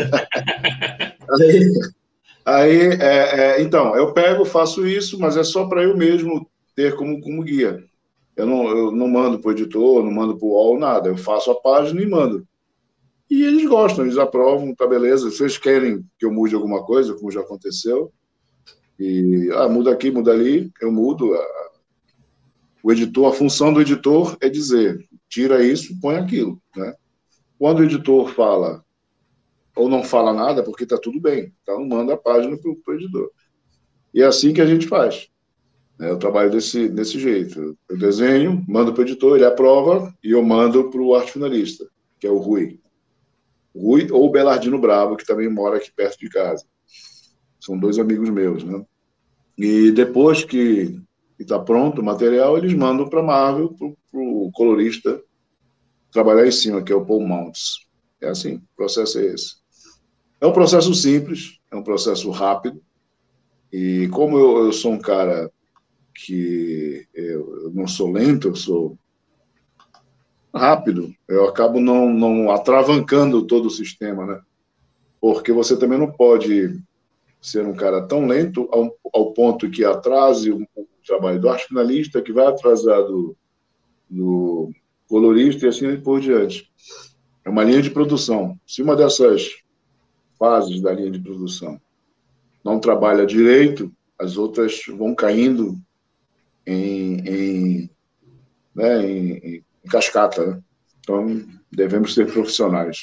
[SPEAKER 2] Então, eu pego, faço isso, mas é só para eu mesmo ter como guia. Eu não mando para o editor, não mando para o UOL, nada. Eu faço a página e mando. E eles gostam, eles aprovam, tá beleza. Se eles querem que eu mude alguma coisa, como já aconteceu, e muda aqui, muda ali, eu mudo. O editor, a função do editor é dizer, tira isso, põe aquilo, né? Quando o editor fala ou não fala nada, porque está tudo bem. Então, manda a página para o editor. E é assim que a gente faz. Eu trabalho desse jeito. Eu desenho, mando para o editor, ele aprova, e eu mando para o arte finalista, que é o Rui. Rui ou o Belardino Bravo, que também mora aqui perto de casa. São 2 amigos meus, né? E depois que está pronto o material, eles mandam para a Marvel, para o colorista trabalhar em cima, que é o Paul Mounts. É assim, o processo é esse. É um processo simples, é um processo rápido, e como eu sou um cara que eu não sou lento, eu sou rápido, eu acabo não atravancando todo o sistema, né? Porque você também não pode ser um cara tão lento ao ponto que atrase o trabalho do arte finalista, que vai atrasar do colorista e assim por diante. É uma linha de produção. Se uma dessas fases da linha de produção não trabalha direito, as outras vão caindo em cascata, né? Então, devemos ser profissionais.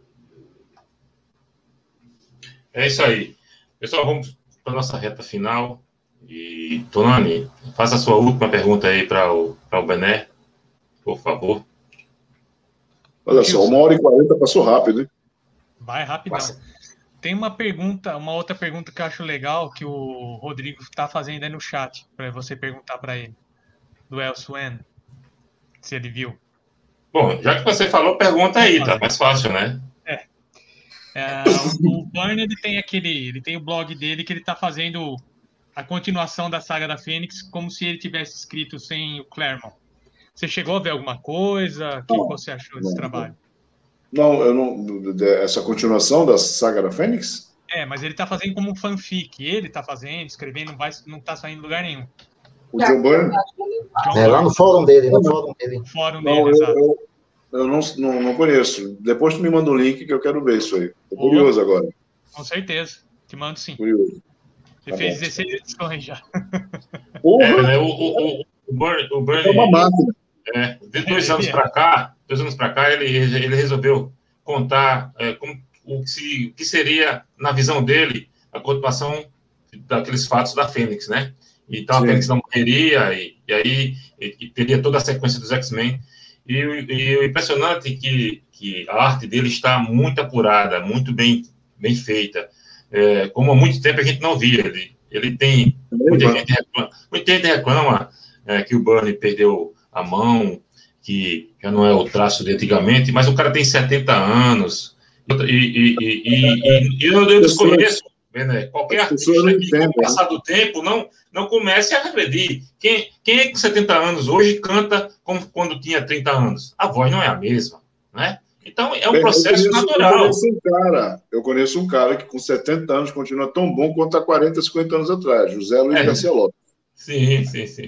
[SPEAKER 1] É isso aí. Pessoal, vamos para a nossa reta final. E, Tonani, faça a sua última pergunta aí para o Bené, por favor.
[SPEAKER 2] Olha só, 1h40 passou rápido, hein?
[SPEAKER 3] Vai rapidão. Tem uma outra pergunta que eu acho legal, que o Rodrigo está fazendo aí no chat, para você perguntar para ele, do Elsewhere, se ele viu.
[SPEAKER 1] Bom, já que você falou, pergunta aí, tá mais fácil, né?
[SPEAKER 3] O Byrne, ele tem o blog dele que ele está fazendo a continuação da saga da Fênix como se ele tivesse escrito sem o Claremont. Você chegou a ver alguma coisa? O que você achou desse trabalho?
[SPEAKER 2] Não, eu não. Essa continuação da saga da Fênix?
[SPEAKER 3] Mas ele está fazendo como um fanfic. Ele está fazendo, escrevendo, não está saindo em lugar nenhum.
[SPEAKER 2] O John Byrne?
[SPEAKER 5] Lá no fórum dele.
[SPEAKER 3] Exato.
[SPEAKER 2] Eu não conheço. Depois tu me manda um link que eu quero ver isso aí. Tô curioso agora.
[SPEAKER 3] Com certeza. Te mando sim.
[SPEAKER 2] Curioso.
[SPEAKER 3] Ele fez 16 edições já.
[SPEAKER 1] O Byrne,
[SPEAKER 2] é uma máquina.
[SPEAKER 1] De 2 anos para cá, ele resolveu contar o que seria, na visão dele, a continuação daqueles fatos da Fênix, né? Então, a Fênix não morreria, e aí teria toda a sequência dos X-Men. E o impressionante é que a arte dele está muito apurada, muito bem feita. Como há muito tempo a gente não via. Ele tem... Muita gente reclama que o Byrne perdeu a mão, que já não é o traço de antigamente, mas o cara tem 70 anos. E eu desconheço Bené, qualquer artista que, com o passar do tempo, não comece a regredir. Quem é que com 70 anos hoje canta como quando tinha 30 anos? A voz não é a mesma, né? Então, é um processo natural.
[SPEAKER 2] Eu conheço um cara que com 70 anos continua tão bom quanto há 40, 50 anos atrás, José Luiz Garcia Lopes.
[SPEAKER 1] Sim.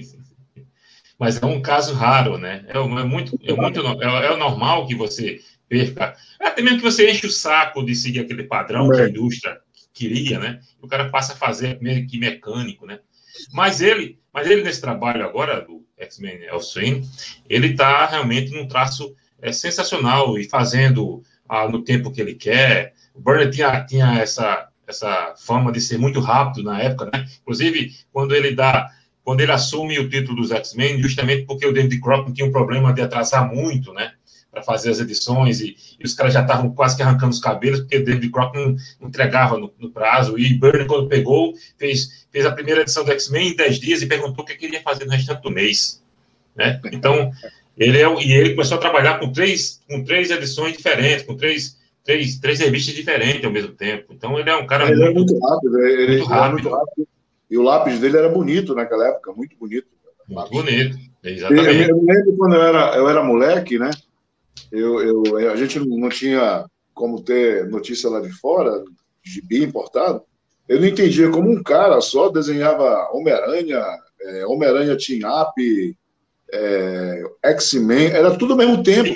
[SPEAKER 1] Mas é um caso raro, né? É normal que você perca. Até mesmo que você enche o saco de seguir aquele padrão que a indústria queria, né? O cara passa a fazer meio que mecânico, né? Mas ele nesse trabalho agora, do X-Men Elseworld, ele está realmente num traço sensacional e fazendo no tempo que ele quer. O Burnett tinha essa fama de ser muito rápido na época, né? Inclusive, quando ele assume o título dos X-Men, justamente porque o David Crockett tinha um problema de atrasar muito, né? Para fazer as edições, e os caras já estavam quase que arrancando os cabelos, porque o David Crockett não entregava no prazo, e Burnett, quando pegou, fez a primeira edição do X-Men em 10 dias e perguntou o que queria fazer no restante do mês, né? Então, ele começou a trabalhar com três edições diferentes, com três revistas diferentes ao mesmo tempo. Então, ele é um cara
[SPEAKER 2] muito rápido. Muito rápido. E o lápis dele era bonito naquela época, muito bonito.
[SPEAKER 1] Muito bonito, exatamente.
[SPEAKER 2] Eu lembro quando eu era moleque, né? A gente não tinha como ter notícia lá de fora, gibi importado. Eu não entendia como um cara só desenhava Homem-Aranha Team Up, X-Men, era tudo ao mesmo tempo.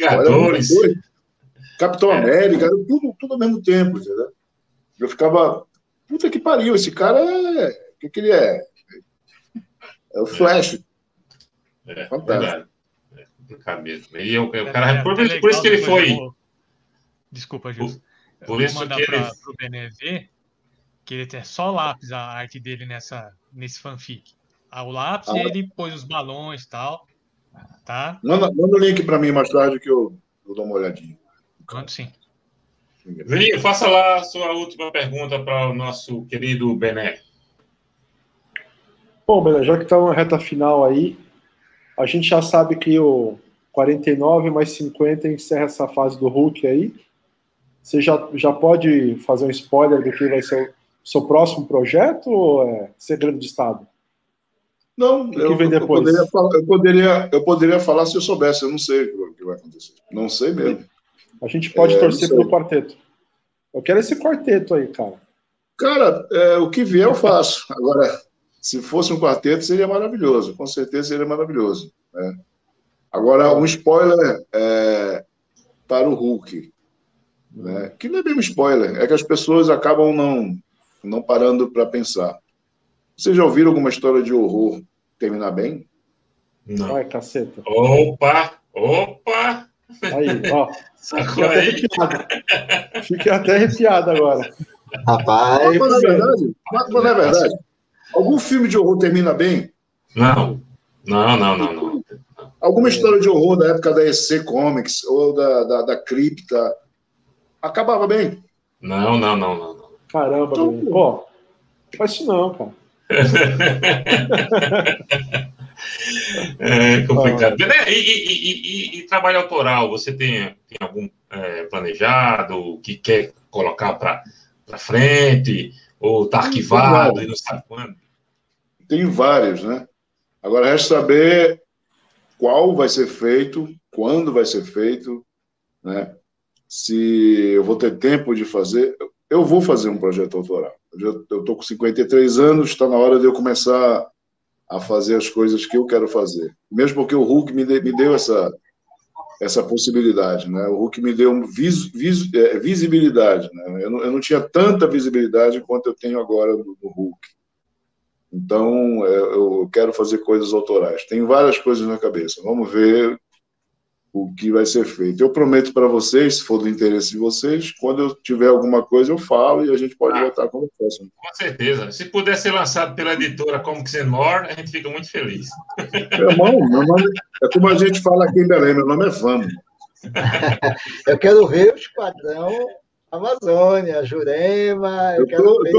[SPEAKER 2] Capitão América, era tudo ao mesmo tempo, entendeu? Eu ficava, puta que pariu, esse cara o que ele é? É o Flash.
[SPEAKER 1] Fantástico. Complicado mesmo. E o cara, por isso que ele foi.
[SPEAKER 3] Desculpa, Gilson.
[SPEAKER 1] Por isso
[SPEAKER 3] vou mandar para o Bené ver que ele tem só lápis, a arte dele nesse fanfic. O lápis ele pôs os balões e tal. Tá?
[SPEAKER 2] Manda o link para mim mais tarde que eu dou uma olhadinha.
[SPEAKER 3] Mando sim.
[SPEAKER 1] Juninho, faça lá a sua última pergunta para o nosso querido Bené.
[SPEAKER 4] Bom, Bené, já que está na reta final aí, a gente já sabe que o 49 mais 50 encerra essa fase do Hulk aí. Você já pode fazer um spoiler do que vai ser o seu próximo projeto ou é segredo de Estado?
[SPEAKER 2] Não, eu poderia falar se eu soubesse, eu não sei o que vai acontecer. Não sei mesmo.
[SPEAKER 4] A gente pode torcer pelo quarteto. Eu quero esse quarteto aí, cara.
[SPEAKER 2] Cara, o que vier eu faço. Agora, se fosse um quarteto, seria maravilhoso. Com certeza seria maravilhoso. Né? Agora, um spoiler para o Hulk. Né? Que não é bem um spoiler, é que as pessoas acabam não parando para pensar. Vocês já ouviram alguma história de horror terminar bem?
[SPEAKER 1] Não.
[SPEAKER 4] Ai, caceta.
[SPEAKER 1] Opa!
[SPEAKER 4] Aí, ó. Fiquei até arrepiado agora.
[SPEAKER 5] Rapaz.
[SPEAKER 2] Mas não é verdade? Algum filme de horror termina bem?
[SPEAKER 1] Não.
[SPEAKER 2] Alguma história de horror da época da EC Comics ou da Cripta acabava bem?
[SPEAKER 1] Não.
[SPEAKER 4] Caramba, então, pô, faz isso não, cara.
[SPEAKER 1] É complicado. E trabalho autoral, você tem algum planejado que quer colocar para frente ou está arquivado e não sabe quando?
[SPEAKER 2] Tem vários, né? Agora resta saber qual vai ser feito, quando vai ser feito, né? Se eu vou ter tempo de fazer. Eu vou fazer um projeto autoral. Eu estou com 53 anos, está na hora de eu começar a fazer as coisas que eu quero fazer. Mesmo porque o Hulk me deu essa possibilidade, né? O Hulk me deu visibilidade, né? Eu não tinha tanta visibilidade quanto eu tenho agora no Hulk. Então, eu quero fazer coisas autorais. Tem várias coisas na cabeça. Vamos ver o que vai ser feito. Eu prometo para vocês, se for do interesse de vocês, quando eu tiver alguma coisa, eu falo e a gente pode voltar como próximo.
[SPEAKER 1] Com certeza. Se puder ser lançado pela editora Comics & More, a gente fica muito feliz.
[SPEAKER 2] Meu nome é como a gente fala aqui em Belém, meu nome é Vamos.
[SPEAKER 5] Eu quero ver o Esquadrão Amazônia, Jurema.
[SPEAKER 2] Eu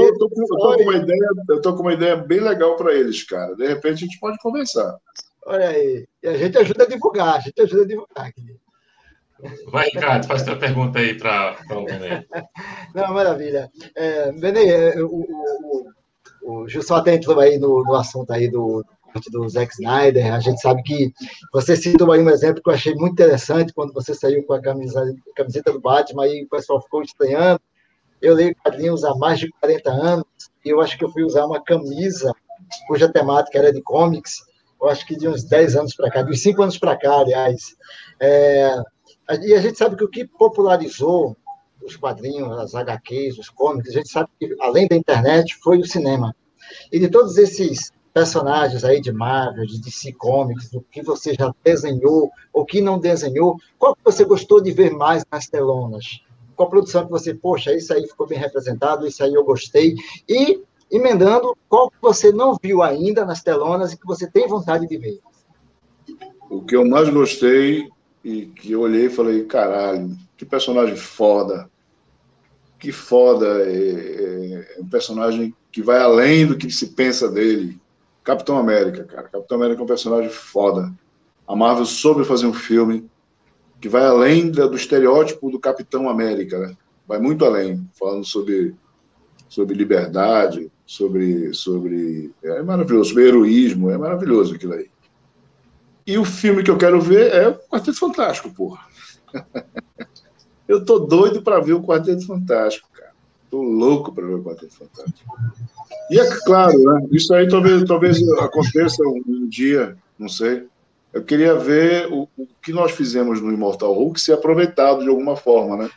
[SPEAKER 2] tô com uma ideia bem legal para eles, cara. De repente a gente pode conversar.
[SPEAKER 5] Olha aí. E a gente ajuda a divulgar,
[SPEAKER 1] Vai, Ricardo, faz tua pergunta aí para o Bené.
[SPEAKER 5] Não, maravilha. Bené, o Gilson até entrou aí no assunto aí do Zack Snyder. A gente sabe que você citou aí um exemplo que eu achei muito interessante, quando você saiu com a camiseta do Batman, aí o pessoal ficou estranhando. Eu leio quadrinhos há mais de 40 anos, e eu acho que eu fui usar uma camisa cuja temática era de comics, eu acho que de uns 10 anos para cá, de uns 5 anos para cá, aliás. E a gente sabe que o que popularizou os quadrinhos, as HQs, os comics, a gente sabe que, além da internet, foi o cinema. E de todos esses personagens aí de Marvel, de DC Comics, do que você já desenhou ou que não desenhou, qual que você gostou de ver mais nas telonas? Qual produção que você, poxa, isso aí ficou bem representado, isso aí eu gostei. E, emendando, qual que você não viu ainda nas telonas e que você tem vontade de ver?
[SPEAKER 2] O que eu mais gostei e que eu olhei e falei, caralho, que personagem foda. Que foda. É um personagem que vai além do que se pensa dele. Capitão América, cara. Capitão América é um personagem foda. A Marvel soube fazer um filme que vai além do estereótipo do Capitão América, né? Vai muito além, falando sobre liberdade, é maravilhoso, sobre heroísmo, é maravilhoso aquilo aí. E o filme que eu quero ver é o Quarteto Fantástico, porra. Eu tô doido para ver o Quarteto Fantástico, cara. Tô louco para ver o Quarteto Fantástico. E é claro, né? Isso aí talvez aconteça um dia, não sei. Eu queria ver o que nós fizemos no Immortal Hulk ser aproveitado de alguma forma, né?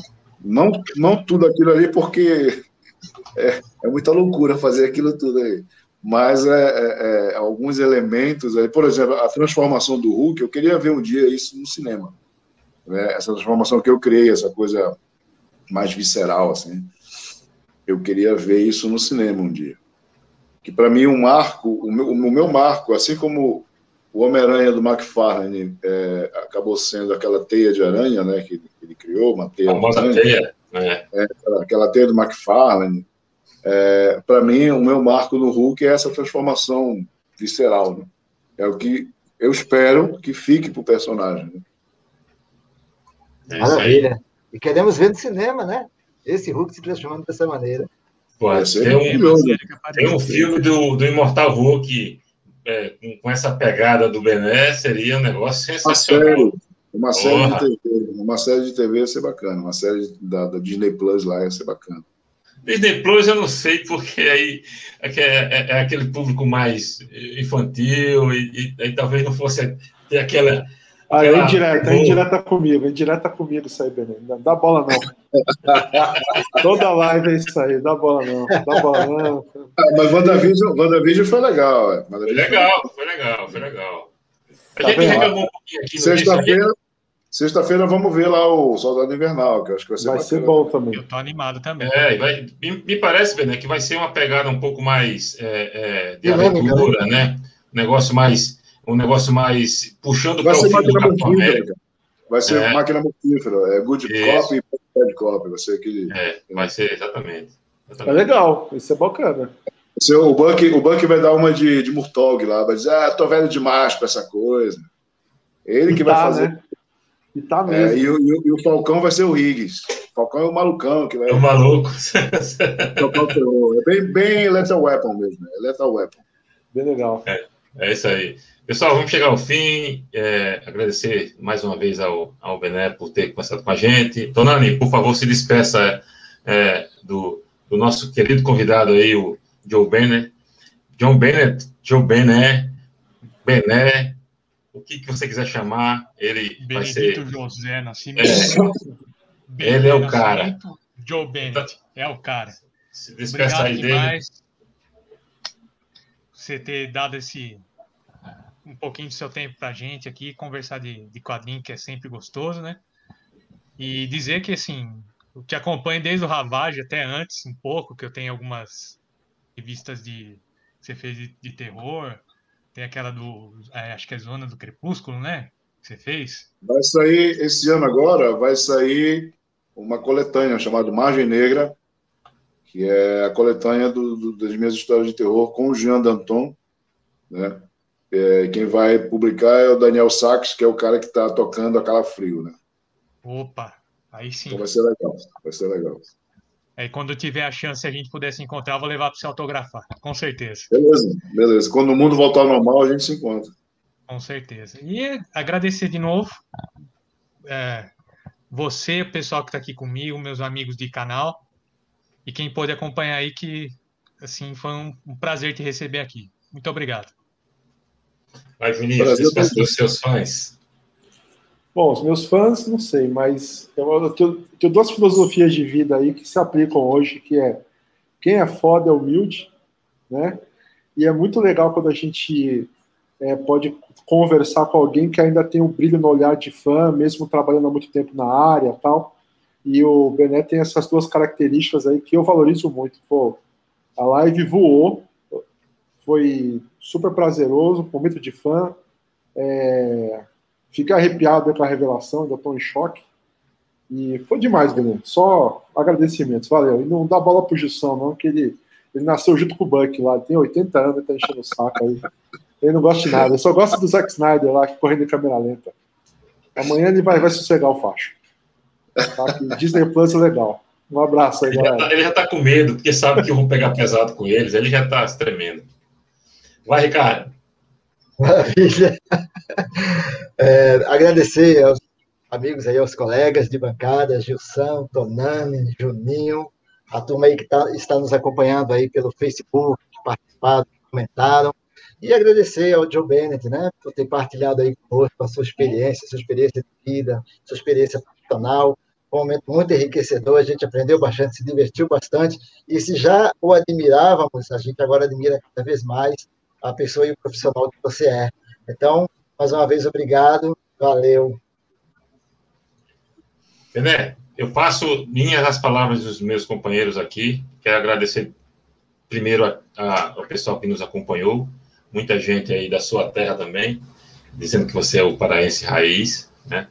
[SPEAKER 2] Não tudo aquilo ali, porque é muita loucura fazer aquilo tudo aí. Mas alguns elementos aí, por exemplo, a transformação do Hulk, eu queria ver um dia isso no cinema. Né? Essa transformação que eu criei, essa coisa mais visceral, assim. Eu queria ver isso no cinema um dia. Que para mim o meu marco, assim como o Homem-Aranha do McFarlane acabou sendo aquela teia de aranha, né, que ele criou, uma teia.
[SPEAKER 1] A famosa teia, né?
[SPEAKER 2] Aquela teia do McFarlane. Para mim, o meu marco no Hulk é essa transformação visceral. Né? É o que eu espero que fique para o personagem. Né?
[SPEAKER 5] Maravilha. E queremos ver no cinema, né? Esse Hulk se transformando dessa maneira.
[SPEAKER 1] Pô, tem um filme do Immortal Hulk com essa pegada do Bené, seria um negócio sensacional.
[SPEAKER 2] Uma série de TV ia ser bacana. Uma série da Disney Plus lá ia ser bacana.
[SPEAKER 1] Disney Plus eu não sei, porque aí é aquele público mais infantil e talvez não fosse ter aquela...
[SPEAKER 4] É indireta comigo isso aí, Bené. Não dá bola, não. Toda live é isso aí, dá bola, não.
[SPEAKER 2] Mas WandaVision foi legal.
[SPEAKER 1] Foi legal. A gente reclamou um pouquinho aqui.
[SPEAKER 2] Sexta-feira vamos ver lá o Soldado Invernal, que eu acho que vai
[SPEAKER 4] ser bom também.
[SPEAKER 3] Eu tô animado também.
[SPEAKER 1] Me parece, Bené, que vai ser uma pegada um pouco mais de aventura, né? Um negócio mais puxando para o filme do Capitão América.
[SPEAKER 2] Vai ser máquina mortífera, Good Cop e Bad Cop, vai ser aquele...
[SPEAKER 1] vai ser exatamente.
[SPEAKER 4] É legal, isso é bacana.
[SPEAKER 2] O Bucky vai dar uma de Murtaugh lá, vai dizer, tô velho demais para essa coisa. Ele que vai fazer... Né?
[SPEAKER 4] E tá mesmo.
[SPEAKER 2] E o Falcão vai ser o Higgins. O Falcão é o malucão. Que vai...
[SPEAKER 1] É o maluco.
[SPEAKER 2] É bem Lethal Weapon mesmo. É Lethal Weapon.
[SPEAKER 4] Bem legal.
[SPEAKER 1] É isso aí. Pessoal, vamos chegar ao fim. Agradecer mais uma vez ao Bené por ter conversado com a gente. Tonani, por favor, se despeça do nosso querido convidado aí, o Joe Bennett. John Bennett, Joe Bené, o que você quiser chamar, ele
[SPEAKER 3] Benedito
[SPEAKER 1] vai ser...
[SPEAKER 3] José Nascimento.
[SPEAKER 1] Ele é o cara.
[SPEAKER 3] Joe Bennett, é o cara.
[SPEAKER 1] Se despeça aí
[SPEAKER 3] demais dele. Você ter dado um pouquinho do seu tempo pra gente aqui, conversar de quadrinho, que é sempre gostoso, né? E dizer que, assim, eu te acompanho desde o Ravage até antes, um pouco, que eu tenho algumas revistas que você fez de terror. Tem aquela acho que é Zona do Crepúsculo, né? Que você fez.
[SPEAKER 2] Vai sair, esse ano agora, vai sair uma coletânea chamada Margem Negra, que é a coletânea das minhas histórias de terror com o Jean Danton, né? Quem vai publicar é o Daniel Sachs, que é o cara que está tocando a Calafrio, né?
[SPEAKER 3] Opa, aí sim.
[SPEAKER 2] Então vai ser legal, vai ser legal.
[SPEAKER 3] Aí quando tiver a chance, a gente puder se encontrar, eu vou levar para você autografar, com certeza.
[SPEAKER 2] Beleza, beleza. Quando o mundo voltar ao normal, a gente se encontra.
[SPEAKER 3] Com certeza. E agradecer de novo você, o pessoal que está aqui comigo, meus amigos de canal, e quem pôde acompanhar aí, que assim foi um prazer te receber aqui. Muito obrigado.
[SPEAKER 1] Vai, Vinícius, espaço dos seus fãs.
[SPEAKER 4] Bom, os meus fãs, não sei, mas eu tenho duas filosofias de vida aí que se aplicam hoje, que é quem é foda é humilde, né? E é muito legal quando a gente pode conversar com alguém que ainda tem um brilho no olhar de fã, mesmo trabalhando há muito tempo na área e tal. E o Bené tem essas duas características aí que eu valorizo muito. Pô, a live voou, foi super prazeroso, momento de fã. Fiquei arrepiado com a revelação, ainda estou em choque. E foi demais, Bené. Só agradecimentos, valeu. E não dá bola pro Gilson, não, que ele nasceu junto com o Buck lá, ele tem 80 anos, ele tá enchendo o saco aí. Ele não gosta de nada, ele só gosta do Zack Snyder lá, correndo em câmera lenta. Amanhã ele vai sossegar o facho. Tá? Disney Plus é legal. Um abraço aí, galera.
[SPEAKER 1] Ele já tá com medo, porque sabe que eu vou pegar pesado com eles, ele já tá tremendo. Vai, Ricardo.
[SPEAKER 5] Maravilha. Agradecer aos amigos aí, aos colegas de bancada, Gilson, Tonani, Juninho, a turma aí que está nos acompanhando aí pelo Facebook, participaram, comentaram, e agradecer ao Joe Bennett, né, por ter partilhado aí conosco a sua experiência de vida, sua experiência profissional. Foi um momento muito enriquecedor, a gente aprendeu bastante, se divertiu bastante, e se já o admirávamos, a gente agora admira cada vez mais a pessoa e o profissional que você é. Então, mais uma vez, obrigado, valeu.
[SPEAKER 1] Bené, eu faço minhas as palavras dos meus companheiros aqui, quero agradecer primeiro ao pessoal que nos acompanhou, muita gente aí da sua terra também, dizendo que você é o paraense raiz, né?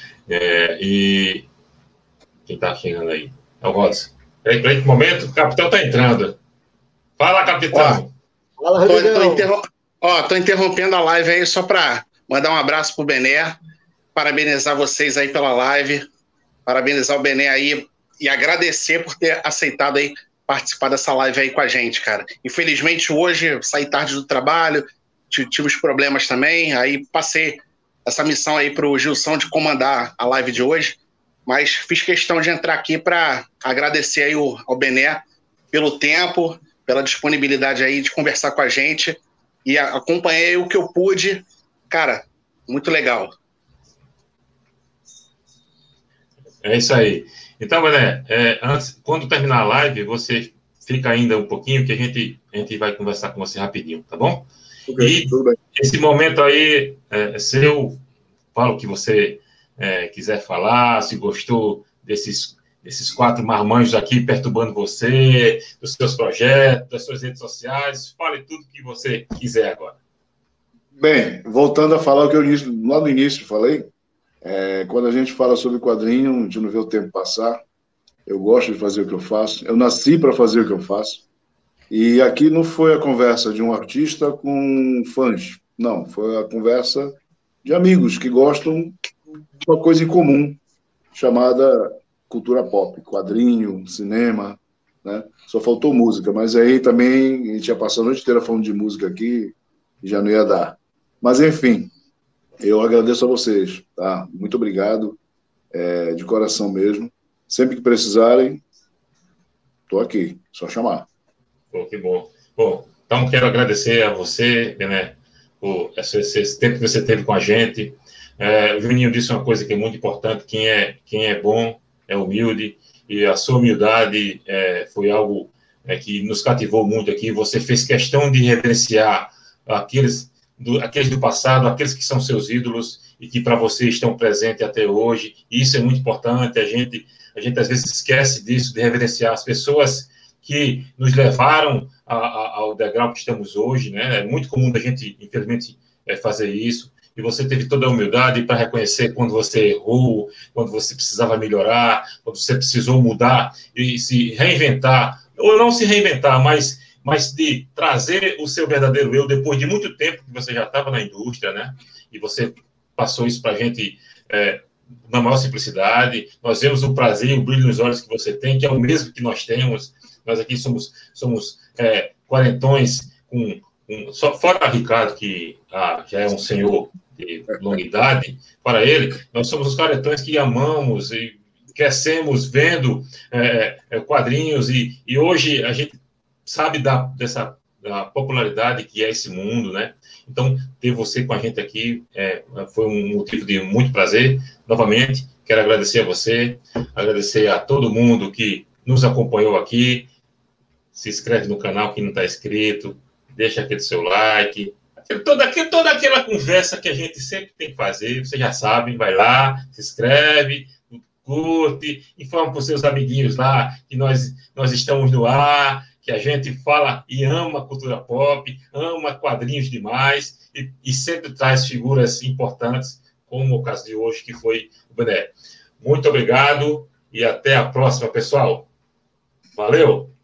[SPEAKER 1] E quem está chegando aí? É o Rods. Peraí, que momento, o capitão está entrando. Fala, capitão.
[SPEAKER 5] Fala, Rodrigão.
[SPEAKER 7] Tô interrompendo a live aí só para mandar um abraço pro Bené, parabenizar vocês aí pela live, parabenizar o Bené aí e agradecer por ter aceitado aí participar dessa live aí com a gente, cara. Infelizmente, hoje, saí tarde do trabalho, tive os problemas também, aí passei essa missão aí pro Gilson de comandar a live de hoje, mas fiz questão de entrar aqui para agradecer aí ao Bené pelo tempo, pela disponibilidade aí de conversar com a gente, e acompanhei o que eu pude. Cara, muito legal.
[SPEAKER 1] É isso aí. Então, Bené, antes, quando terminar a live, você fica ainda um pouquinho, que a gente vai conversar com você rapidinho, tá bom? Okay, e tudo bem. Esse momento aí é seu, fala o que você quiser falar, se gostou desses 4 marmanjos aqui perturbando você, dos seus projetos, das suas redes sociais, fale tudo que você quiser agora.
[SPEAKER 2] Bem, voltando a falar o que eu lá no início falei, quando a gente fala sobre quadrinho, a gente não vê o tempo passar. Eu gosto de fazer o que eu faço. Eu nasci para fazer o que eu faço. E aqui não foi a conversa de um artista com fãs. Não, foi a conversa de amigos que gostam de uma coisa em comum, chamada cultura pop, quadrinho, cinema, né? Só faltou música, mas aí também a gente ia passar a noite inteira falando de música aqui e já não ia dar. Mas, enfim, eu agradeço a vocês, tá? Muito obrigado, de coração mesmo. Sempre que precisarem, estou aqui, só chamar.
[SPEAKER 1] Pô, que bom. Bom, então quero agradecer a você, Bené, por esse tempo que você teve com a gente. O Juninho disse uma coisa que é muito importante: quem é bom é humilde, e a sua humildade foi algo que nos cativou muito aqui. Você fez questão de reverenciar aqueles do passado, aqueles que são seus ídolos e que para você estão presentes até hoje. E isso é muito importante. A gente às vezes esquece disso, de reverenciar as pessoas que nos levaram ao degrau que estamos hoje, né? É muito comum da gente, infelizmente, fazer isso. E você teve toda a humildade para reconhecer quando você errou, quando você precisava melhorar, quando você precisou mudar e se reinventar, ou não se reinventar, mas de trazer o seu verdadeiro eu depois de muito tempo que você já estava na indústria, né? E você passou isso para a gente na maior simplicidade. Nós vemos o prazer e o brilho nos olhos que você tem, que é o mesmo que nós temos. Nós aqui somos quarentões, só fora Ricardo, que já é um senhor de longa idade, para ele, nós somos os quarentões que amamos e crescemos vendo quadrinhos, e hoje a gente sabe da popularidade que é esse mundo, né? Então, ter você com a gente aqui foi um motivo de muito prazer. Novamente, quero agradecer a você, agradecer a todo mundo que nos acompanhou aqui. Se inscreve no canal, quem não está inscrito, deixa aquele seu like. Toda aquela conversa que a gente sempre tem que fazer, vocês já sabem, vai lá, se inscreve, curte, informa para os seus amiguinhos lá que nós estamos no ar, que a gente fala e ama a cultura pop, ama quadrinhos demais, e sempre traz figuras importantes, como o caso de hoje, que foi o Bené. Muito obrigado e até a próxima, pessoal. Valeu!